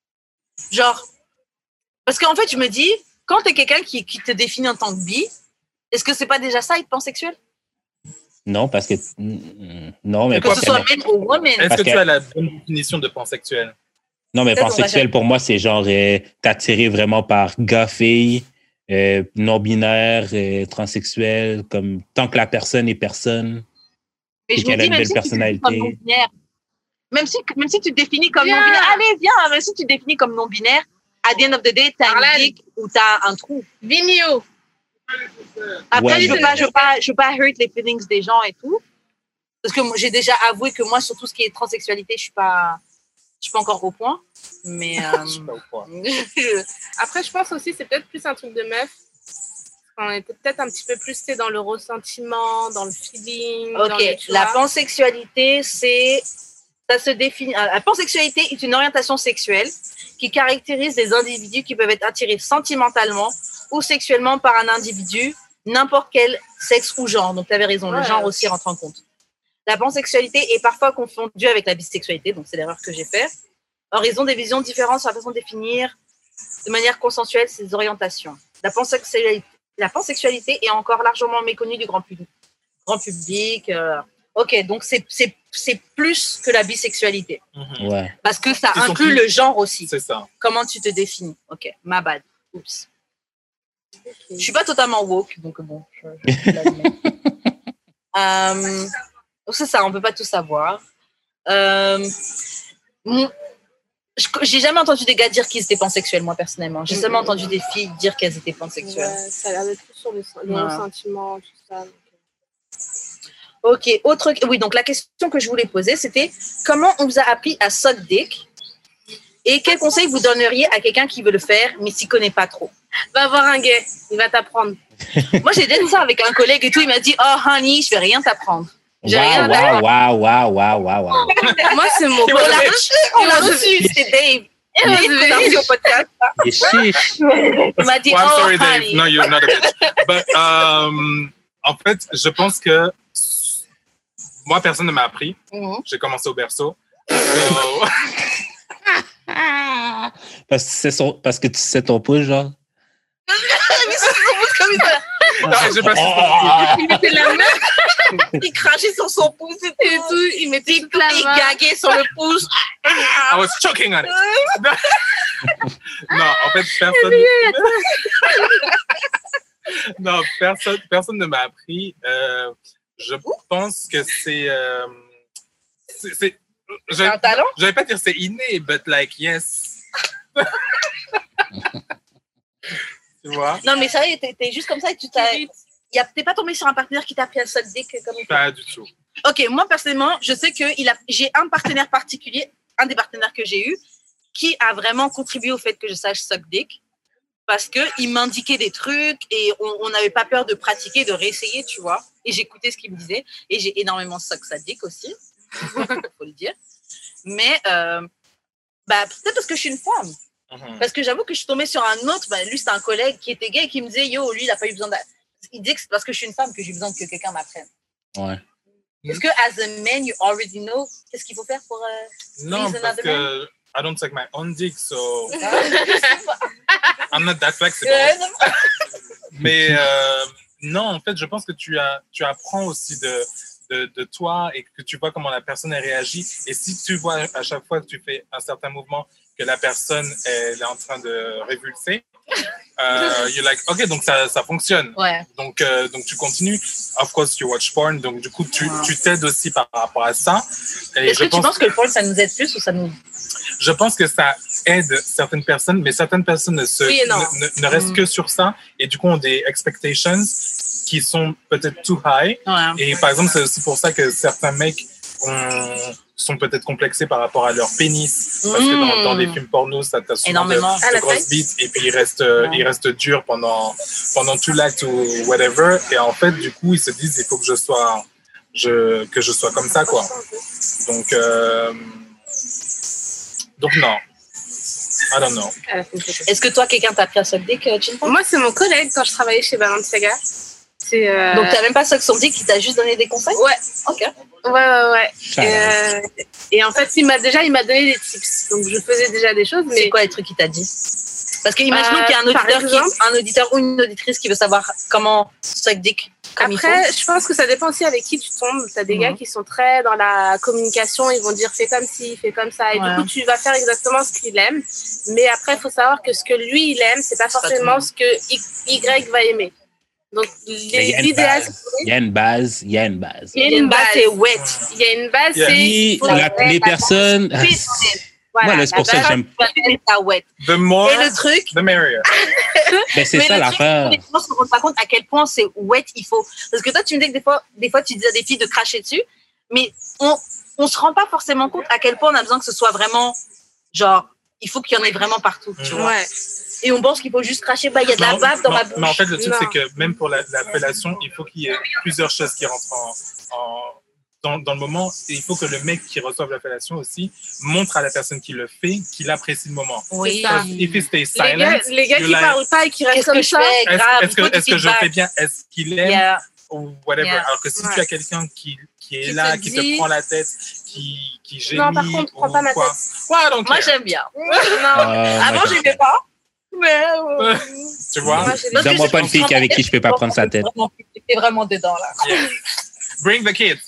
genre. Parce qu'en fait, je me dis, quand t'es quelqu'un qui, qui te définit en tant que bi, est-ce que c'est pas déjà ça, être pansexuel? Non, parce que. Non, mais. Que ce soit men ou woman. Est-ce parce que, que tu as la bonne définition de pansexuel? Non, mais pansexuel, pour moi, c'est genre euh, t'attirer vraiment par gars-filles, euh, non-binaire, euh, transsexuel, comme tant que la personne est personne. Mais je qu'elle me dis, a une belle si personnalité. Même si, même si tu te définis comme yeah. non-binaire, allez, viens, même si tu te définis comme non-binaire, à the end of the day, t'as une dick ou t'as un trou. Vigno. Après, ouais, je veux pas, je veux pas, je veux pas hurt les feelings des gens et tout. Parce que j'ai déjà avoué que moi, sur tout ce qui est transsexualité, je suis pas, je suis pas encore au point. Mais, euh... je suis pas au point. Après, je pense aussi, c'est peut-être plus un truc de meuf. On était peut-être un petit peu plus dans le ressentiment, dans le feeling. Ok, dans le, la pansexualité, c'est. Ça se définit. La pansexualité est une orientation sexuelle qui caractérise des individus qui peuvent être attirés sentimentalement ou sexuellement par un individu, n'importe quel sexe ou genre. Donc, tu avais raison, ouais, le genre aussi rentre en compte. La pansexualité est parfois confondue avec la bisexualité, donc c'est l'erreur que j'ai faite, en raison des visions différentes sur la façon de définir de manière consensuelle ces orientations. La pansexualité, la pansexualité est encore largement méconnue du grand public. Grand public euh... Ok, donc c'est, c'est, c'est plus que la bisexualité. Mm-hmm. Ouais. Parce que ça Ils inclut plus... le genre aussi. C'est ça. Comment tu te définis? Ok, ma bad. Oups. Okay. Je ne suis pas totalement woke, donc bon. Je, je euh, donc c'est ça, on ne peut pas tout savoir. Euh, j'ai jamais entendu des gars dire qu'ils étaient pansexuels, moi, personnellement. J'ai mm-hmm. seulement entendu des filles dire qu'elles étaient pansexuelles. Ouais, ça a l'air d'être plus sur le, le ouais. ressentiment, tout ça. Ok, autre... Oui, donc la question que je voulais poser, c'était comment on vous a appris à suck dick et quels conseils vous donneriez à quelqu'un qui veut le faire mais s'y connaît pas trop? Va voir un gay, il va t'apprendre. Moi, j'ai dit ça avec un collègue et tout, il m'a dit « Oh, honey, je vais rien t'apprendre. » J'ai wow, rien wow, wow, wow, wow, wow, wow. Moi, c'est mon On l'a reçu, on l'a reçu, c'était Dave. Il m'a dit au podcast. Il m'a dit « well, I'm Oh, sorry, honey. Dave. No, you're not a bitch. But, um, en fait, je pense que moi, personne ne m'a appris. Mm-hmm. J'ai commencé au berceau. So... parce, que c'est son, parce que tu sais ton pouce, genre? Non, j'ai pas il mettait la main. Il crachait sur son pouce et tout. Et tout. Il mettait toute la main. Il gaguait sur le pouce. I was choking on it. Non, en fait, personne... non, personne, personne ne m'a appris. Euh, je pense que c'est... Euh, c'est, c'est je, un talent? Je vais pas dire c'est inné, but like, yes. Tu vois? Non, mais sérieux, t'es, t'es juste comme ça et tu t'as... Y a, t'es pas tombé sur un partenaire qui t'a appris à suck dick comme ça? Pas du tout. Ok, moi, personnellement, je sais que il a, j'ai un partenaire particulier, un des partenaires que j'ai eu, qui a vraiment contribué au fait que je sache suck dick. Parce qu'il m'indiquait des trucs et on n'avait pas peur de pratiquer, de réessayer, tu vois. Et j'écoutais ce qu'il me disait. Et j'ai énormément suck sa dick aussi, il faut le dire. Mais euh, bah, peut-être parce que je suis une femme. Mm-hmm. Parce que j'avoue que je suis tombée sur un autre, bah, lui c'était un collègue qui était gay et qui me disait « Yo, lui il n'a pas eu besoin de... » Il dit que c'est parce que je suis une femme que j'ai besoin que quelqu'un m'apprenne. Ouais. Est-ce que as a man, you already know qu'est-ce qu'il faut faire pour... Uh, non, parce que... Man? I don't suck my own dick, so I'm not that flexible. Mais euh, non, en fait, je pense que tu, as, tu apprends aussi de, de, de toi et que tu vois comment la personne elle réagit. Et si tu vois à chaque fois que tu fais un certain mouvement que la personne elle est en train de révulser, euh, you're like, ok, donc ça, ça fonctionne. Ouais. Donc, euh, donc tu continues. Of course, you watch porn, donc du coup, tu, wow. tu t'aides aussi par rapport à ça. Et Est-ce que tu penses que le porn, ça nous aide plus ou ça nous... Je pense que ça aide certaines personnes, mais certaines personnes ne, se, oui ne, ne, ne restent mmh. que sur ça et du coup ont des expectations qui sont peut-être too high. Ouais. Et par exemple, c'est aussi pour ça que certains mecs ont, sont peut-être complexés par rapport à leur pénis. Parce que dans, dans les films porno, ça t'a souvent de, de grosses bites et puis ils restent, ouais. ils restent durs pendant, pendant tout l'acte ou whatever. Et en fait, du coup, ils se disent il faut que je sois, je, que je sois comme ça, quoi. Donc, euh, donc non. I don't know. Est-ce que toi, quelqu'un t'a pris un suck dick, Chinta? Moi, c'est mon collègue quand je travaillais chez Balenciaga. C'est, euh... Donc, t'as même pas suck son dick, il t'a juste donné des conseils? Ouais. Ok. Ouais, ouais, ouais. Et, euh... et en fait, il m'a déjà, il m'a donné des tips. Donc, je faisais déjà des choses. Mais... C'est quoi les trucs qu'il t'a dit? Parce que imaginons euh, qu'il y a un auditeur, exemple, qui, un auditeur ou une auditrice qui veut savoir comment suck dick. Après, je pense que ça dépend aussi avec qui tu tombes. Tu as des mmh. gars qui sont très dans la communication, ils vont dire fais comme ci, fais comme ça. Et ouais. du coup, tu vas faire exactement ce qu'il aime. Mais après, il faut savoir que ce que lui, il aime, c'est pas forcément pas ce que Y va aimer. Donc, l'idéal, il y a une base, il y a une base. Il y a une base, c'est wet. Il y a une base, c'est. Les personnes. Voilà, moi, là, c'est pour ça que j'aime. The more, et le truc, the merrier. Ben, c'est mais ça l'affaire. Les gens ne se rendent pas compte à quel point c'est wet il faut. Parce que toi, tu me dis que des fois, des fois tu dis à des filles de cracher dessus, mais on ne se rend pas forcément compte à quel point on a besoin que ce soit vraiment, genre, il faut qu'il y en ait vraiment partout, tu mmh. vois. Ouais. Et on pense qu'il faut juste cracher, bah, il y a de la bave dans non, ma bouche. Mais en fait, le truc, non. c'est que même pour la, la fellation, il faut qu'il y ait plusieurs choses qui rentrent en. en Dans, dans le moment, il faut que le mec qui reçoive la fellation aussi montre à la personne qui le fait qu'il apprécie le moment. Oui. If he stays silent, les gars, les gars qui like, parlent pas et qui restent comme ça, est-ce, grave, est-ce que, est-ce que je fais bien? Est-ce qu'il aime? Yeah. Ou whatever. Yeah. Alors que si ouais. tu as quelqu'un qui, qui est qui là, te qui dit... te prend la tête, qui, qui gémit. Non, par contre, prends pas ma quoi. tête. Ouais, donc, moi, j'aime bien. non. Euh, Avant, je n'aimais pas. Mais. Euh... tu vois? Donne-moi pas une fille avec qui je peux pas prendre sa tête. T'es vraiment dedans, là. Yeah. Bring the kids.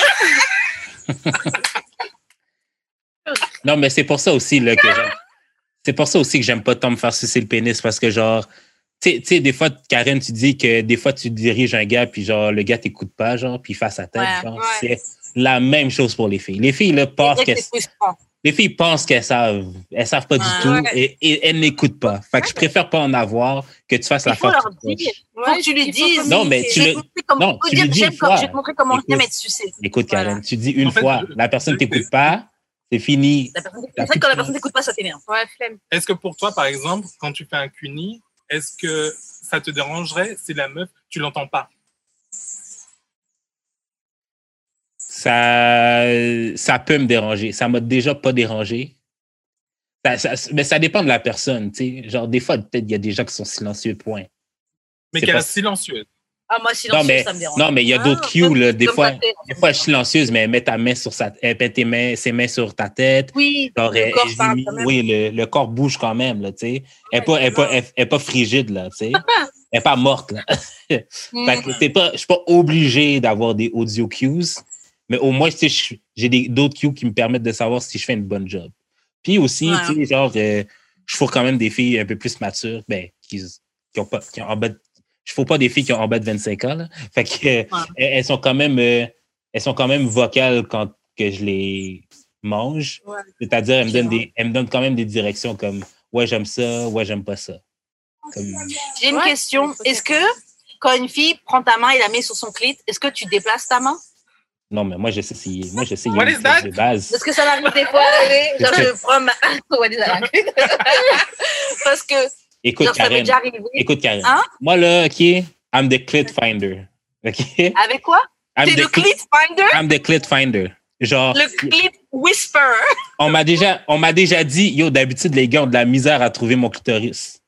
Non, mais c'est pour ça aussi là, que j'aime. C'est pour ça aussi que j'aime pas tant me faire sucer le pénis parce que, genre, tu sais, des fois, Karen, tu dis que des fois, tu diriges un gars, puis genre, le gars t'écoute pas, genre, puis il fait sa tête. Ouais, genre, ouais. C'est la même chose pour les filles. Les filles, là, pensent qu'elles. Les filles pensent qu'elles savent. Elles savent pas ouais, du tout ouais. et, et elles n'écoutent pas. Fait que je préfère pas en avoir que tu fasses il la faut force. Leur dire. Faut que tu lui dises. Non, mais tu le. Non, tu lui dis une fois. Je vais te montrer comment j'aime être sucé. Écoute, Karen, voilà. Tu dis une en fait, fois, la personne ne t'écoute pas, c'est fini. C'est vrai que quand la personne ne t'écoute pas, ça t'énerve. Ouais, flemme. Est-ce que pour toi, par exemple, quand tu fais un cuni, est-ce que ça te dérangerait si la meuf, tu l'entends pas? Ça, ça peut me déranger. Ça m'a déjà pas dérangé. Ça, ça, mais ça dépend de la personne, tu sais. Genre, des fois, peut-être, il y a des gens qui sont silencieux, point. Mais qu'elle est silencieuse. Ah, moi, silencieuse, non, mais, ça me dérange. Non, mais il y a ah, d'autres cues, là. Des fois, des fois, elle est silencieuse, mais elle met ta main sur sa, elle met tes mains, ses mains sur ta tête. Oui, genre, le elle, corps elle, parle quand même. Oui, le, le corps bouge quand même, là, tu sais. Elle n'est pas, elle, elle, elle pas frigide, là, tu sais. Elle n'est pas morte, là. Fait que t'es pas, je suis pas obligé d'avoir des audio cues. Mais au moins, tu sais, j'ai des, d'autres cues qui me permettent de savoir si je fais une bonne job. Puis aussi, ouais. tu sais, genre, euh, je fourre quand même des filles un peu plus matures, ben, qui, qui ont pas, qui ont en bas de, je fourre pas des filles qui ont en bas de vingt-cinq ans, là. Fait que, ouais. euh, elles sont quand même, euh, elles sont quand même vocales quand que je les mange. Ouais. C'est-à-dire, elles me donnent des, elles me donnent quand même des directions comme, ouais, j'aime ça, ouais, j'aime pas ça. Comme... J'ai une ouais. question. Est-ce que, quand une fille prend ta main et la met sur son clit, est-ce que tu déplaces ta main? Non, mais moi, j'essaie essayer. Moi, j'essaie What is that? de base. Parce que ça m'arrive des fois, genre, je prends ma... What is that? Parce que, écoute, genre, Karen, ça m'est déjà arrivé. Écoute, Karen. Hein? Moi, là, OK, I'm the clit finder. OK? Avec quoi? T'es le clit finder? I'm the clit finder. Genre... Le clit whisperer. On m'a déjà, on m'a déjà dit, yo, d'habitude, les gars ont de la misère à trouver mon clitoris.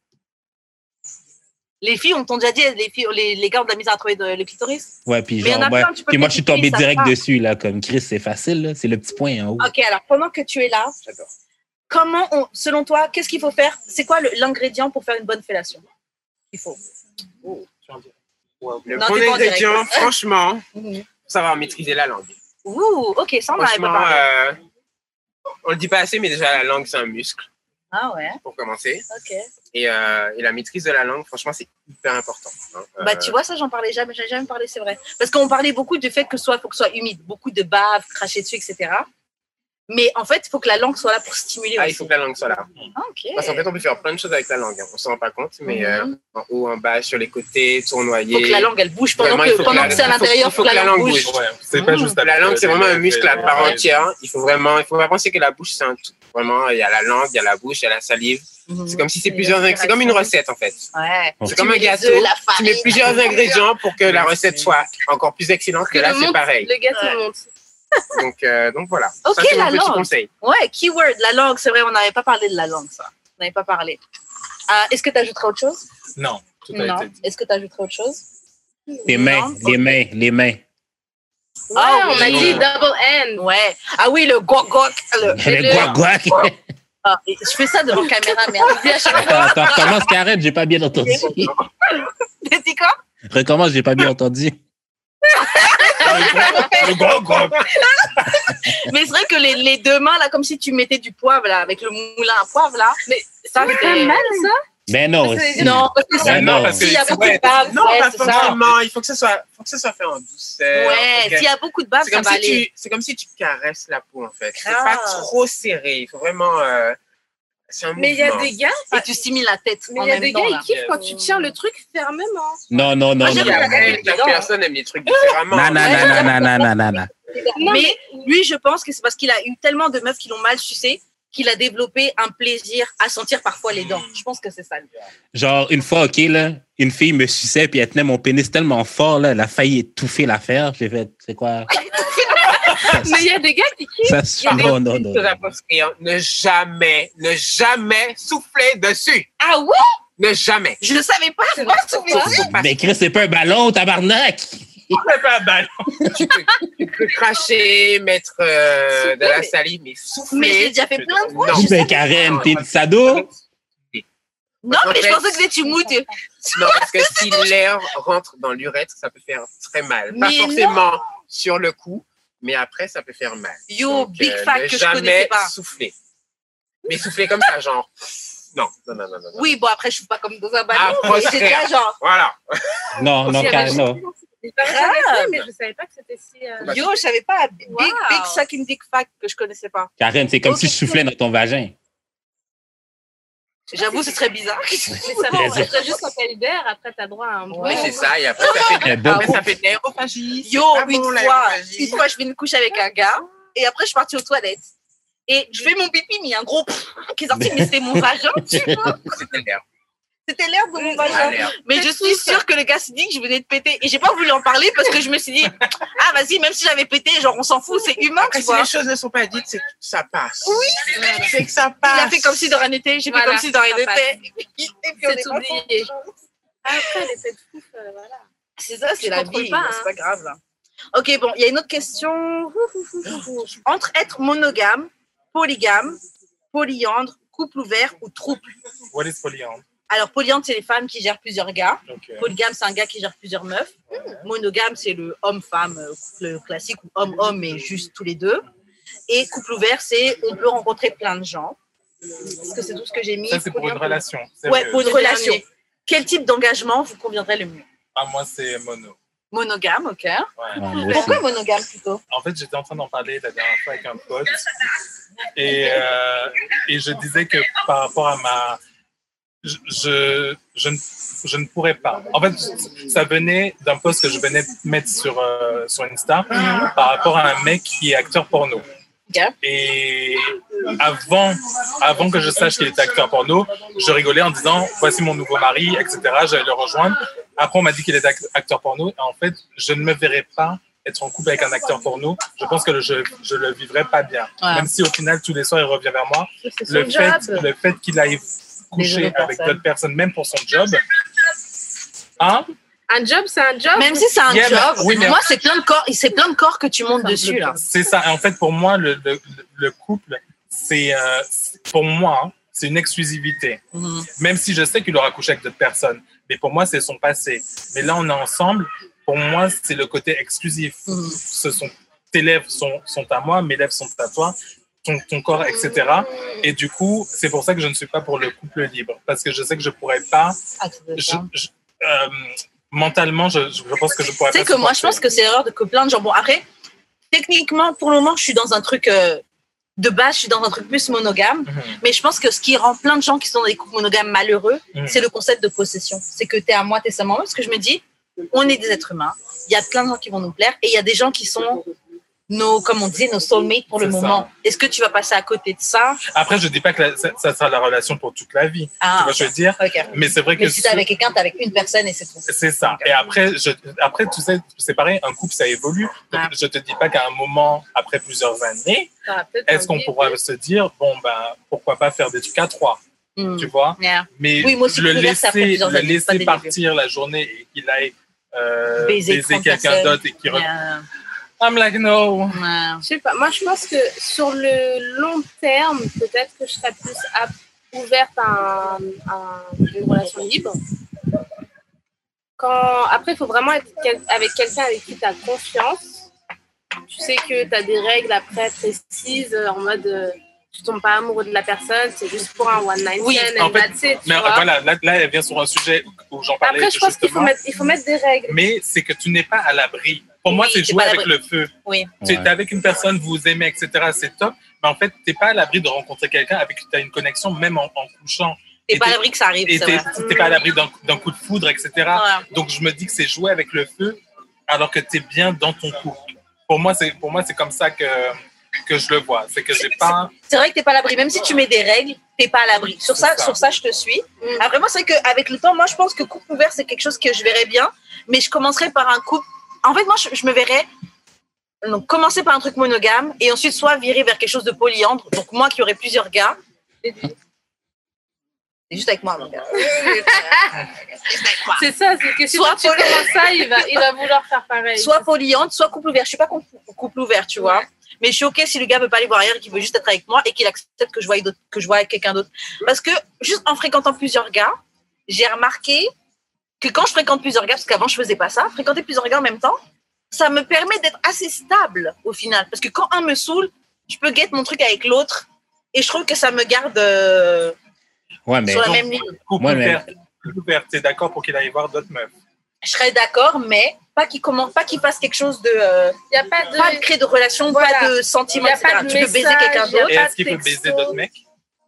Les filles, on t'ont déjà dit, les, filles, les, les gars ont de la misère à trouver de, le clitoris. Ouais, puis genre, ouais. Puis moi, je suis tombé direct dessus, là, comme Chris, c'est facile, là, c'est le petit point en haut. OK, alors, pendant que tu es là, comment, on, selon toi, qu'est-ce qu'il faut faire? C'est quoi le, l'ingrédient pour faire une bonne fellation? Il faut. Oh. Le non, bon ingrédient, franchement, mm-hmm. savoir maîtriser la langue. Ouh, OK, ça, on n'arrive pas. Euh, on le dit pas assez, mais déjà, la langue, c'est un muscle. Ah ouais. Pour commencer. OK. Et, euh, et la maîtrise de la langue, franchement, c'est hyper important. Hein. Bah, tu vois, ça, j'en parlais jamais. J'en ai jamais parlé, c'est vrai. Parce qu'on parlait beaucoup du fait que soit, faut que ce soit humide, beaucoup de bave, cracher dessus, et cetera. Mais en fait, il faut que la langue soit là pour stimuler Ah, aussi. il faut que la langue soit là. Ah, ok. Parce qu'en fait, on peut faire plein de choses avec la langue. Hein. On ne s'en rend pas compte, mais Mhm. euh, en haut, en bas, sur les côtés, tournoyer. Il faut que la langue, elle bouge pendant Vraiment, il que, faut pendant que que la- c'est à il faut- l'intérieur, il faut que la langue bouge. Ouais, c'est pas Mmh. juste La langue, c'est vraiment un les- muscle à les- part Ouais. entière. Il faut vraiment, il faut pas penser que la bouche, c'est un tout. Vraiment, il y a la langue, il y a la bouche, il y a la salive. Mhm. C'est comme si c'est Et plusieurs, c'est comme une recette, en fait. Ouais. C'est Tu comme mets un les gâteau. œufs, la Tu mets farine. plusieurs ingrédients pour que la recette soit encore plus excellente. Que Que là, le c'est monte- pareil. Le gâteau Ouais. monte. Donc, euh, donc voilà. Ok, Ça, c'est mon la petit langue. conseil. Ouais, keyword, la langue, c'est vrai, on n'avait pas parlé de la langue, ça. On n'avait pas parlé. Ah, est-ce que tu ajouterais autre chose? Non, tout a Non. été dit. Est-ce que tu ajouterais autre chose? Les mains, Non. les mains, les mains. Ouais, Ah, on a oui. dit double N. Ouais. Ah oui, le guac guac. Le, Le le- guac guac. Ah, et je fais ça devant caméra, mais on oublie à chaque Attends, fois. attends, recommence, Karen, j'ai pas bien entendu. T'as dit quoi? Recommence, j'ai pas bien entendu. Le gros, gros. Mais c'est vrai que les, les deux mains, là, comme si tu mettais du poivre, là, avec le moulin à poivre, là. Mais ça, C'est pas c'est mal, ça? Ben non, Parce que- si. Non, parce que Ben c'est- non. parce que s'il y a c'est beaucoup de vrai. bave, Non, ouais, pas c'est ça. forcément. Il faut que ça soit, faut que ça soit fait en douceur. Ouais, Faut que- s'il y a beaucoup de bave, C'est ça comme, va si aller. tu, c'est comme si tu caresses la peau, en fait. C'est Grave. pas trop serré. Il faut vraiment. Euh, c'est un Mais il y a mouvement. des gars, Et tu stimules la tête mais en il y a même des temps, gars, là. ils kiffent quand tu tiens le truc fermement. Non, non, non, Ah, non. j'aime non. la- Chaque dedans. personne aime les trucs différemment. Non, non, non, non, non, non, non, non, non. Non, Mais lui, je pense que c'est parce qu'il a eu tellement de meufs qui l'ont mal sucé qu'il a développé un plaisir à sentir parfois les dents. Je pense que c'est ça. lui. Genre, une fois, OK, là, une fille me suçait puis elle tenait mon pénis tellement fort, là, elle a failli étouffer l'affaire. J'ai fait, c'est quoi? Mais il y a des gars qui kiffent. Ça, se- non, non, non. Chose à proscrire, ne jamais, ne jamais souffler dessus. Ah ouais? Ne jamais. Je ne savais pas. C'est Moi, vrai, c'est pourquoi? vrai. Mais Chris, c'est pas un ballon, tabarnak! C'est pas un ballon. Tu peux, tu peux cracher, mettre euh, de la Souffler. salive, mais Mais j'ai souffler. déjà fait plein de fois. Non. je sais Ben, pas. Karen, t'es une sado? Non, mais je pensais que tu moutes. Non, parce que si l'air rentre dans l'urètre, ça peut faire très mal. Pas Mais forcément sur le coup, mais après, ça peut faire mal. Yo, Donc, big euh, fact ne que je jamais connaissais pas. souffler. Mais souffler comme ça, genre. Non, non, non, non. non. Oui, bon, après, je suis pas comme dans un Ah, ballon. mais prostré. c'est déjà genre. Voilà. Non, non, Il y avait Karen, non. J'ai pas Grave. connaissé, mais je savais pas que c'était si. euh, Yo, je savais pas. Big, Wow. big sucking dick fact que je connaissais pas. Karen, c'est comme Ok. si je soufflais dans ton vagin. J'avoue, ce serait bizarre. Mais ça va, ça serait juste quand t'as d'air, après t'as droit à un Ouais. Oui, c'est ça. Et après, ça fait, Eh, bon. après, ça fait de l'aérophagie. Yo, C'est pas une bon, fois, l'aérophagie. une fois, je vais me coucher avec un gars et après, je suis partie aux toilettes. Et je fais mon pipi, mais il y a un gros pfff qui est sorti, mais c'était mon vagin, tu vois. C'était l'air. C'était l'air de mon Ah, vagin. l'air. Mais je suis sûre que le gars s'est dit que je venais de péter. Et j'ai pas voulu en parler parce que je me suis dit, ah, vas-y, même si j'avais pété, genre, on s'en fout, c'est humain, Après, tu si vois. les choses ne sont pas dites, c'est que ça passe. Oui. C'est que ça Il passe. a fait comme si de rien n'était, j'ai fait Voilà, comme si de rien ça passe. n'était. Et puis, on est C'est pas oublié. content. Après, les têtes fouf, euh, voilà. C'est ça, c'est Tu la contrôles vie, pas, c'est hein. pas grave, là. Ok, bon, il y a une autre question. Entre être monogame, polygame, polyandre, couple ouvert ou trouble. What is polyandre? Alors, polyandre, c'est les femmes qui gèrent plusieurs gars. Ok. Polygame, c'est un gars qui gère plusieurs meufs. Monogame, c'est le homme-femme, euh, couple classique, ou homme-homme, mais juste tous les deux. Et couple ouvert, c'est on peut rencontrer plein de gens. Est-ce que c'est tout ce que j'ai mis? Ça, c'est pour une relation. Ouais, pour une Le relation. dernier. Quel type d'engagement vous conviendrait le mieux? Ah, moi, c'est mono. Monogame, ok. Ouais. Ouais, moi aussi. Pourquoi monogame plutôt? En fait, j'étais en train d'en parler la dernière fois avec un pote. Et, euh, et je disais que par rapport à ma... Je, je, je, ne, je ne pourrais pas. En fait, ça venait d'un post que je venais de mettre sur, euh, sur Insta par rapport à un mec qui est acteur porno. Ok. Et avant, avant que je sache qu'il était acteur porno, je rigolais en disant « Voici mon nouveau mari, et cetera » J'allais le rejoindre. Après, on m'a dit qu'il était acteur porno. Et en fait, je ne me verrais pas être en couple avec un acteur porno. Je pense que je ne le vivrais pas bien. Ouais. Même si au final, tous les soirs, il revient vers moi. C'est son Le fait, job. le fait qu'il aille coucher autres avec personnes. d'autres personnes, même pour son job. Hein? Un job, c'est un job. Même si c'est un Yeah, job, mais- oui, mais- moi, c'est plein de corps, c'est plein de corps que tu montes dessus, là. C'est ça. En fait, pour moi, le, le, le couple, c'est, euh, c'est- pour moi, hein, c'est une exclusivité. Mhm. Même si je sais qu'il aura couché avec d'autres personnes. Mais pour moi, c'est son passé. Mais là, on est ensemble. Pour moi, c'est le côté exclusif. Mhm. Ce sont, tes lèvres sont, sont à moi, mes lèvres sont à toi, ton, ton corps, et cetera. Et du coup, c'est pour ça que je ne suis pas pour le couple libre. Parce que je sais que je pourrais pas... Ah, tu veux Je, ça. je- euh, mentalement, je, je pense que je pourrais Tu sais pas que moi, je supporter. pense que c'est l'erreur de que plein de gens. Bon, après, techniquement, pour le moment, je suis dans un truc euh, de base, je suis dans un truc plus monogame, mm-hmm. mais je pense que ce qui rend plein de gens qui sont dans des couples monogames malheureux, mm-hmm. c'est le concept de possession. C'est que t'es à moi, t'es seulement moi, parce que je me dis, on est des êtres humains, il y a plein de gens qui vont nous plaire, et il y a des gens qui sont nos, comme on dit, nos soulmates pour le c'est moment. Ça. Est-ce que tu vas passer à côté de ça? Après, je dis pas que la, ça, ça sera la relation pour toute la vie. Ah, tu vois, je veux dire. Okay. Mais c'est vrai que. Mais si t'es avec quelqu'un, t'es avec une personne et c'est tout. C'est ça. Okay. Et après, je, après, tu sais, c'est pareil, un couple, ça évolue. Donc, ah. je te dis pas qu'à un moment, après plusieurs années, est-ce qu'on pourra se dire, bon, ben, pourquoi pas faire des trucs à trois? Mm. Tu vois? Yeah. Mais oui, moi aussi, le laisser, le laisser partir la journée et qu'il aille euh, baiser, baiser quelqu'un d'autre et qu'il yeah. I'm like, no. Ouais. Je sais pas. Moi, je pense que sur le long terme, peut-être que je serais plus ouverte à, un, à une relation libre. Quand, après, il faut vraiment être avec quelqu'un avec qui tu as confiance. Tu sais que tu as des règles après précises en mode euh, tu tombes pas amoureux de la personne, c'est juste pour un one night oui, stand. En fait, it, mais vois. Voilà, là, là, elle vient sur un sujet où j'en parlais. Après, je pense qu'il faut mettre, il faut mettre des règles. Mais c'est que tu n'es pas à l'abri. Pour oui, moi, c'est jouer avec le feu. Oui. Tu es ouais. avec une personne, vous vous aimez, et cetera. C'est top. Mais en fait, tu n'es pas à l'abri de rencontrer quelqu'un avec qui tu as une connexion, même en, en couchant. Tu n'es pas à l'abri que ça arrive. Et tu n'es pas à l'abri d'un, d'un coup de foudre, et cetera. Ouais. Donc, je me dis que c'est jouer avec le feu alors que tu es bien dans ton couple. Pour moi, c'est, pour moi, c'est comme ça que, que je le vois. C'est que j'ai pas... C'est vrai que tu n'es pas à l'abri. Même si tu mets des règles, tu n'es pas à l'abri. Sur ça, ça. sur ça, je te suis. Mm. Après, moi, c'est vrai qu'avec le temps, moi, je pense que couple ouvert, c'est quelque chose que je verrais bien. Mais je commencerai par un couple. En fait, moi, je, je me verrais donc, commencer par un truc monogame et ensuite soit virer vers quelque chose de polyandre. Donc, moi qui aurais plusieurs gars. C'est juste avec moi, mon gars. C'est ça, c'est que si soit tu poly... commences ça, il va, il va vouloir faire pareil. Soit polyandre, soit couple ouvert. Je ne suis pas couple ouvert, tu vois. Ouais. Mais je suis OK si le gars ne veut pas aller voir ailleurs et qu'il veut juste être avec moi et qu'il accepte que je vois avec, que je vois avec quelqu'un d'autre. Parce que juste en fréquentant plusieurs gars, j'ai remarqué que quand je fréquente plusieurs gars, parce qu'avant je faisais pas ça, fréquenter plusieurs gars en même temps, ça me permet d'être assez stable au final. Parce que quand un me saoule, je peux get mon truc avec l'autre et je trouve que ça me garde euh, ouais, mais sur la donc, même ligne. Couple ouvert, ouais, tu es d'accord pour qu'il aille voir d'autres meufs? Je serais d'accord, mais pas qu'il commence, pas qu'il fasse quelque chose de. Euh, y a pas de. Pas de créer de relation, voilà. Pas de sentiments, et cetera. Tu peux baiser quelqu'un d'autre. Et est-ce qu'il peut baiser d'autres mecs?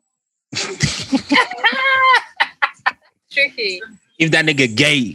Tricky. If that nigga gay.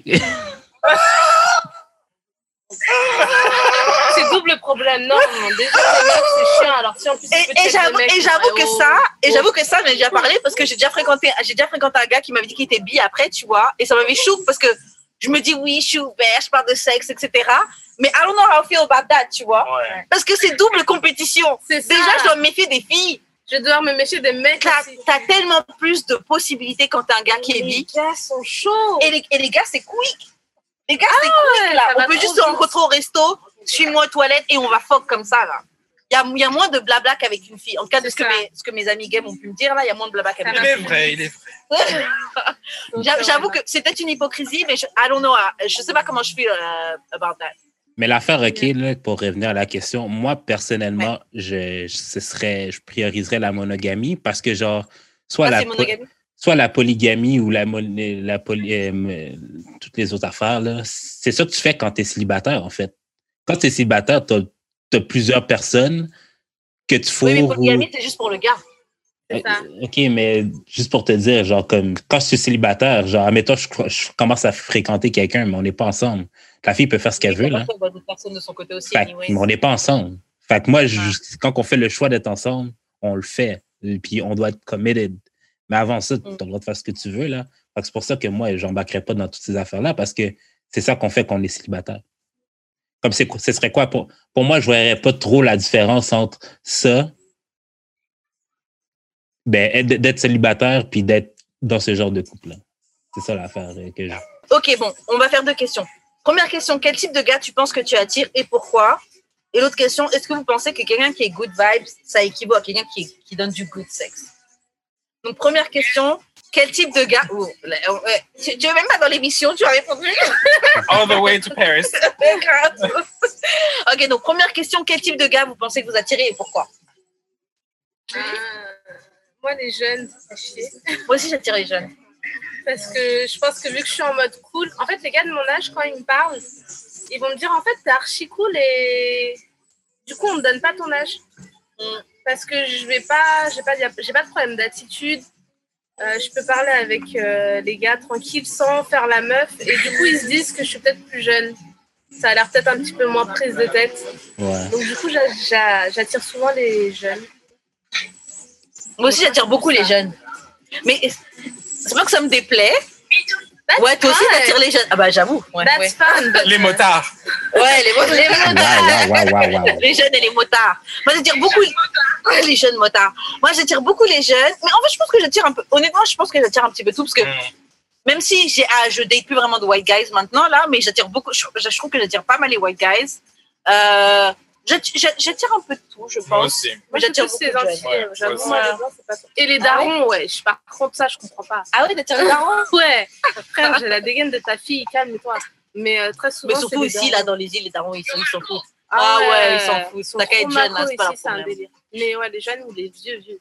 C'est double problème, non, non. Déjà, c'est chiant. Alors, si en plus, et, et j'avoue, et j'avoue que oh, ça, et oh. j'avoue que ça, j'en ai déjà parlé parce que j'ai déjà fréquenté, j'ai déjà fréquenté un gars qui m'avait dit qu'il était bi après, tu vois, et ça m'avait choqué parce que je me dis oui, je suis ouvert, je parle de sexe, et cetera. Mais I don't know how I feel about that, tu vois, ouais. Parce que c'est double compétition. C'est déjà, je dois me méfier des filles. Je dois me méfier des mecs. T'as, t'as tellement plus de possibilités quand t'as un gars qui est bi. Les gars sont chauds. Et les, et les gars, c'est quick. Les gars, ah, c'est quick, là. On peut juste se rencontrer au resto, suis-moi aux toilettes et on va fuck comme ça, là. Il y a, il y a moins de blabla qu'avec une fille. En tout cas, de ce que mes, ce que mes amis gays ont pu me dire, là, il y a moins de blabla qu'avec une fille. Il est vrai, il est vrai. J'avoue que c'est peut-être une hypocrisie, mais je, I don't know. Je sais pas comment je feel uh, about that. Mais l'affaire, OK, là, pour revenir à la question, moi, personnellement, ouais. je, je, ce serait, je prioriserais la monogamie parce que, genre, soit, ah, la, po- soit la polygamie ou la, la poly, euh, toutes les autres affaires, là, c'est ça que tu fais quand tu es célibataire, en fait. Quand tu es célibataire, tu as plusieurs personnes que tu faut... Oui, mais polygamie, c'est juste pour le gars. C'est ça. OK, mais juste pour te dire, genre, comme, quand je suis célibataire, genre, admettons, je, je commence à fréquenter quelqu'un, mais on n'est pas ensemble. La fille peut faire ce qu'elle veut, là. D'autres personnes de son côté aussi, fait, anyway. Mais on n'est pas ensemble. Fait que moi, ah. je, quand on fait le choix d'être ensemble, on le fait. Et puis, on doit être committed. Mais avant ça, tu as le droit de faire ce que tu veux, là. Fait que c'est pour ça que moi, je n'embarquerai pas dans toutes ces affaires-là parce que c'est ça qu'on fait quand on est célibataire. Comme c'est, ce serait quoi? Pour, pour moi, je ne verrais pas trop la différence entre ça, ben, d'être célibataire puis d'être dans ce genre de couple-là. C'est ça l'affaire que je... OK, bon, on va faire deux questions. Première question, quel type de gars tu penses que tu attires et pourquoi? Et l'autre question, est-ce que vous pensez que quelqu'un qui est good vibes, ça équivaut à quelqu'un qui, qui donne du good sexe? Donc, première question, quel type de gars... Oh, tu n'es même pas dans l'émission, tu as répondu. All the way to Paris. OK, donc première question, quel type de gars vous pensez que vous attirez et pourquoi? euh, Moi, les jeunes, c'est chier. Moi aussi, j'attire les jeunes. Parce que je pense que vu que je suis en mode cool, en fait, les gars de mon âge, quand ils me parlent, ils vont me dire, en fait, t'es archi cool et du coup, on me donne pas ton âge. Mm. parce que je vais pas, j'ai pas, j'ai pas de problème d'attitude. Euh, je peux parler avec euh, les gars tranquille sans faire la meuf et du coup ils se disent que je suis peut-être plus jeune. Ça a l'air peut-être un petit peu moins prise de tête. Ouais. Donc du coup j'a, j'a, j'attire souvent les jeunes. Moi aussi j'attire beaucoup les jeunes. Mais c'est pas que ça me déplaît. That's ouais, toi aussi t'attires les jeunes. Ah bah j'avoue. Ouais, That's ouais. fun. But... Les motards. Ouais, les, mo- les motards. Wow, wow, wow, wow, wow. Les jeunes et les motards. Moi j'attire beaucoup les... les jeunes motards. Moi j'attire beaucoup les jeunes. Mais en fait je pense que j'attire un peu. Honnêtement je pense que j'attire un petit peu tout parce que mm. même si j'ai, ah, je date plus vraiment de white guys maintenant là, mais j'attire beaucoup. Je, je trouve que j'attire pas mal les white guys. Euh, j'attire, j'attire un peu de tout, je pense. Moi aussi. Mais j'attire beaucoup de jeunes. Ouais, j'avoue, ouais, moi, les blancs, c'est pas ça. Et les darons, ah ouais. ouais. Je, par contre, ça, je comprends pas. Ah ouais, t'attires les darons? Ouais. Frère, j'ai la dégaine de ta fille, calme-toi. Mais euh, très souvent. Mais surtout ici, là, dans les îles, les darons, ils s'en foutent. Ah ouais, ouais, ils s'en foutent. T'as qu'à être jeune, là, c'est pas un problème. Mais ouais, les jeunes ou les vieux, vieux.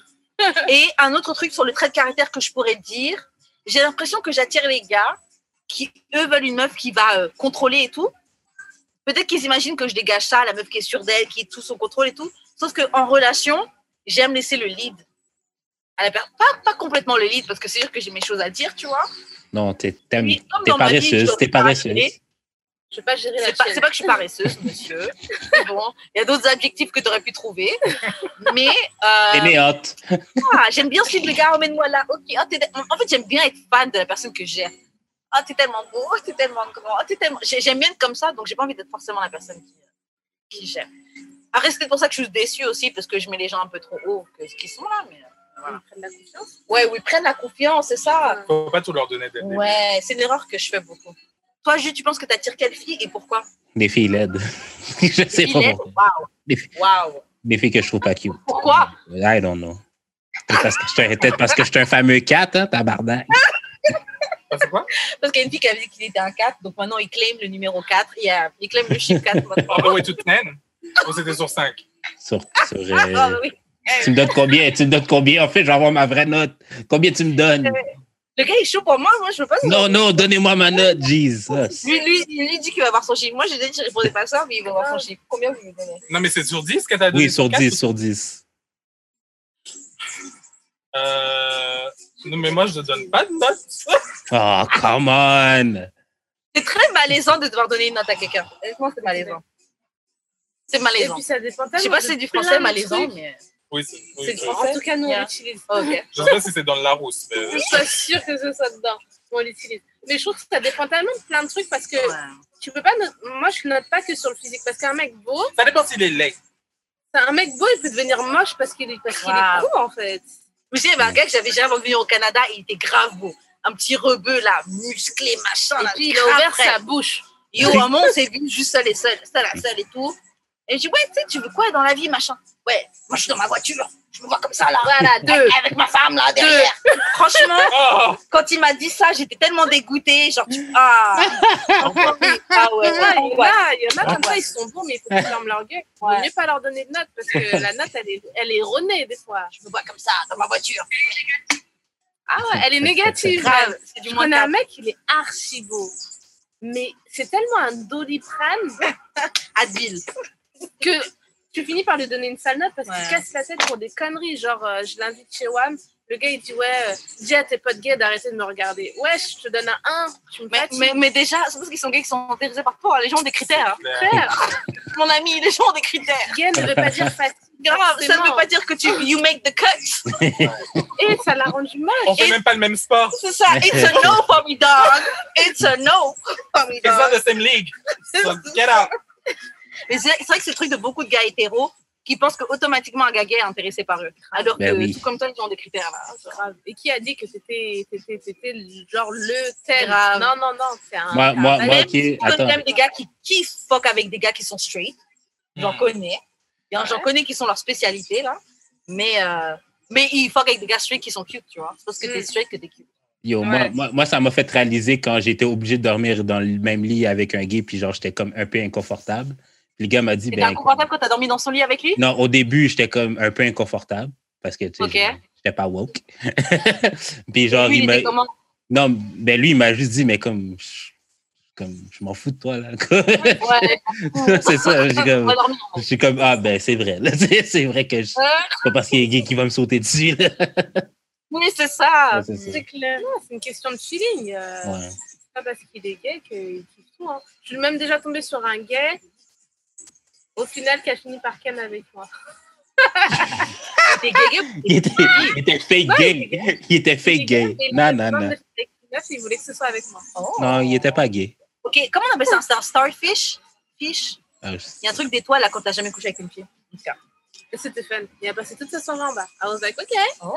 Et un autre truc sur le trait de caractère que je pourrais dire, j'ai l'impression que j'attire les gars qui, eux, veulent une meuf qui va euh, contrôler et tout. Peut-être qu'ils imaginent que je dégage ça, la meuf qui est sûre d'elle, qui est tout son contrôle et tout. Sauf qu'en relation, j'aime laisser le lead. À la per- pas, pas complètement le lead, parce que c'est sûr que j'ai mes choses à dire, tu vois. Non, t'es, t'es, t'es paresseuse, vie, t'es paresseuse. Je vais pas gérer la c'est pas, c'est pas que je suis paresseuse, monsieur. C'est bon. Il y a d'autres adjectifs que tu aurais pu trouver. Mais. Euh, t'es néote. Ah, j'aime bien suivre le gars, emmène-moi là. Ok. Ah, en fait, j'aime bien être fan de la personne que j'aime. Ah, t'es tellement beau, t'es tellement grand, t'es tellement... J'aime bien être comme ça, donc j'ai pas envie d'être forcément la personne qui, qui j'aime. Après, c'est pour ça que je suis déçue aussi, parce que je mets les gens un peu trop haut que ce qu'ils sont là, mais voilà. Ils prennent la confiance. Ouais, oui, ils prennent la confiance, c'est ça. Faut pas tout leur donner dès le début. Ouais, c'est l'erreur que je fais beaucoup. Toi, Jules, tu penses que t'attires quelle fille et pourquoi? Des filles laides. Je sais pas pourquoi. Waouh. Des, filles... wow. Des filles que je trouve pas cute. Pourquoi? I don't know. Peut-être parce que je suis, peut-être parce que je suis un fameux quatre, hein, tabarnak. C'est quoi? Parce qu'il y a une fille qui avait dit qu'il était un quatre, donc maintenant il claim le numéro quatre, il, a, il claim le chiffre quatre. Ah bah ouais, toute naine? Ou c'était sur cinq? Sur, sur, euh, ah, oui. Tu me donnes combien? Tu me donnes combien? En fait, je vais avoir ma vraie note. Combien tu me donnes? Le gars est chaud pour moi, moi je veux pas. Non, non, donnez-moi ma note, Jesus. Lui, lui, lui dit qu'il va avoir son chiffre. Moi j'ai dit que je répondais pas ça, mais il va avoir son chiffre. Combien vous lui donnez? Non, mais c'est sur dix que t'as donné? Oui, sur dix, sur dix. Euh... Non, mais moi je ne donne pas de note. Oh, come on! C'est très malaisant de devoir donner une note à quelqu'un. Honnêtement, c'est malaisant. C'est malaisant. Et puis ça dépend tellement. Je sais pas si c'est du français malaisant, mais. Oui, c'est, oui, c'est c'est... français. En tout cas, nous yeah. on l'utilise. Okay. Je sais pas si c'est dans le Larousse. Mais... Je suis pas sûre que ce soit dedans. On l'utilise. Mais je trouve que ça dépend tellement de plein de trucs parce que ouais. tu peux pas. Not... Moi, je note pas que sur le physique parce qu'un mec beau. Ça dépend s'il est laid. Un mec beau, il peut devenir moche parce qu'il est, parce qu'il wow. est cool en fait. Vous savez, un gars que j'avais jamais vu au Canada, il était grave beau. Un petit rebeu là, musclé, machin. Et là, puis il a ouvert sa bouche. Yo, à un moment, on s'est vu juste seul et seul, seul à seul et tout. Et je dis, ouais, tu sais, tu veux quoi dans la vie, machin? Ouais, moi je suis dans ma voiture. Je me vois comme ça là. Voilà, deux. Avec ma femme là, derrière. Deux. Franchement, oh. quand il m'a dit ça, j'étais tellement dégoûtée. Genre, tu... ah. ah ouais, ah ouais. Il y en a, il y en a comme ça, ils sont bons, mais il faut qu'ils ferment leur gueule. Il vaut mieux pas leur donner de notes parce que la note, elle est, elle est erronée des fois. Je me vois comme ça dans ma voiture. Ah ouais, elle est négative. Grave. C'est du je connais un mec, il est archi beau. Mais c'est tellement un doliprane Advil que tu finis par lui donner une sale note parce ouais. qu'il casse la tête pour des conneries. Genre, euh, je l'invite chez W A M, le gars il dit ouais, euh, dis à tes potes gays d'arrêter de me regarder. Ouais, je te donne un un. Tu me mais, mais, mais déjà, c'est parce qu'ils sont gays qui sont intéressés par toi. Les gens ont des critères. Frère, mon ami, les gens ont des critères. Gay ne veut pas dire fatigué. Grave, ça ne veut pas dire que tu you make the cut. Et ça l'a rendu moche. On fait Et, même pas le même sport. C'est ça. It's a no for me, dog. It's a no for me, dog. It's not the same league. So get out. Mais c'est, c'est vrai que c'est le truc de beaucoup de gars hétéros qui pensent qu'automatiquement un gars gay est intéressé par eux. Alors ben que oui. tout comme toi, ils ont des critères là. C'est grave. Et qui a dit que c'était, c'était, c'était genre le tel? Grave. Non, non, non. C'est un. Moi, moi, un moi, même, qui. Attends. Même des gars qui kiffent fuck avec des gars qui sont straight. J'en mm. connais. Ouais. J'en connais qui sont leur spécialité là. Mais, euh, mais ils fuck avec des gars straight qui sont cute, tu vois. C'est parce que mm. t'es straight que t'es cute. Yo, ouais. moi, moi, moi, ça m'a fait réaliser quand j'étais obligé de dormir dans le même lit avec un gay, puis genre, j'étais comme un peu inconfortable. Puis le gars m'a dit. T'étais ben, inconfortable quand t'as dormi dans son lit avec lui? Non, au début, j'étais comme un peu inconfortable parce que tu sais, okay. j'étais pas woke. Puis genre, lui, il, il m'a. Comment? Non, ben lui, il m'a juste dit, mais comme. comme, je m'en fous de toi, là. Ouais, c'est ça. Je suis comme, je suis comme, ah, ben, c'est vrai. Là. C'est vrai que je, c'est pas parce qu'il y a un gay qui va me sauter dessus. Là. Oui, c'est ça. Ouais, c'est, ça. C'est clair. Non, c'est une question de feeling. Euh, ouais. C'est pas parce qu'il est gay qu'il kiffe tout. Hein. Je suis même déjà tombée sur un gay, au final, qui a fini par ken avec moi. il, était gay, il, était, il était fake non, gay. Il était, il était fake il était gay. gay. Non, non, non. Il voulait que ce soit avec moi. Oh. Non, il était pas gay. Ok, comment on appelle ça? C'est un starfish? Fish? Ah, il y a un truc d'étoile là quand t'as jamais couché avec une fille. Et c'était fun. Il a passé toute sa soirée en bas. I was like, ok. Oh.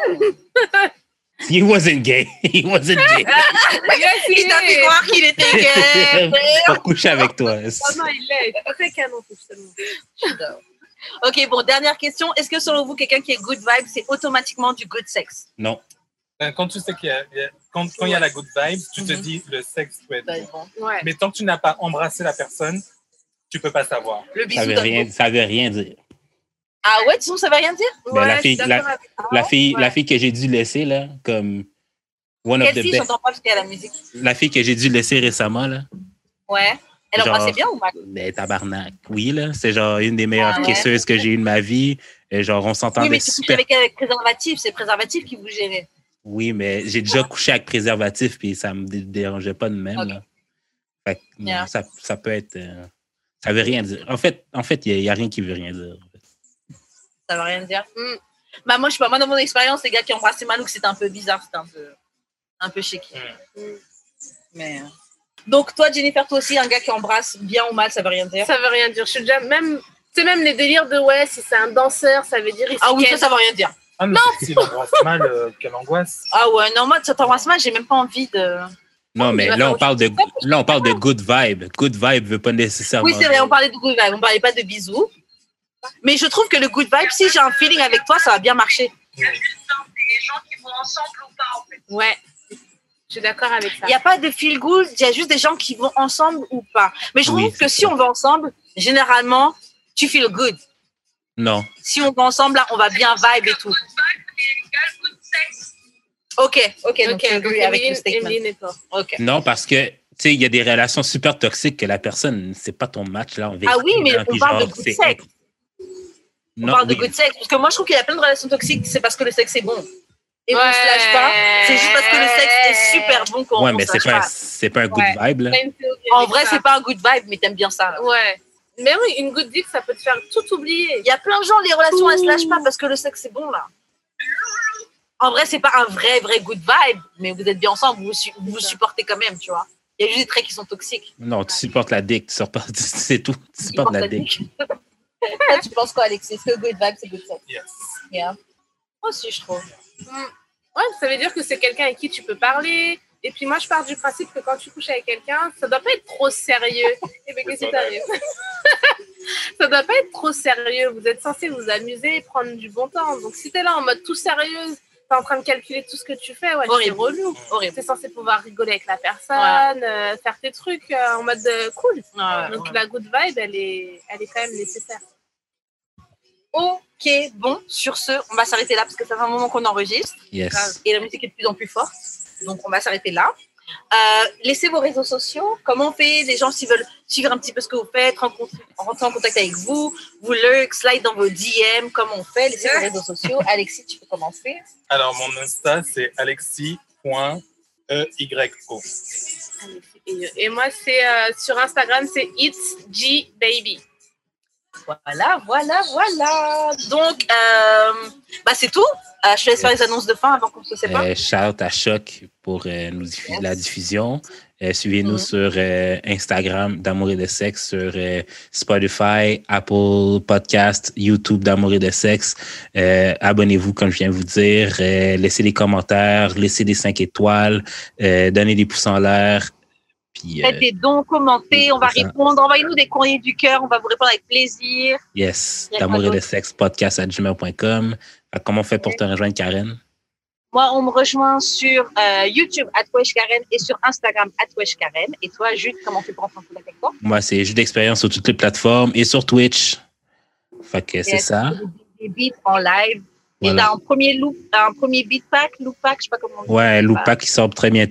He wasn't gay. He wasn't gay. Yes, il il t'a fait croire qu'il était gay. Pour coucher avec toi. Non, non, il l'est. Très canon, seulement. Ok, bon, dernière question. Est-ce que selon vous, quelqu'un qui est good vibe, c'est automatiquement du good sex? Non. Quand tu sais qu'il y a, il y a quand, quand il y a la good vibe, tu te mm-hmm. dis le sexe peut être bon. Ouais. Mais tant que tu n'as pas embrassé la personne, tu peux pas savoir. Le bisou, ça veut rien, ça veut rien dire. Ah ouais, tu sais, ça veut rien dire? Ben, ouais, la fille, la, la fille, ouais. la fille que j'ai dû laisser là, comme one Quelle of the fille, best. J'entends pas parce qu'il y a la musique. La fille que j'ai dû laisser récemment là. Ouais. Elle genre, embrassait bien ou mal? Ben, tabarnak. Oui, là. C'est genre une des meilleures ah, ouais. caisseuses que j'ai eues de ma vie. Et genre, on s'entendait oui, mais tu super. couchais avec elle avec préservatif. C'est le préservatif qui vous gérait. Oui, mais j'ai déjà couché avec préservatif puis ça me dérangeait pas de même. Okay. Là. Fait que, yeah. non, ça, ça peut être... Euh, ça veut rien dire. En fait, en fait, il n'y a, a rien qui veut rien dire. En fait. Ça veut rien dire? Mm. Bah, moi, je sais pas. Moi, dans mon expérience, les gars qui embrassaient Manouk, c'était un peu bizarre. C'était un peu, un peu chic. Mm. Mm. Mais... Donc, toi, Jennifer, toi aussi, un gars qui embrasse bien ou mal, ça veut rien dire? Ça veut rien dire. Je suis déjà même... Tu sais, même les délires de, ouais, si c'est un danseur, ça veut dire... Ah oui, ça, ça veut rien dire. Ah, mais non, si l'embrasse mal, euh, quelle angoisse. Ah ouais, non, moi, ça t'embrasse mal, j'ai même pas envie de... Non, mais là, on parle de, là, on parle de good vibe. Good vibe veut pas nécessairement... Oui, c'est vrai, on parlait de good vibe, on parlait pas de bisous. Mais je trouve que le good vibe, si j'ai un feeling avec toi, ça va bien marcher. Il y a juste des gens qui vont ensemble ou pas, en fait. Ouais. Je suis d'accord avec ça. Il n'y a pas de feel good, il y a juste des gens qui vont ensemble ou pas. Mais je trouve oui, que si ça. on va ensemble, généralement, tu feel good. Non. Si on va ensemble, là, on va bien vibe et tout. Ok, ok, donc okay, okay, avec le statement. Okay. Non, parce que, tu sais, il y a des relations super toxiques que la personne, c'est pas ton match, là. En ah oui, mais on parle genre, de good sex. On non, parle oui. de good sex. Parce que moi, je trouve qu'il y a plein de relations toxiques, c'est parce que le sexe est bon. Et ouais. on ne se lâche pas. C'est juste parce que le sexe est super bon qu'on ouais, mais se lâche c'est pas, pas. C'est pas un good ouais. vibe, là. En vrai, ça. c'est pas un good vibe, mais t'aimes bien ça. Là. Ouais. Mais oui, une good dick, ça peut te faire tout oublier. Il y a plein de gens, les relations, elles se lâchent pas parce que le sexe est bon, là. En vrai, c'est pas un vrai, vrai good vibe, mais vous êtes bien ensemble, vous vous, vous supportez quand même, tu vois. Il y a juste des traits qui sont toxiques. Non, tu supportes la dick, tu supportes, c'est tout. Tu supportes la, la dick. dick. Tu penses quoi, Alexis? Est-ce que good vibe, c'est good sex? Yes. Yeah. Moi aussi, je trouve. Mm. Ouais, ça veut dire que c'est quelqu'un avec qui tu peux parler. Et puis moi, je pars du principe que quand tu couches avec quelqu'un, ça doit pas être trop sérieux. Et bien, qu'est-ce qui t'arrive? Ça doit pas être trop sérieux. Vous êtes censé vous amuser et prendre du bon temps. Donc, si t'es là en mode tout sérieux, t'es en train de calculer tout ce que tu fais, ouais, c'est relou. Horrible. T'es censé pouvoir rigoler avec la personne, ouais. euh, faire tes trucs euh, en mode euh, cool. Ouais, Donc, ouais. la good vibe, elle est, elle est quand même nécessaire. Ok, bon, sur ce, on va s'arrêter là parce que ça fait un moment qu'on enregistre. Yes. Et la musique est de plus en plus forte. Donc, on va s'arrêter là. Euh, laissez vos réseaux sociaux. Comment on fait? Les gens, s'ils veulent suivre un petit peu ce que vous faites, rencontrer, rentrer en contact avec vous, vous lurk, slide dans vos D M, comment on fait? Laissez vos réseaux sociaux. Alexis, tu peux commencer. Alors, mon Insta, c'est alexis point e y o. Et moi, c'est euh, sur Instagram, c'est It's G Baby. Voilà, voilà, voilà. Donc, euh, bah, c'est tout. Euh, je te laisse faire les annonces de fin avant qu'on se sépare. Euh, shout à Choc pour euh, nous diffuser yes. la diffusion. Euh, suivez-nous mm-hmm. sur euh, Instagram d'Amour et de Sexe, sur euh, Spotify, Apple Podcast, YouTube d'Amour et de Sexe. Euh, abonnez-vous, comme je viens de vous dire. Euh, laissez des commentaires, laissez des cinq étoiles, euh, donnez des pouces en l'air. Puis, Faites euh, des dons, commentez, on va ça. répondre. Envoyez-nous des courriers du cœur, on va vous répondre avec plaisir. Yes, d'amour et de sexe, podcast arobase gmail point com. Comment on fait pour te rejoindre, Karen? Moi, on me rejoint sur euh, YouTube, at wesh karen, et sur Instagram, at wesh karen. Et toi, Jude, comment on fait pour entrer en contact avec toi? Moi, c'est Jude d'expérience sur toutes les plateformes et sur Twitch. Fait que c'est ça. Des beats en live. Voilà. Et t'as un premier loop, un premier beat pack, loop pack, je sais pas comment on dit. Ouais, loop pack qui sort très bientôt.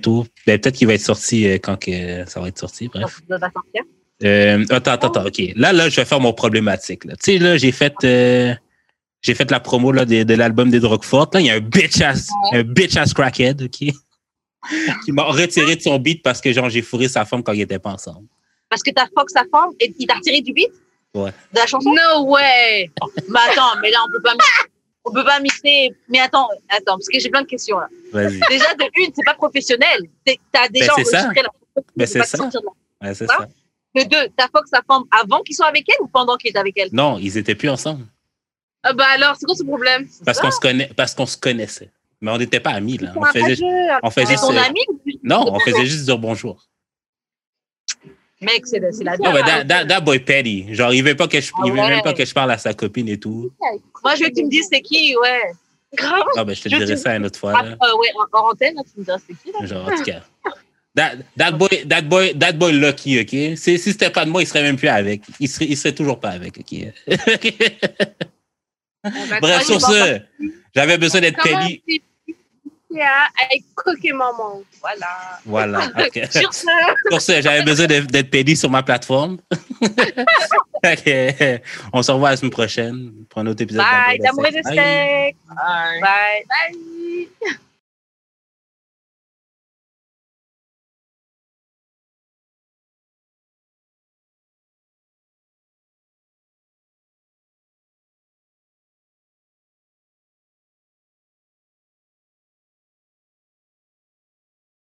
Ben, peut-être qu'il va être sorti euh, quand que ça va être sorti, bref. Ça va sortir. Euh, attends, attends, attends, OK. Là, là, je vais faire mon problématique. Tu sais, là, j'ai fait... Euh, J'ai fait la promo là, de, de l'album des Drogues Fortes. Là, il y a un bitch-ass ouais. un bitch-ass crackhead, OK? qui m'a retiré de son beat parce que genre j'ai fourré sa femme quand ils n'étaient pas ensemble. Parce que t'as fuck sa femme et il t'a retiré du beat? Ouais. De la chanson? No way! Mais attends, mais là, on peut pas on peut pas mixer. Mais attends, attends, parce que j'ai plein de questions là. Vas-y. Déjà, de une, c'est pas professionnel. T'as déjà ben, enregistré ça. la chanson. Ben, c'est ça. Ouais, c'est ça. De deux, t'as fuck sa femme avant qu'ils soient avec elle ou pendant qu'il était avec elle? Non, ils étaient plus ensemble. Ah bah alors, c'est quoi ce problème? Parce qu'on se connaît, parce qu'on se connaissait. Mais on n'était pas amis, là. On faisait, on faisait ton euh, ami? Non, on faisait juste dire bonjour. Mec, c'est la, c'est la vie. Non, mais that, that, that boy petty. Genre, il veut pas que je, ah, il veut ouais. même pas que je parle à sa copine et tout. Moi, je veux que tu me dises c'est qui, ouais. Grave. Ah, ben, je te je dirai ça une autre fois, là. Ah, euh, ouais, en antenne, tu me diras c'est qui, là. Genre, en tout cas. That, that boy, that boy, that boy lucky, OK? Si, si c'était pas de moi, il serait même plus avec. Il serait, il serait toujours pas avec, OK? Bah, bref, sur ce, j'avais besoin d'être petty. Avec Coquet Maman. Voilà. Voilà. Okay. Sur ce, sur ce j'avais besoin d'être petty sur ma plateforme. Okay. On se revoit la semaine prochaine pour un autre épisode. Bye, d'amour et de Bye. steak. Bye. Bye. bye.